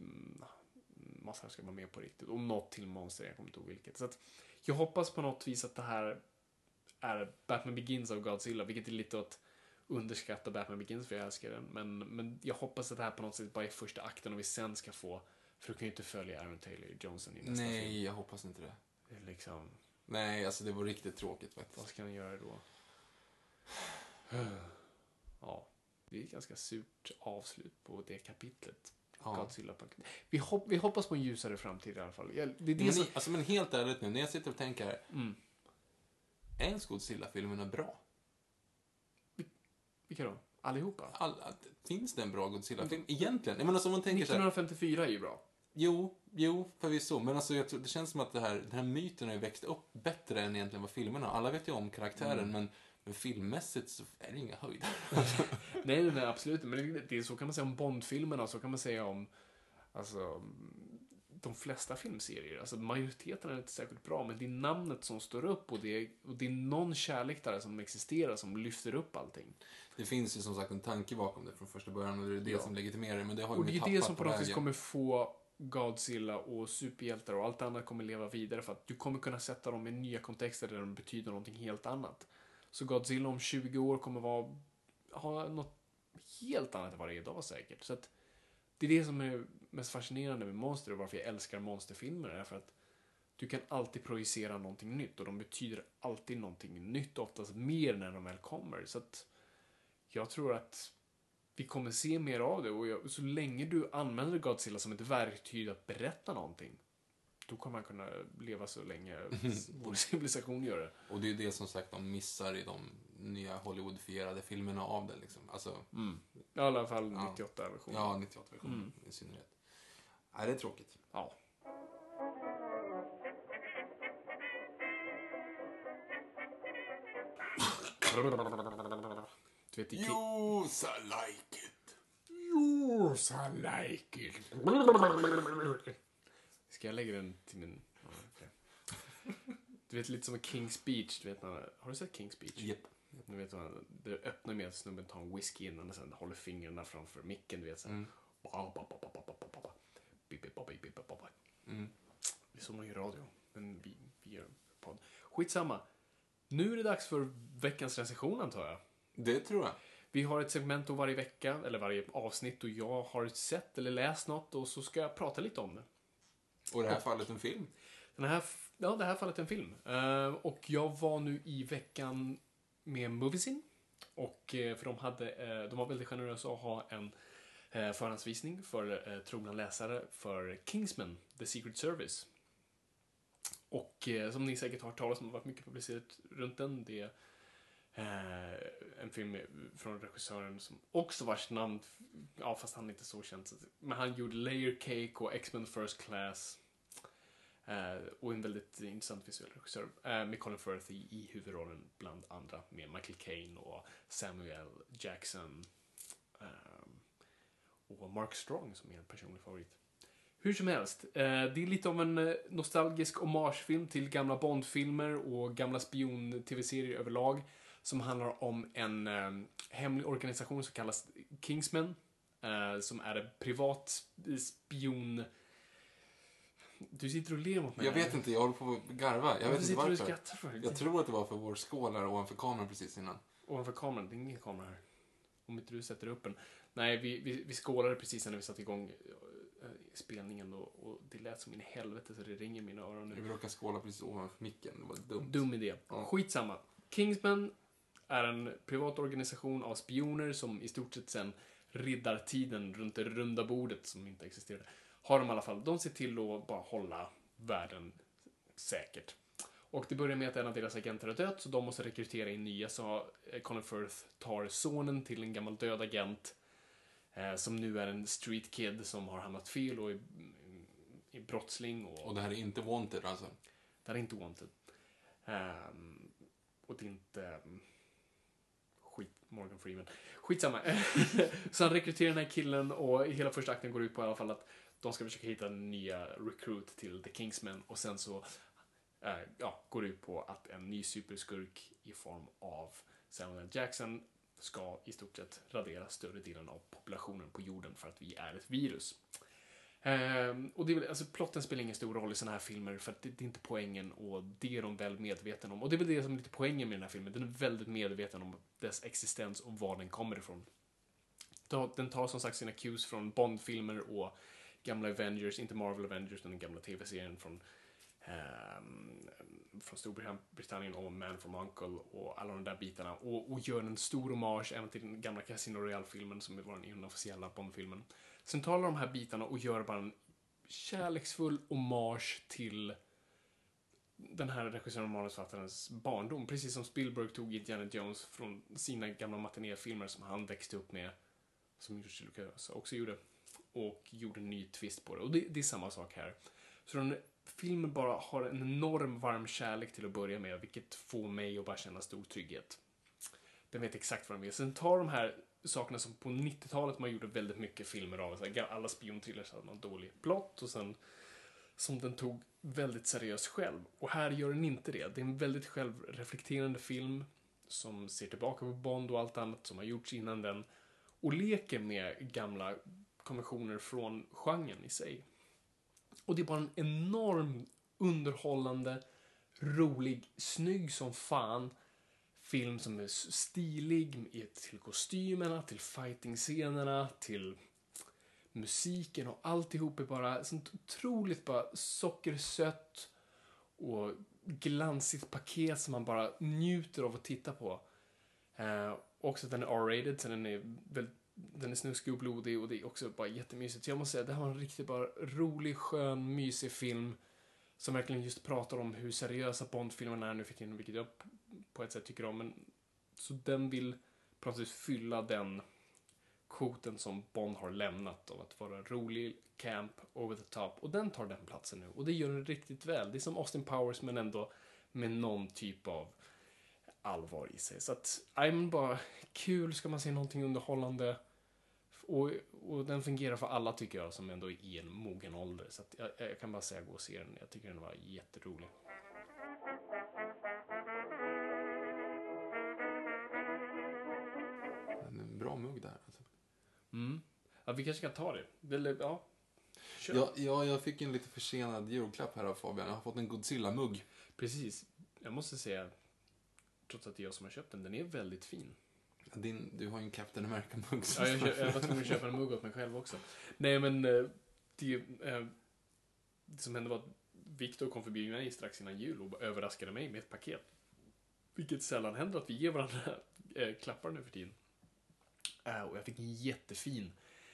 E: Mothra ska vara med på riktigt. Och något till monster, jag kommer inte ihåg vilket. Så att jag hoppas på något vis att det här är Batman Begins av Godzilla. Vilket är lite att underskatta Batman Begins, för jag älskar den. Men, men jag hoppas att det här på något sätt bara är första akten och vi sen ska få... För du kan ju inte följa Aaron Taylor Johnson i nästa
D: Nej,
E: film.
D: Nej, jag hoppas inte det.
E: Det är liksom...
D: Nej, alltså det var riktigt tråkigt faktiskt.
E: Vad ska han göra då? Ja, det är ett ganska surt avslut på det kapitlet.
D: Ja.
E: Godzilla. Vi, hopp, vi hoppas på en ljusare framtid i alla fall. Jag, det är det
D: men,
E: som...
D: alltså, men helt ärligt nu, när jag sitter och tänker här.
E: Mm.
D: Är ens Godzilla-filmerna bra?
E: Vilka då? Allihopa?
D: All, finns det en bra Godzilla-film? Egentligen? Jag menar, alltså, man tänker
E: nittonhundrafemtiofyra är ju bra.
D: Jo, jo, förvisso. Men alltså, jag tror, det känns som att det här, den här myten har ju växt upp bättre än egentligen vad filmerna. Alla vet ju om karaktären, mm. men, men filmmässigt så är det inga höjder.
E: nej, nej, nej, absolut. Men det, det är så kan man säga om Bond-filmerna, så kan man säga om alltså, de flesta filmserier. Alltså majoriteten är inte särskilt bra, men det är namnet som står upp och det är, och det är någon kärlek där som existerar som lyfter upp allting.
D: Det finns ju som sagt en tanke bakom det från första början och det är det ja. som legitimerar det, men det har ju
E: och det är
D: tappat
E: det som på
D: på
E: något vis kommer få Godzilla och superhjältar och allt annat kommer leva vidare, för att du kommer kunna sätta dem i nya kontexter där de betyder någonting helt annat. Så Godzilla om tjugo år kommer vara ha något helt annat än vad det är idag säkert. Så att det är det som är mest fascinerande med monster och varför jag älskar monsterfilmer, är för att du kan alltid projicera någonting nytt och de betyder alltid någonting nytt, oftast mer när de väl kommer. Så att jag tror att vi kommer se mer av det, och jag, så länge du använder Godzilla som ett verktyg att berätta någonting, då kommer man kunna leva så länge vår civilisation gör det.
D: Och det är det som sagt de missar i de nya Hollywoodfierade filmerna av det liksom. Alltså,
E: mm. I alla fall nittioåtta-versionen.
D: Ja, nittioåtta-versionen mm. i synnerhet. Nej, det är tråkigt.
E: Ja. Du vet,
D: Yes, I like it.
E: Yes, I like it. Ska jag lägga den till min... Du vet, lite som en King's Speech. Du vet, har du sett King's Speech?
D: Yep.
E: Du vet, det öppnar med att snubben tar en whisky innan och sen håller fingrarna framför micken, du vet så. Mm. Mm. Det är så man gör radio, men vi, vi gör podd. Skitsamma. Nu är det dags för veckans recension, antar jag.
D: Det tror jag.
E: Vi har ett segment varje vecka, eller varje avsnitt, och jag har sett eller läst något och så ska jag prata lite om det.
D: Och det här och, fallet en film?
E: Den här, ja, det här fallet en film. Uh, och jag var nu i veckan med Moviesin. Och uh, för de, hade, uh, de var väldigt generösa att ha en uh, förhandsvisning för uh, trogna läsare för Kingsman, The Secret Service. Och uh, som ni säkert har hört talas om, det har varit mycket publicitet runt den. Det är uh, en film från regissören som också vars namn, ja fast han är inte så känd. Men han gjorde Layer Cake och X-Men First Class. Uh, och en väldigt intressant visuell regissör uh, med Colin Firth i, i huvudrollen bland andra, med Michael Caine och Samuel Jackson um, och Mark Strong som är en personlig favorit. Hur som helst, uh, det är lite av en uh, nostalgisk homagefilm till gamla Bond-filmer och gamla spion-tv-serier överlag, som handlar om en uh, hemlig organisation som kallas Kingsman, uh, som är en privat spion. Du sitter och ler mot mig.
D: Jag vet inte, jag håller på att garva. Jag
E: ja,
D: vet inte varför.
E: För?
D: Jag tror att det var för vår skål här ovanför kameran precis innan.
E: Ovanför kameran? Det är ingen kamera här. Om inte du sätter upp en. Nej, vi, vi, vi skålade precis när vi satte igång äh, spelningen och, och det lät som in i helvete så det ringer i mina öron nu.
D: Vi råkar skåla precis ovanför micken. Det var dumt.
E: Dum idé. Ja. Skitsamma. Kingsman är en privat organisation av spioner som i stort sett sen riddar tiden runt det runda bordet som inte existerade. Har de i alla fall. De ser till att bara hålla världen säkert. Och det börjar med att en av deras agenter har dött, så de måste rekrytera in nya. Så Colin Firth tar sonen till en gammal död agent eh, som nu är en street kid som har hamnat fel och är, är brottsling. Och,
D: och det här är inte wanted alltså?
E: Det här är inte wanted. Um, och det är inte... Um, skit, Morgan Freeman. Skitsamma. Så han rekryterar den här killen och hela första akten går ut på i alla fall att de ska försöka hitta nya recruit till The Kingsman och sen så äh, ja, går det ut på att en ny superskurk i form av Samuel Jackson ska i stort sett radera större delen av populationen på jorden för att vi är ett virus. Ehm, och det är väl, alltså, plotten spelar ingen stor roll i såna här filmer för att det, det är inte poängen och det är de väl medveten om. Och det är väl det som är lite poängen med den här filmen. Den är väldigt medveten om dess existens och var den kommer ifrån. Den tar som sagt sina cues från Bond-filmer och gamla Avengers, inte Marvel Avengers, men den gamla tv-serien från, um, från Storbritannien och Man from Uncle och alla de där bitarna. Och, och gör en stor hommage även till den gamla Casino Royale-filmen som var den inofficiella Bond-filmen. Sen talar de här bitarna och gör bara en kärleksfull hommage till den här regissören och manusförfattarens barndom. Precis som Spielberg tog Indiana Jones från sina gamla matinéfilmer som han växte upp med, som George Lucas också gjorde. Och gjorde en ny twist på det. Och det, det är samma sak här. Så den filmen bara har en enorm varm kärlek till att börja med. Vilket får mig att bara känna stor trygghet. Den vet exakt vad den vill. Sen tar de här sakerna som på nittiotalet man gjorde väldigt mycket filmer av. Så alla spionthrillers hade någon dålig plott. Och sen som den tog väldigt seriöst själv. Och här gör den inte det. Det är en väldigt självreflekterande film. Som ser tillbaka på Bond och allt annat som har gjorts innan den. Och leker med gamla konventioner från genren i sig. Och det är bara en enorm underhållande, rolig, snygg som fan film som är stilig till kostymerna, till fighting-scenerna, till musiken och alltihop är bara sånt otroligt bara sockersött och glansigt paket som man bara njuter av att titta på. Eh, också att den är R-rated så den är väldigt Den är snuskig och blodig och det är också bara jättemysigt. Så jag måste säga, det här var en riktigt bara rolig, skön, mysig film som verkligen just pratar om hur seriösa Bond-filmerna är nu för tiden, vilket jag på ett sätt tycker om. Men, så den vill på något sätt fylla den kvoten som Bond har lämnat av att vara rolig, camp, over the top. Och den tar den platsen nu. Och det gör den riktigt väl. Det är som Austin Powers men ändå med någon typ av allvar i sig. Så att, I'm bara kul, ska man se någonting underhållande. Och, och den fungerar för alla tycker jag som ändå är i en mogen ålder. Så att jag, jag kan bara säga gå och se den. Jag tycker den var jätterolig.
D: bra mugg där. Alltså.
E: Mm. Ja, vi kanske kan ta det. Eller, ja. Kör.
D: Ja, ja, jag fick en lite försenad julklapp här av Fabian. Jag har fått en Godzilla-mugg.
E: Precis. Jag måste säga, trots att det är jag som har köpt den, den är väldigt fin.
D: Din, du har ju en Captain America-mugg.
E: Ja, jag, köp, jag var tvungen att köpa en mugg åt mig själv också. Nej, men eh, det, eh, det som hände var att Victor kom förbi mig strax innan jul och överraskade mig med ett paket. Vilket sällan händer att vi ger varandra äh, klappar nu för tiden. Äh, och jag fick en jättefin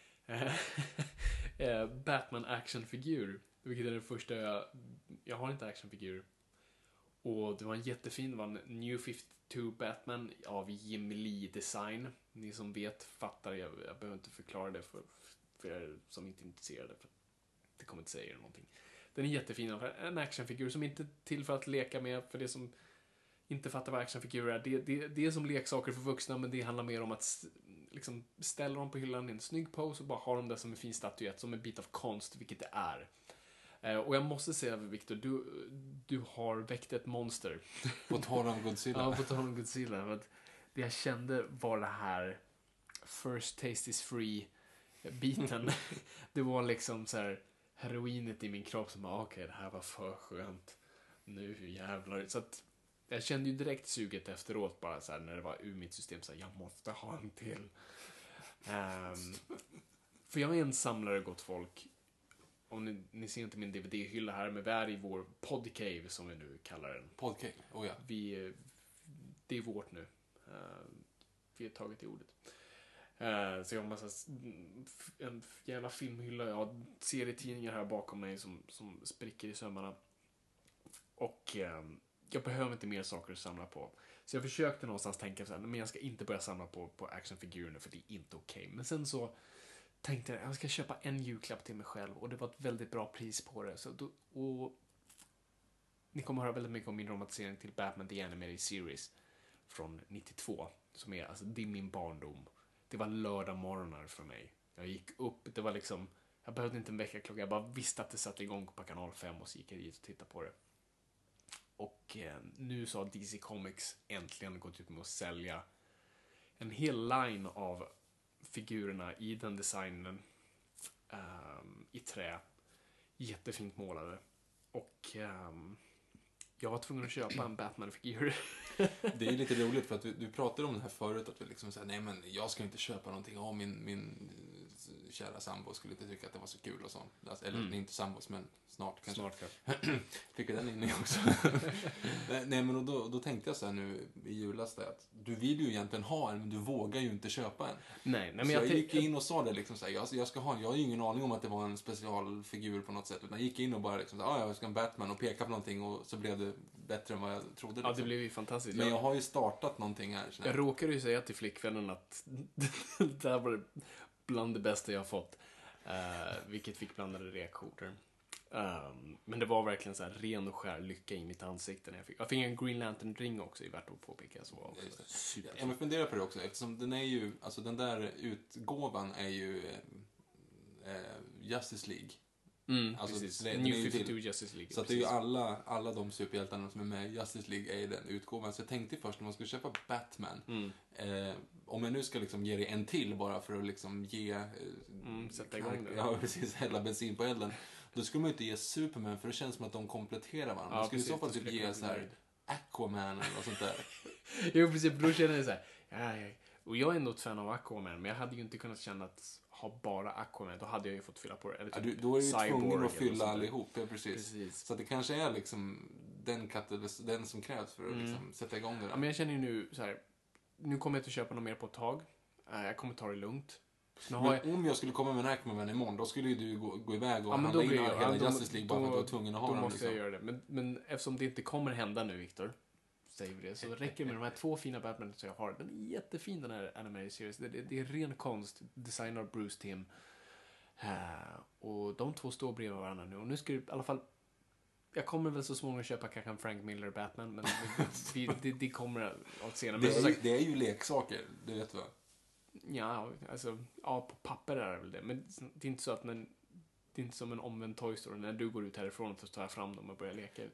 E: äh, Batman actionfigur. Vilket är den första jag... Jag har inte actionfigur. Och det var en jättefin, det var en New femtiotvå Batman av Jimmy Lee Design. Ni som vet fattar, jag, jag behöver inte förklara det för, för er som inte är intresserade. För det kommer inte säga er någonting. Den är jättefin, en actionfigur som inte är till för att leka med, för det som inte fattar vad actionfigurer är. Det, det, det är som leksaker för vuxna, men det handlar mer om att liksom ställa dem på hyllan i en snygg pose och bara ha dem där som en fin statyett, som en bit av konst, vilket det är. Eh, och jag måste säga, Victor, du, du har väckt ett monster.
D: På tal om Godzilla.
E: Ja, på tal om Godzilla. För att det jag kände var det här first taste is free biten. Det var liksom så här heroinet i min kropp som bara, okej, okay, det här var för skönt. Nu jävlar. Så att jag kände ju direkt suget efteråt bara så här, när det var ur mitt system så här, jag måste ha en till. Um, för jag är en samlare, gott folk. Om ni, ni ser inte min D V D-hylla här, men vi är i vår podcave som vi nu kallar den.
D: Podcave, oh ja.
E: Vi, det är vårt nu. Uh, vi har tagit i ordet. Uh, så jag har en massa en jävla filmhylla. Jag har serietidningar här bakom mig som, som spricker i sömmarna. Och um, jag behöver inte mer saker att samla på. Så jag försökte någonstans tänka så här, men jag ska inte börja samla på, på actionfigurer för det är inte okej. Okay. Men sen så tänkte jag, jag ska köpa en julklapp till mig själv. Och det var ett väldigt bra pris på det. Så då, och ni kommer höra väldigt mycket om min romantisering till Batman The Animated Series från nittiotvå. Som är, alltså, det är min barndom. Det var lördag morgonar för mig. Jag gick upp, det var liksom, jag behövde inte en väckarklocka. Jag bara visste att det satt igång på kanal fem och så gick jag dit och tittade på det. Och eh, nu så har D C Comics äntligen gått ut med att sälja en hel line av figurerna i den designen um, i trä. Jättefint målade. Och um, jag var tvungen att köpa en Batman-figur.
D: Det är lite roligt för att du, du pratade om det här förut, att vi liksom säger, nej men jag ska inte köpa någonting av min, min kära sambo skulle inte tycka att det var så kul och sånt. Alltså, eller mm. inte sambos, men snart kanske.
E: Snart kanske.
D: Fick jag den inne också. Nej men då, då tänkte jag så här nu i julas där, att du vill ju egentligen ha en, men du vågar ju inte köpa en.
E: Nej, nej men
D: så
E: jag,
D: jag
E: jag
D: gick in och sa det liksom så här, jag, jag ska ha en, jag har ju ingen aning om att det var en specialfigur på något sätt, utan jag gick in och bara liksom, ja jag ska ha en Batman och peka på någonting och så blev det bättre än vad jag trodde. Liksom.
E: Ja, det blev ju fantastiskt.
D: Men jag har ju startat någonting här.
E: Jag råkade ju säga till flickvännen att det här var bland det bästa jag har fått. Uh, vilket fick blandade reaktioner. Um, men det var verkligen så här ren och skär lycka i mitt ansikte när jag fick. Jag fick en Green Lantern ring också, i värt att påpeka. Så var också super.
D: Jag vill fundera på det också, eftersom den är ju, alltså den där utgåvan är ju eh, Justice League.
E: Mm,
D: alltså,
E: precis.
D: Det,
E: New
D: är ju
E: femtiotvå
D: till,
E: Justice League.
D: Så att det är ju alla, alla de superhjältarna som är med i Justice League är i den utgåvan. Så jag tänkte först när man skulle köpa Batman,
E: mm.
D: eh, om jag nu ska liksom ge det en till bara för att liksom ge eh,
E: mm, sätta igång det.
D: Ja, precis, hälla bensin på elden. Då skulle man ju inte ge Superman, för det känns som att de kompletterar varandra.
E: Ja,
D: man skulle
E: precis,
D: i så fall typ ge så här Aquaman eller något sånt där.
E: Jo, precis, då känner jag så här, ja, ja. Och jag är ändå ett fan av Aquaman, men jag hade ju inte kunnat känna att ha bara Aquaman, då hade jag ju fått fylla på det. Eller typ
D: ja, du, då är du ju tvungen att fylla allihop, ja, precis.
E: precis.
D: Så att det kanske är liksom den, katalys- den som krävs för att mm. liksom sätta igång det där.
E: Ja, men jag känner ju nu så här, nu kommer jag inte köpa något mer på ett tag. Jag kommer ta det lugnt.
D: Men jag... om jag skulle komma med en Aquaman imorgon, då skulle ju du gå, gå iväg och
E: ja,
D: handla in
E: hela
D: ja,
E: då,
D: Justice League bara för att du var tvungen att ha
E: då
D: den.
E: Då måste
D: liksom.
E: jag göra det. Men, men eftersom det inte kommer hända nu, Victor, säger vi det, så räcker det med de här två fina Batman som jag har. Den är jättefin, den här animated series. Det, det, det är ren konst, designer av Bruce Timm. Uh, och de två står bredvid varandra nu. Och nu ska det, i alla fall, jag kommer väl så småningom köpa kanske en Frank Miller Batman, men vi, det, det kommer åt senare.
D: Det,
E: men
D: är,
E: sagt,
D: det är ju leksaker, det vet du va?
E: Ja, alltså, ja, på papper är det väl det. Men det är inte så att när, det är inte som en omvänd Toy Story. När du går ut härifrån så tar jag fram dem och börjar leka. Utan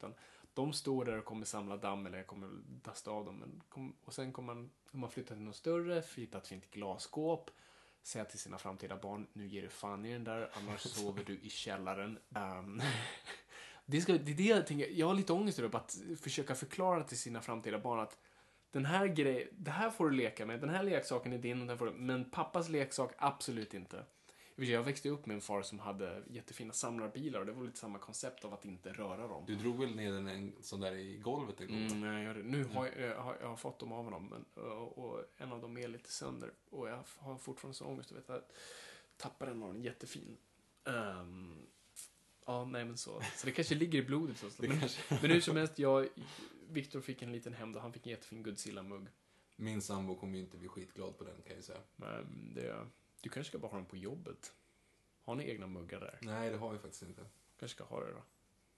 E: de står där och kommer samla damm, eller jag kommer dasta av dem. Men kom, och sen kommer man, om man flyttar till något större, hitta ett fint glasskåp, säga till sina framtida barn, nu ger du fan i den där, annars sover du i källaren. Um, det, ska, det är det jag tänker, jag har lite ångest över att försöka förklara till sina framtida barn att den här grej, det här får du leka med, den här leksaken är din, och den får du, men pappas leksak absolut inte. Jag växte upp med en far som hade jättefina samlarbilar, och det var lite samma koncept av att inte röra dem.
D: Du drog väl ner den en sån där i golvet?
E: Mm, nej, jag, nu har jag, jag, har, jag har fått dem av honom, men, och, och en av dem är lite sönder, och jag har fortfarande så ångest att jag tappar den, och den är jättefin. Um, ja, nej men så. Så det kanske ligger i blodet. Så. Men, men hur som helst, jag, Victor fick en liten hem, och han fick en jättefin Godzilla-mugg.
D: Min sambo kommer ju inte bli skitglad på den, kan jag säga.
E: Men det, du kanske ska bara ha den på jobbet. Har ni egna muggar där?
D: Nej, det har vi faktiskt inte.
E: Kanske ska ha det då.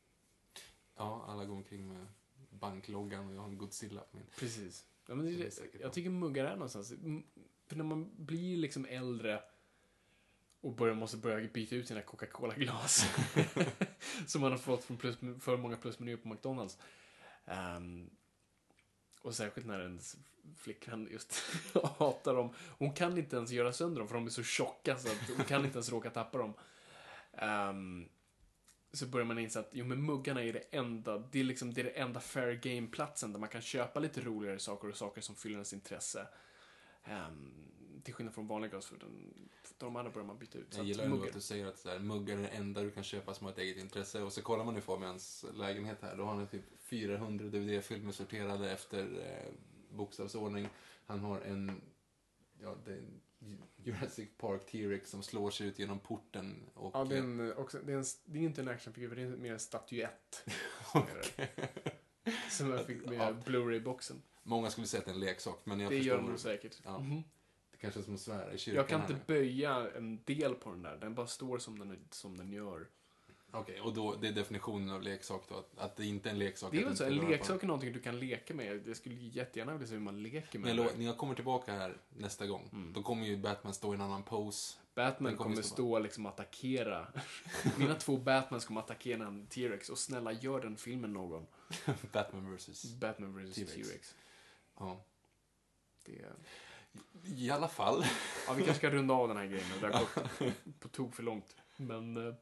D: Ja, alla går omkring med bankloggan, och jag har en Godzilla på min.
E: Precis. Ja, men det, det jag tycker muggar är någonstans. För när man blir liksom äldre och börjar, måste börja byta ut sina Coca-Cola-glas som man har fått från plus, för många plusmenyer på McDonalds. Um, och särskilt när ens flickvän just hatar dem. Hon kan inte ens göra sönder dem, för de är så tjocka så att hon kan inte ens råka tappa dem. Um, så börjar man inse att jo, men muggarna är det enda, det är liksom det, är det enda fair game-platsen där man kan köpa lite roligare saker och saker som fyller ens intresse. Um, till skillnad från vanliga glas, för den, de andra börjar man byta ut.
D: Jag gillar ändå att du säger att så här, muggar är det enda du kan köpa som har ett eget intresse. Och så kollar man nu Fabians lägenhet här, då har han typ fyrahundra D V D-filmer sorterade efter eh, bokstavsordning. Han har en, ja, det är en Jurassic Park T-Rex som slår sig ut genom porten. Och,
E: ja, det är, en, också, det, är en, det är inte en actionfigur, det är mer en statyett.
D: Okay.
E: Som jag fick med ja. Blu-ray-boxen.
D: Många skulle säga att det är en leksak, men jag
E: det
D: förstår.
E: Gör de nog säkert.
D: Ja.
E: Mm-hmm.
D: Det kanske är som att svära i kyrkan.
E: Jag kan inte
D: här.
E: böja en del på den där. Den bara står som den, som den gör.
D: Okej, okay, och då, det är definitionen av leksak då? Att, att det inte är en leksak?
E: Det är väl så, en leksak är någonting du kan leka med. Jag skulle jättegärna vilja se hur man leker med
D: det.
E: det.
D: När jag kommer tillbaka här nästa gång, mm. då kommer ju Batman stå i en annan pose.
E: Batman kommer, kommer stå, stå liksom attackera. Mina två Batmans kommer attackera en T-Rex. Och snälla, gör den filmen någon.
D: Batman versus.
E: Batman versus T-Rex. T-Rex.
D: Ja.
E: Det är...
D: I alla fall.
E: Ja, vi kanske ska runda av den här grejen. Det har gått på tog för långt. Men...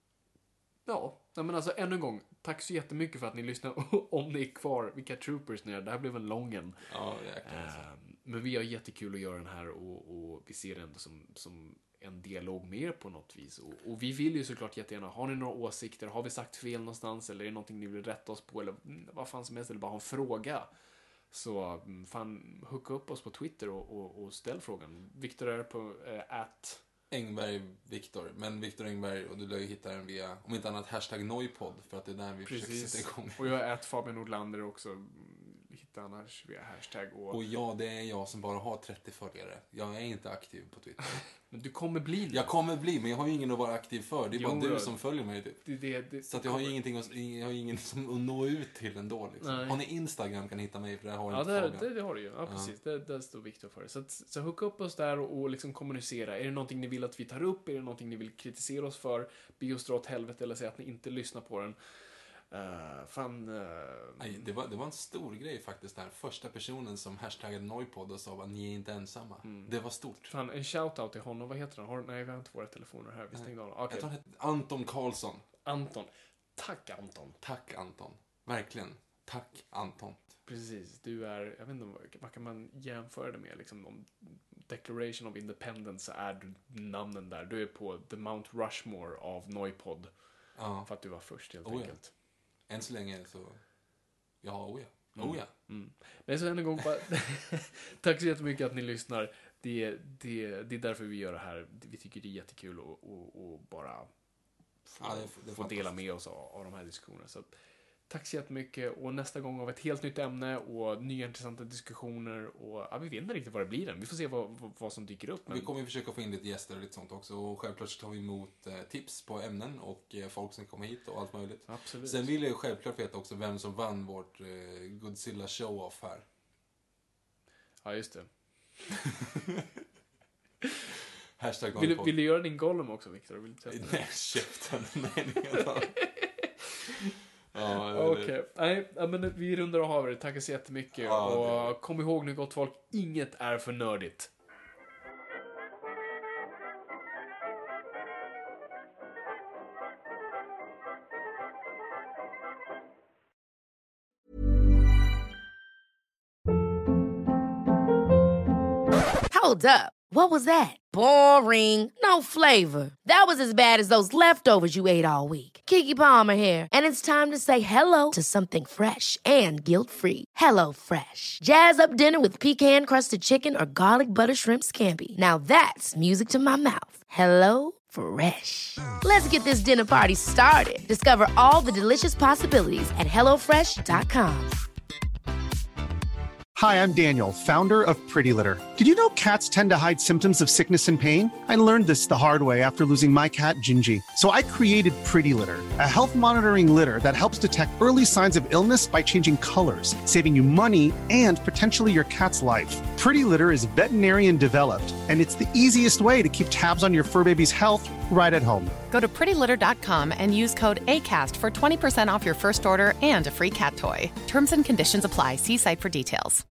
E: Ja, men alltså ännu en gång. Tack så jättemycket för att ni lyssnar. Om ni är kvar, vilka troopers ni är. Det här blev en lång en.
D: Ja, jäklar.
E: Uh, men vi har jättekul att göra den här. Och, och vi ser det ändå som, som en dialog mer på något vis. Och, och vi vill ju såklart jättegärna. Har ni några åsikter? Har vi sagt fel någonstans? Eller är det någonting ni vill rätta oss på? Eller vad fan som helst. Eller bara ha en fråga. Så fan, hooka upp oss på Twitter och, och, och ställ frågan. Victor är på äh, at...
D: Engberg Victor, men Victor Engberg, och du lär ju hitta den via, om inte annat, hashtag Noipod, för att det är där vi
E: Precis.
D: försöker sätta igång.
E: Och jag är at Fabian Nordlander också, hitta annars via hashtag. Och...
D: och ja, det är jag som bara har trettio följare. Jag är inte aktiv på Twitter.
E: Men du kommer bli det.
D: Jag kommer bli, men jag har ju ingen att vara aktiv för. Det är bara jo, du som följer mig typ.
E: Det, det, det,
D: så att jag har ju ingenting att, jag har ingen som att nå ut till ändå liksom. Har ni Instagram kan ni hitta mig, för det har
E: ja,
D: inte
E: det,
D: Fabian.
E: det, det har du ju. Ja, precis. Ja. Det, det står Victor för. Så, att, så hooka upp oss där och, och liksom kommunicera. Är det någonting ni vill att vi tar upp? Är det någonting ni vill kritisera oss för? Be oss dra åt helvete eller säga att ni inte lyssnar på den. Uh, fan, uh...
D: Nej, det, var, det var en stor grej faktiskt där. Första personen som hashtagade Noipod och sa att ni är inte ensamma. Mm. Det var stort.
E: Fan, en shoutout till honom. Vad heter han? Har, nej, vi har inte våra telefoner här. Vi stängde av. Okay.
D: Jag tror han heter Anton Karlsson.
E: Anton. Tack Anton.
D: Tack Anton. Verkligen. Tack Anton.
E: Precis. Du är, jag vet inte, vad kan man jämföra det med? Liksom, om Declaration of Independence så är du namnen där. Du är på The Mount Rushmore av Noipod. Ja. För att du var först helt oh, enkelt.
D: Ja. Än så länge så... Ja, oh ja. Oh ja.
E: Mm. Mm. Men så än en gång bara... Tack så jättemycket att ni lyssnar. Det, det, det är därför vi gör det här. Vi tycker det är jättekul att och, och bara få, ja, det är, det är få dela med oss av, av de här diskussionerna. Så tack så jättemycket. Och nästa gång har vi ett helt nytt ämne och nya intressanta diskussioner. Och ja, vi vet inte riktigt vad det blir än. Vi får se vad, vad, vad som dyker upp.
D: Men... Vi kommer ju försöka få in lite gäster och lite sånt också. Och självklart så tar vi emot eh, tips på ämnen och eh, folk som kommer hit och allt möjligt.
E: Absolut.
D: Sen vill jag självklart veta också vem som vann vårt eh, Godzilla show-off här.
E: Ja, just det.
D: Hashtag
E: vill, vill du göra din Gollum också, Victor? Vill du
D: Nej, käften. Nej, det är Ja,
E: Okej, okay. Nej, men vi rundar av det. Tack så jättemycket.
D: Ja,
E: och
D: det...
E: kom ihåg nu gott folk, inget är för nördigt.
J: Hold up. What was that? Boring. No flavor. That was as bad as those leftovers you ate all week. Keke Palmer here, and it's time to say hello to something fresh and guilt-free. Hello Fresh. Jazz up dinner with pecan-crusted chicken or garlic butter shrimp scampi. Now that's music to my mouth. Hello Fresh. Let's get this dinner party started. Discover all the delicious possibilities at hello fresh dot com.
L: Hi, I'm Daniel, founder of Pretty Litter. Did you know cats tend to hide symptoms of sickness and pain? I learned this the hard way after losing my cat, Gingy. So I created Pretty Litter, a health monitoring litter that helps detect early signs of illness by changing colors, saving you money and potentially your cat's life. Pretty Litter is veterinarian developed, and it's the easiest way to keep tabs on your fur baby's health right at home.
I: Go to pretty litter dot com and use code ACAST for twenty percent off your first order and a free cat toy. Terms and conditions apply. See site for details.